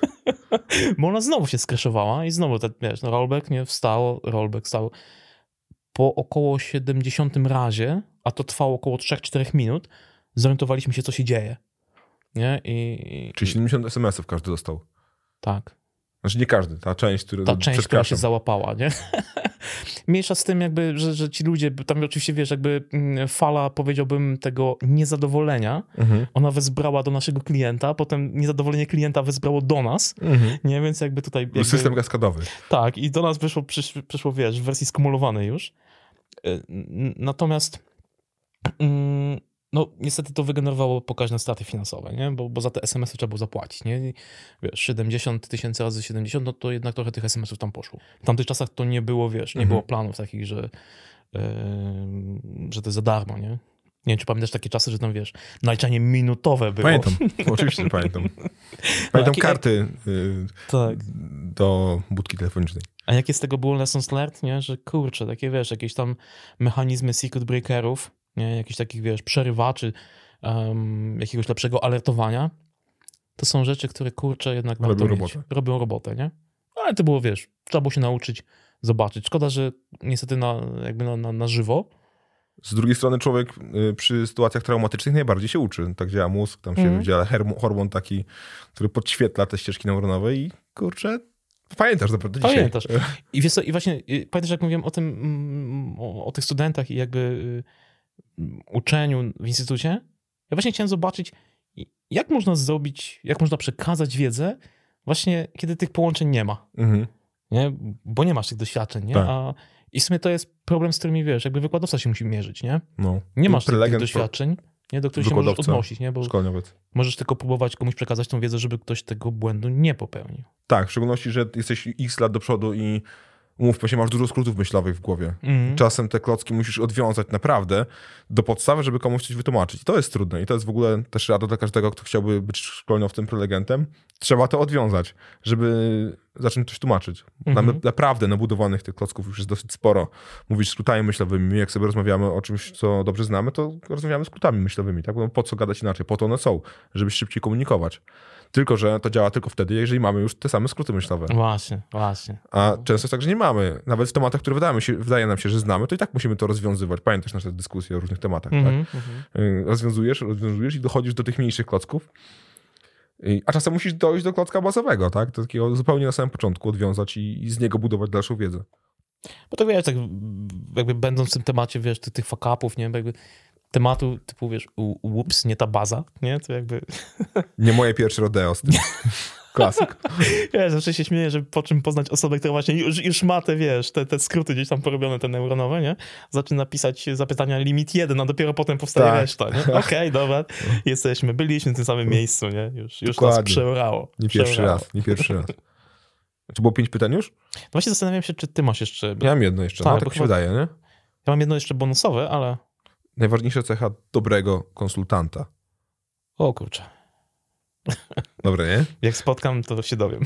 Bo ona znowu się skraszowała i znowu, wiesz, rollback nie wstało, rollback stał. Po około 70 razie, a to trwało około 3-4 minut, zorientowaliśmy się, co się dzieje. Nie? Czyli 70 SMS-ów każdy dostał. Tak. Znaczy nie każdy, ta część, która się załapała, nie? Mniejsza z tym jakby, że ci ludzie, tam oczywiście wiesz, jakby fala, powiedziałbym, tego niezadowolenia, ona wezbrała do naszego klienta, potem niezadowolenie klienta wezbrało do nas, nie? Więc jakby tutaj... Jakby, system kaskadowy. Tak, i do nas przyszło, wiesz, w wersji skumulowanej już. Natomiast no niestety to wygenerowało pokaźne straty finansowe, nie? Bo za te SMS-y trzeba było zapłacić, nie? Wiesz, 70 000 razy 70, no to jednak trochę tych SMS-ów tam poszło. W tamtych czasach to nie było, wiesz, nie było planów takich, że to jest za darmo, nie? Nie wiem, czy pamiętasz takie czasy, że tam, wiesz, naliczanie minutowe było. Pamiętam, oczywiście, że pamiętam. Pamiętam karty tak. do budki telefonicznej. A jakie z tego było lessons learned, nie? Że kurczę, takie, wiesz, jakieś tam mechanizmy circuit breakerów, nie? Jakichś takich, wiesz, przerywaczy, jakiegoś lepszego alertowania. To są rzeczy, które, kurczę, jednak robią robotę, nie? Ale to było, wiesz, trzeba było się nauczyć, zobaczyć. Szkoda, że niestety na żywo. Z drugiej strony człowiek przy sytuacjach traumatycznych najbardziej się uczy. Tak działa mózg, tam się wydziela hormon taki, który podświetla te ścieżki neuronowe i kurczę, Pamiętasz naprawdę dzisiaj. Pamiętasz. I wiesz co, i właśnie pamiętasz, jak mówiłem o tym, o tych studentach i jakby uczeniu w instytucie? Ja właśnie chciałem zobaczyć, jak można zrobić, jak można przekazać wiedzę właśnie, kiedy tych połączeń nie ma. Nie? Bo nie masz tych doświadczeń, nie? Tak. I w sumie to jest problem, z którymi, wiesz, jakby wykładowca się musi mierzyć, nie? No. Nie masz tych doświadczeń, nie? Do których się możesz odnosić, nie? Bo szkoleniowiec. możesz tylko próbować komuś przekazać tą wiedzę, żeby ktoś tego błędu nie popełnił. Tak, w szczególności, że jesteś x lat do przodu i umówmy się, masz dużo skrótów myślowych w głowie. Czasem te klocki musisz odwiązać naprawdę do podstawy, żeby komuś coś wytłumaczyć. I to jest trudne i to jest w ogóle też rada dla każdego, kto chciałby być szkoleniowcem, prelegentem. Trzeba to odwiązać, żeby zacząć coś tłumaczyć. Naprawdę nabudowanych tych klocków już jest dosyć sporo. Mówisz skrótami myślowymi. Jak sobie rozmawiamy o czymś, co dobrze znamy, to rozmawiamy skrótami myślowymi. Tak? No po co gadać inaczej? Po to one są, żeby szybciej komunikować. Tylko że to działa tylko wtedy, jeżeli mamy już te same skróty myślowe. Właśnie. A często jest tak, że nie mamy. Nawet w tematach, które wydaje nam się, że znamy, to i tak musimy to rozwiązywać. Pamiętasz nasze dyskusje o różnych tematach. Tak? Rozwiązujesz i dochodzisz do tych mniejszych klocków. A czasem musisz dojść do klocka bazowego, tak? Do takiego zupełnie na samym początku odwiązać i z niego budować dalszą wiedzę. Bo to wiesz, tak jakby będąc w tym temacie, wiesz, tych fuck-upów, nie? Jakby tematu typu, wiesz, ups, nie ta baza, nie? To jakby... Nie moje pierwsze rodeo z tym. Klasyk. Ja zawsze się śmieję, że po czym poznać osobę, która właśnie już ma te, wiesz, te skróty gdzieś tam porobione, te neuronowe, nie? Zaczyna pisać zapytania limit 1, a dopiero potem powstaje reszta, nie? Okej, dobra, byliśmy w tym samym miejscu, nie? Już nas przeorało. Nie pierwszy raz. Czy było 5 pytań już? No właśnie zastanawiam się, czy ty masz jeszcze... Ja mam jedno jeszcze, tak się wydaje, nie? Ja mam jedno jeszcze bonusowe, ale... Najważniejsza cecha dobrego konsultanta. O kurczę. Dobre, nie? Jak spotkam, to się dowiem.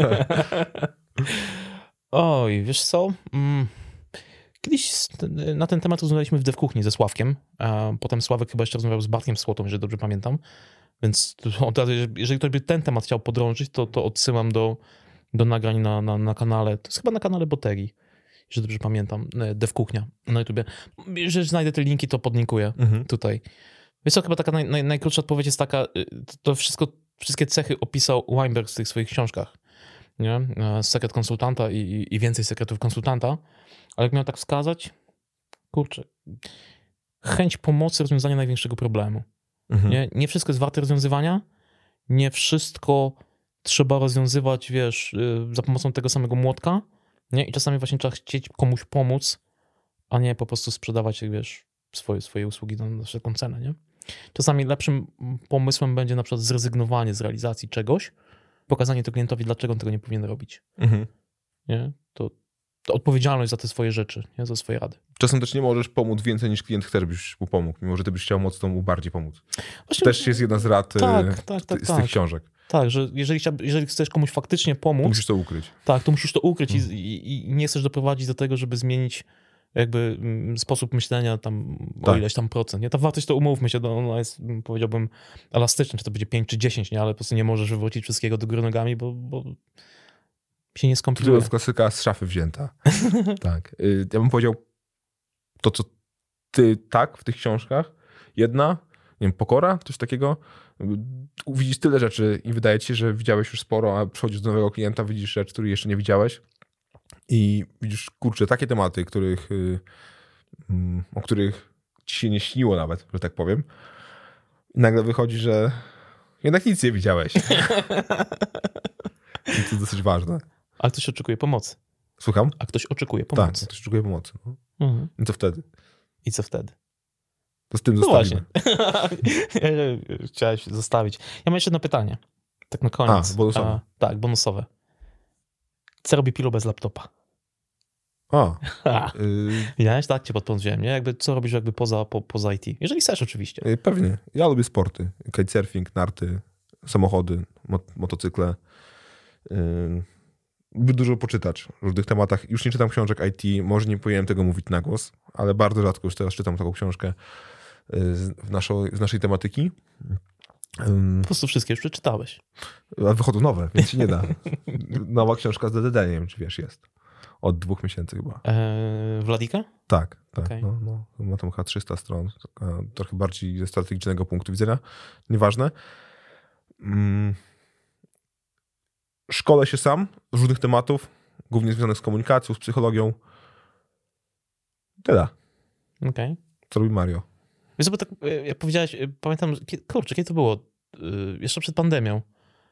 Oj, wiesz co? Kiedyś na ten temat rozmawialiśmy w Dev Kuchni ze Sławkiem. A potem Sławek chyba jeszcze rozmawiał z Bartkiem Słotą, jeżeli dobrze pamiętam. Więc jeżeli ktoś by ten temat chciał podrążyć, to odsyłam do nagrań na kanale. To jest chyba na kanale Boterii, jeżeli dobrze pamiętam. Dev Kuchnia na YouTubie. Jeżeli znajdę te linki, to podlinkuję tutaj. Wiesz co, chyba taka najkrótsza odpowiedź jest taka, to wszystkie cechy opisał Weinberg w tych swoich książkach. Nie? Sekret konsultanta i więcej sekretów konsultanta. Ale jak miał tak wskazać, kurczę, chęć pomocy rozwiązania największego problemu. Nie wszystko jest warte rozwiązywania, nie wszystko trzeba rozwiązywać, wiesz, za pomocą tego samego młotka, nie? I czasami właśnie trzeba chcieć komuś pomóc, a nie po prostu sprzedawać, wiesz, swoje usługi na wszelką cenę, nie? Czasami lepszym pomysłem będzie na przykład zrezygnowanie z realizacji czegoś, pokazanie to klientowi, dlaczego on tego nie powinien robić. Nie? To odpowiedzialność za te swoje rzeczy, nie? Za swoje rady. Czasem też nie możesz pomóc więcej niż klient chce, żebyś mu pomógł, mimo że ty byś chciał mocno mu bardziej pomóc. Właśnie, też jest jedna z rad z tych książek. Tak, że jeżeli chcesz komuś faktycznie pomóc... To musisz to ukryć. Tak, to musisz to ukryć i nie chcesz doprowadzić do tego, żeby zmienić jakby sposób myślenia tam o ileś tam procent. Nie? Ta wartość, to umówmy się, ona jest, powiedziałbym, elastyczna, czy to będzie 5 czy 10, nie? Ale po prostu nie możesz wywrócić wszystkiego do góry nogami, bo się nie skomplikuje. To jest klasyka z szafy wzięta. Tak. Ja bym powiedział to, co ty w tych książkach. Jedna, nie wiem, pokora, coś takiego. Widzisz tyle rzeczy i wydaje ci się, że widziałeś już sporo, a przychodzisz do nowego klienta, widzisz rzecz, której jeszcze nie widziałeś. I widzisz, kurczę, takie tematy, o których ci się nie śniło nawet, że tak powiem. I nagle wychodzi, że jednak nic nie widziałeś. I to jest dosyć ważne. A ktoś oczekuje pomocy. Słucham? A ktoś oczekuje pomocy. Tak, ktoś oczekuje pomocy. No. I co wtedy? To z tym zostawimy. Chciałeś zostawić. Ja mam jeszcze jedno pytanie. Tak na koniec. Bonusowe. Tak, bonusowe. Co robi Pilu bez laptopa? Ja tak cię podpądziłem, nie? Jakby co robisz jakby poza IT? Jeżeli chcesz oczywiście. Pewnie. Ja lubię sporty. Kitesurfing, narty, samochody, motocykle. Lubię dużo poczytać w różnych tematach. Już nie czytam książek IT, może nie powinienem tego mówić na głos, ale bardzo rzadko już teraz czytam taką książkę z naszej tematyki. Po prostu wszystkie już przeczytałeś. Wychodzą nowe, więc się nie da. Nowa książka z DDD, nie wiem czy wiesz, jest. Od 2 miesięcy chyba. Wladika? Tak. Okay. Ma tam chyba 300 stron. Trochę bardziej ze strategicznego punktu widzenia. Nieważne. szkolę się sam z różnych tematów, głównie związanych z komunikacją, z psychologią. Tyle. Okej. Co robi Mario? Wiesz, bo tak jak powiedziałeś, pamiętam, kiedy to było? Jeszcze przed pandemią.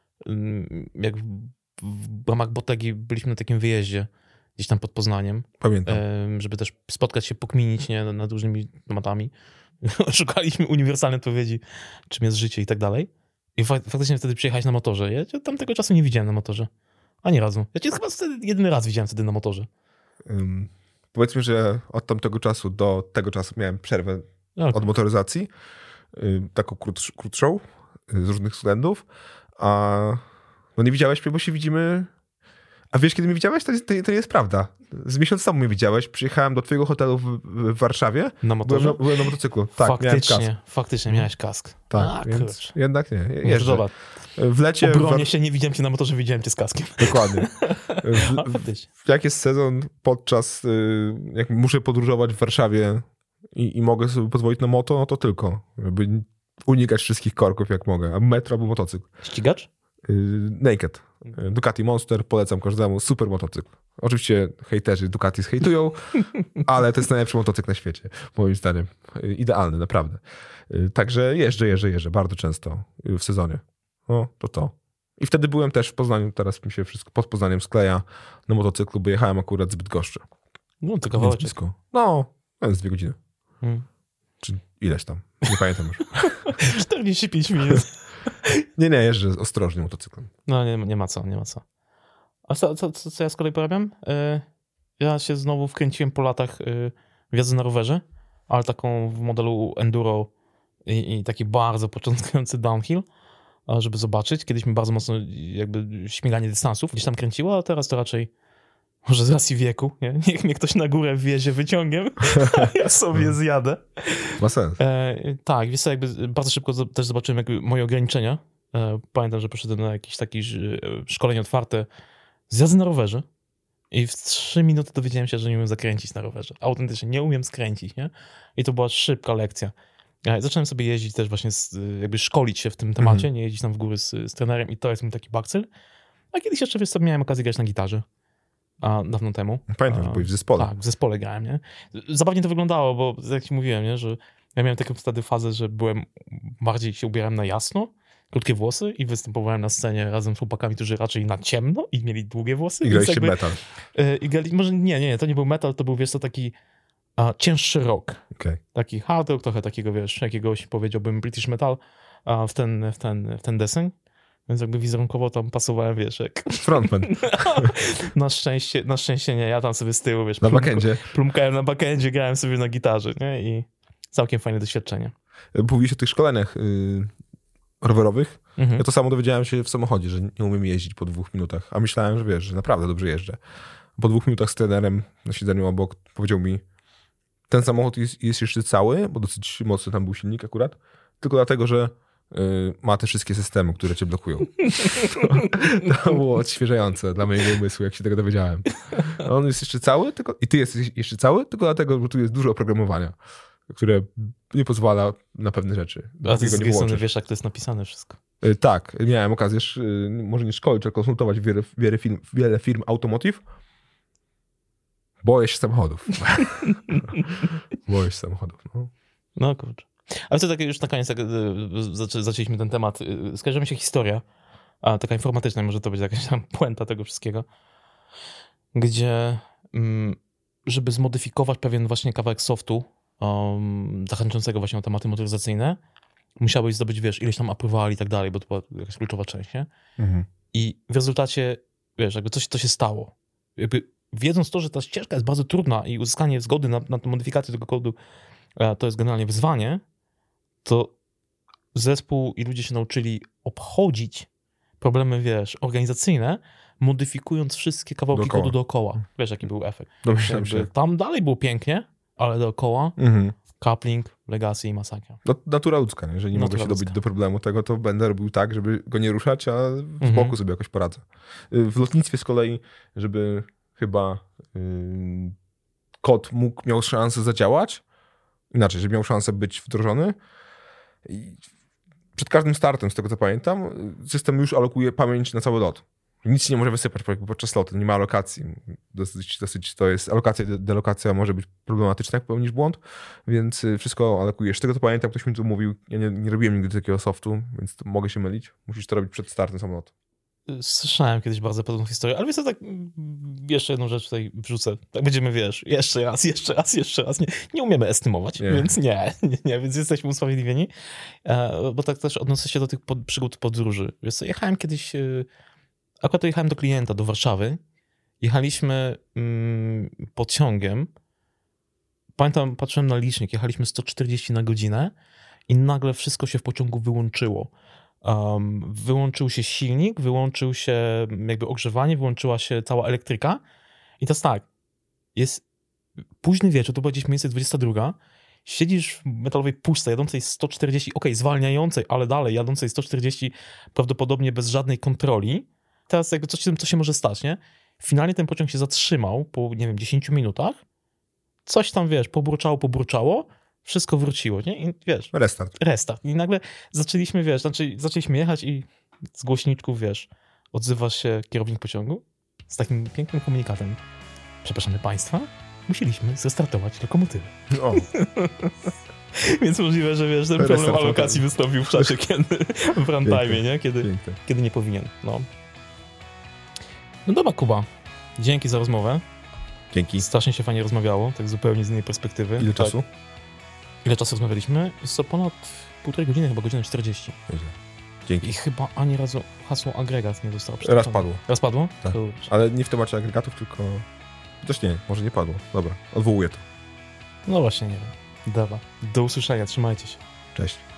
Jak w ramach Botegi byliśmy na takim wyjeździe gdzieś tam pod Poznaniem. Pamiętam. Żeby też spotkać się, pokminić nad różnymi tematami. Szukaliśmy uniwersalnej odpowiedzi, czym jest życie i tak dalej. I faktycznie wtedy przyjechałeś na motorze. Ja cię tamtego czasu nie widziałem na motorze. Ani razu. Ja cię chyba wtedy jedyny raz widziałem wtedy na motorze. Powiedzmy, że od tamtego czasu do tego czasu miałem przerwę od motoryzacji. Taką krótszą z różnych względów. A no nie widziałeś mnie, bo się widzimy... A wiesz, kiedy mnie widziałeś? To nie jest prawda. Z miesiąc temu mnie widziałeś. Przyjechałem do twojego hotelu w Warszawie. Na motorze? Byłem na motocyklu. Tak, faktycznie miałeś kask. Tak, więc jednak nie. Jeżdżę. W lecie... Obronie się, nie widziałem cię na motorze, widziałem cię z kaskiem. Dokładnie. Jak jest sezon, jak muszę podróżować w Warszawie i mogę sobie pozwolić na moto, no to tylko. Żeby unikać wszystkich korków jak mogę. A metro albo motocykl. Ścigacz? Naked. Ducati Monster, polecam każdemu, super motocykl. Oczywiście hejterzy Ducati zhejtują, ale to jest najlepszy motocykl na świecie, moim zdaniem. Idealny, naprawdę. Także jeżdżę bardzo często w sezonie. No, to. I wtedy byłem też w Poznaniu, teraz mi się wszystko pod Poznaniem skleja na motocyklu, bo jechałem akurat z Bydgoszczy. No, to kawałek. No, więc 2 godziny. Czy ileś tam, nie pamiętam już. 45 minut. Nie, jeżdżę ostrożnie motocyklem. No, nie ma co. A co ja z kolei porabiam? Ja się znowu wkręciłem po latach w jazdę na rowerze, ale taką w modelu enduro i taki bardzo początkujący downhill, żeby zobaczyć. Kiedyś mi bardzo mocno jakby śmiganie dystansów gdzieś tam kręciło, a teraz to raczej może z racji wieku, nie? Niech mnie ktoś na górę wiezie wyciągiem, ja sobie zjadę. Ma sens. Tak, wiesz co, jakby bardzo szybko też zobaczyłem jakby moje ograniczenia. Pamiętam, że poszedłem na jakieś takie szkolenie otwarte z jazdy na rowerze i w 3 minuty dowiedziałem się, że nie umiem zakręcić na rowerze. Autentycznie nie umiem skręcić, nie? I to była szybka lekcja. Zacząłem sobie jeździć też właśnie, jakby szkolić się w tym temacie, nie jeździć tam w góry z trenerem i to jest mi taki bakcyl. A kiedyś jeszcze, wiesz co, miałem okazję grać na gitarze. Dawno temu. Pamiętam, że byłeś w zespole. Tak, w zespole grałem, nie? Zabawnie to wyglądało, bo jak ci mówiłem, nie, że ja miałem taką wtedy fazę, że bardziej się ubierałem na jasno, krótkie włosy i występowałem na scenie razem z chłopakami, którzy raczej na ciemno i mieli długie włosy. I graliście metal. Może nie, to nie był metal, to był, wiesz co, taki cięższy rock. Okay. Taki hard rock, trochę takiego, wiesz, jakiegoś, powiedziałbym, British metal w ten deseń. Więc jakby wizerunkowo tam pasowałem, wiesz, jak... Frontman. Na szczęście nie, ja tam sobie z tyłu, wiesz... Na backendzie. Plumkałem na backendzie, grałem sobie na gitarze, nie? I całkiem fajne doświadczenie. Mówiłeś o tych szkoleniach rowerowych. Ja to samo dowiedziałem się w samochodzie, że nie umiem jeździć po 2 minutach. A myślałem, że wiesz, że naprawdę dobrze jeżdżę. Po 2 minutach z trenerem na siedzeniu obok powiedział mi, ten samochód jest jeszcze cały, bo dosyć mocny tam był silnik akurat, tylko dlatego, że ma te wszystkie systemy, które cię blokują. To było odświeżające dla mojego umysłu, jak się tego dowiedziałem. On jest jeszcze cały, i ty jesteś jeszcze cały, tylko dlatego, że tu jest dużo oprogramowania, które nie pozwala na pewne rzeczy. A ty z drugiej strony wiesz, jak to jest napisane wszystko. Tak, miałem okazję, może nie szkolić, ale konsultować wiele firm automotive. Boję się samochodów. Boję się samochodów, no. No kurczę. Ale to tak już na koniec, tak, zaczęliśmy ten temat. Skojarzy mi się historia, taka informatyczna, może to być jakaś tam puenta tego wszystkiego, gdzie żeby zmodyfikować pewien właśnie kawałek softu zachęcającego właśnie o tematy motoryzacyjne, musiałeś zdobyć, wiesz, ileś tam approval i tak dalej, bo to była jakaś kluczowa część, nie? I w rezultacie, wiesz, jakby coś to się stało. Jakby wiedząc to, że ta ścieżka jest bardzo trudna i uzyskanie zgody na tę modyfikację tego kodu to jest generalnie wyzwanie, to zespół i ludzie się nauczyli obchodzić problemy, wiesz, organizacyjne, modyfikując wszystkie kawałki kodu dookoła. Wiesz, jaki był efekt. Tam dalej było pięknie, ale dookoła coupling, legacy i masakra. No, natura ludzka, nie? Jeżeli nie mogę się dobić do problemu tego, to będę robił tak, żeby go nie ruszać, a z boku sobie jakoś poradzę. W lotnictwie z kolei, żeby chyba kod miał szansę zadziałać, inaczej, żeby miał szansę być wdrożony. I przed każdym startem, z tego co pamiętam, system już alokuje pamięć na cały lot. Nic nie może wysypać podczas lotu, nie ma alokacji. Dosyć to jest, delokacja może być problematyczna, jak popełnisz błąd, więc wszystko alokujesz. Z tego to pamiętam, ktoś mi tu mówił, ja nie robiłem nigdy takiego softu, więc mogę się mylić. Musisz to robić przed startem samolotu. Słyszałem kiedyś bardzo podobną historię, ale wiesz co, tak jeszcze jedną rzecz tutaj wrzucę. Tak będziemy, wiesz, jeszcze raz. Nie umiemy estymować, więc nie, więc jesteśmy usprawiedliwieni. Bo tak też odnoszę się do tych przygód podróży. Wiesz co, jechałem kiedyś, akurat to jechałem do klienta, do Warszawy. Jechaliśmy pociągiem. Pamiętam, patrzyłem na licznik, jechaliśmy 140 na godzinę i nagle wszystko się w pociągu wyłączyło. Wyłączył się silnik, wyłączył się jakby ogrzewanie, wyłączyła się cała elektryka i to jest tak, jest późny wieczór, to była gdzieś mniej więcej 22, siedzisz w metalowej puszce jadącej 140, zwalniającej, ale dalej jadącej 140 prawdopodobnie bez żadnej kontroli. Teraz jakby co się może stać, nie? Finalnie ten pociąg się zatrzymał po, nie wiem, 10 minutach, coś tam, wiesz, poburczało, wszystko wróciło, nie? I wiesz... Restart. I nagle zaczęliśmy jechać i z głośniczków, wiesz, odzywa się kierownik pociągu z takim pięknym komunikatem. Przepraszamy państwa, musieliśmy zrestartować lokomotywę. O. Więc możliwe, że wiesz, ten problem alokacji wystąpił w czasie, kiedy w runtime, nie? Kiedy nie powinien. No dobra, Kuba. Dzięki za rozmowę. Dzięki. Strasznie się fajnie rozmawiało, tak zupełnie z innej perspektywy. Ile czasu? Ile czasu rozmawialiśmy? Jest to ponad 1,5 godziny, chyba godzinę 40. Dzięki. I chyba ani razu hasło agregat nie zostało przeczytane. Raz padło? Tak. Ale nie w temacie agregatów, tylko... Też nie, może nie padło. Dobra, odwołuję to. No właśnie, nie wiem. Dobra. Do usłyszenia, trzymajcie się. Cześć.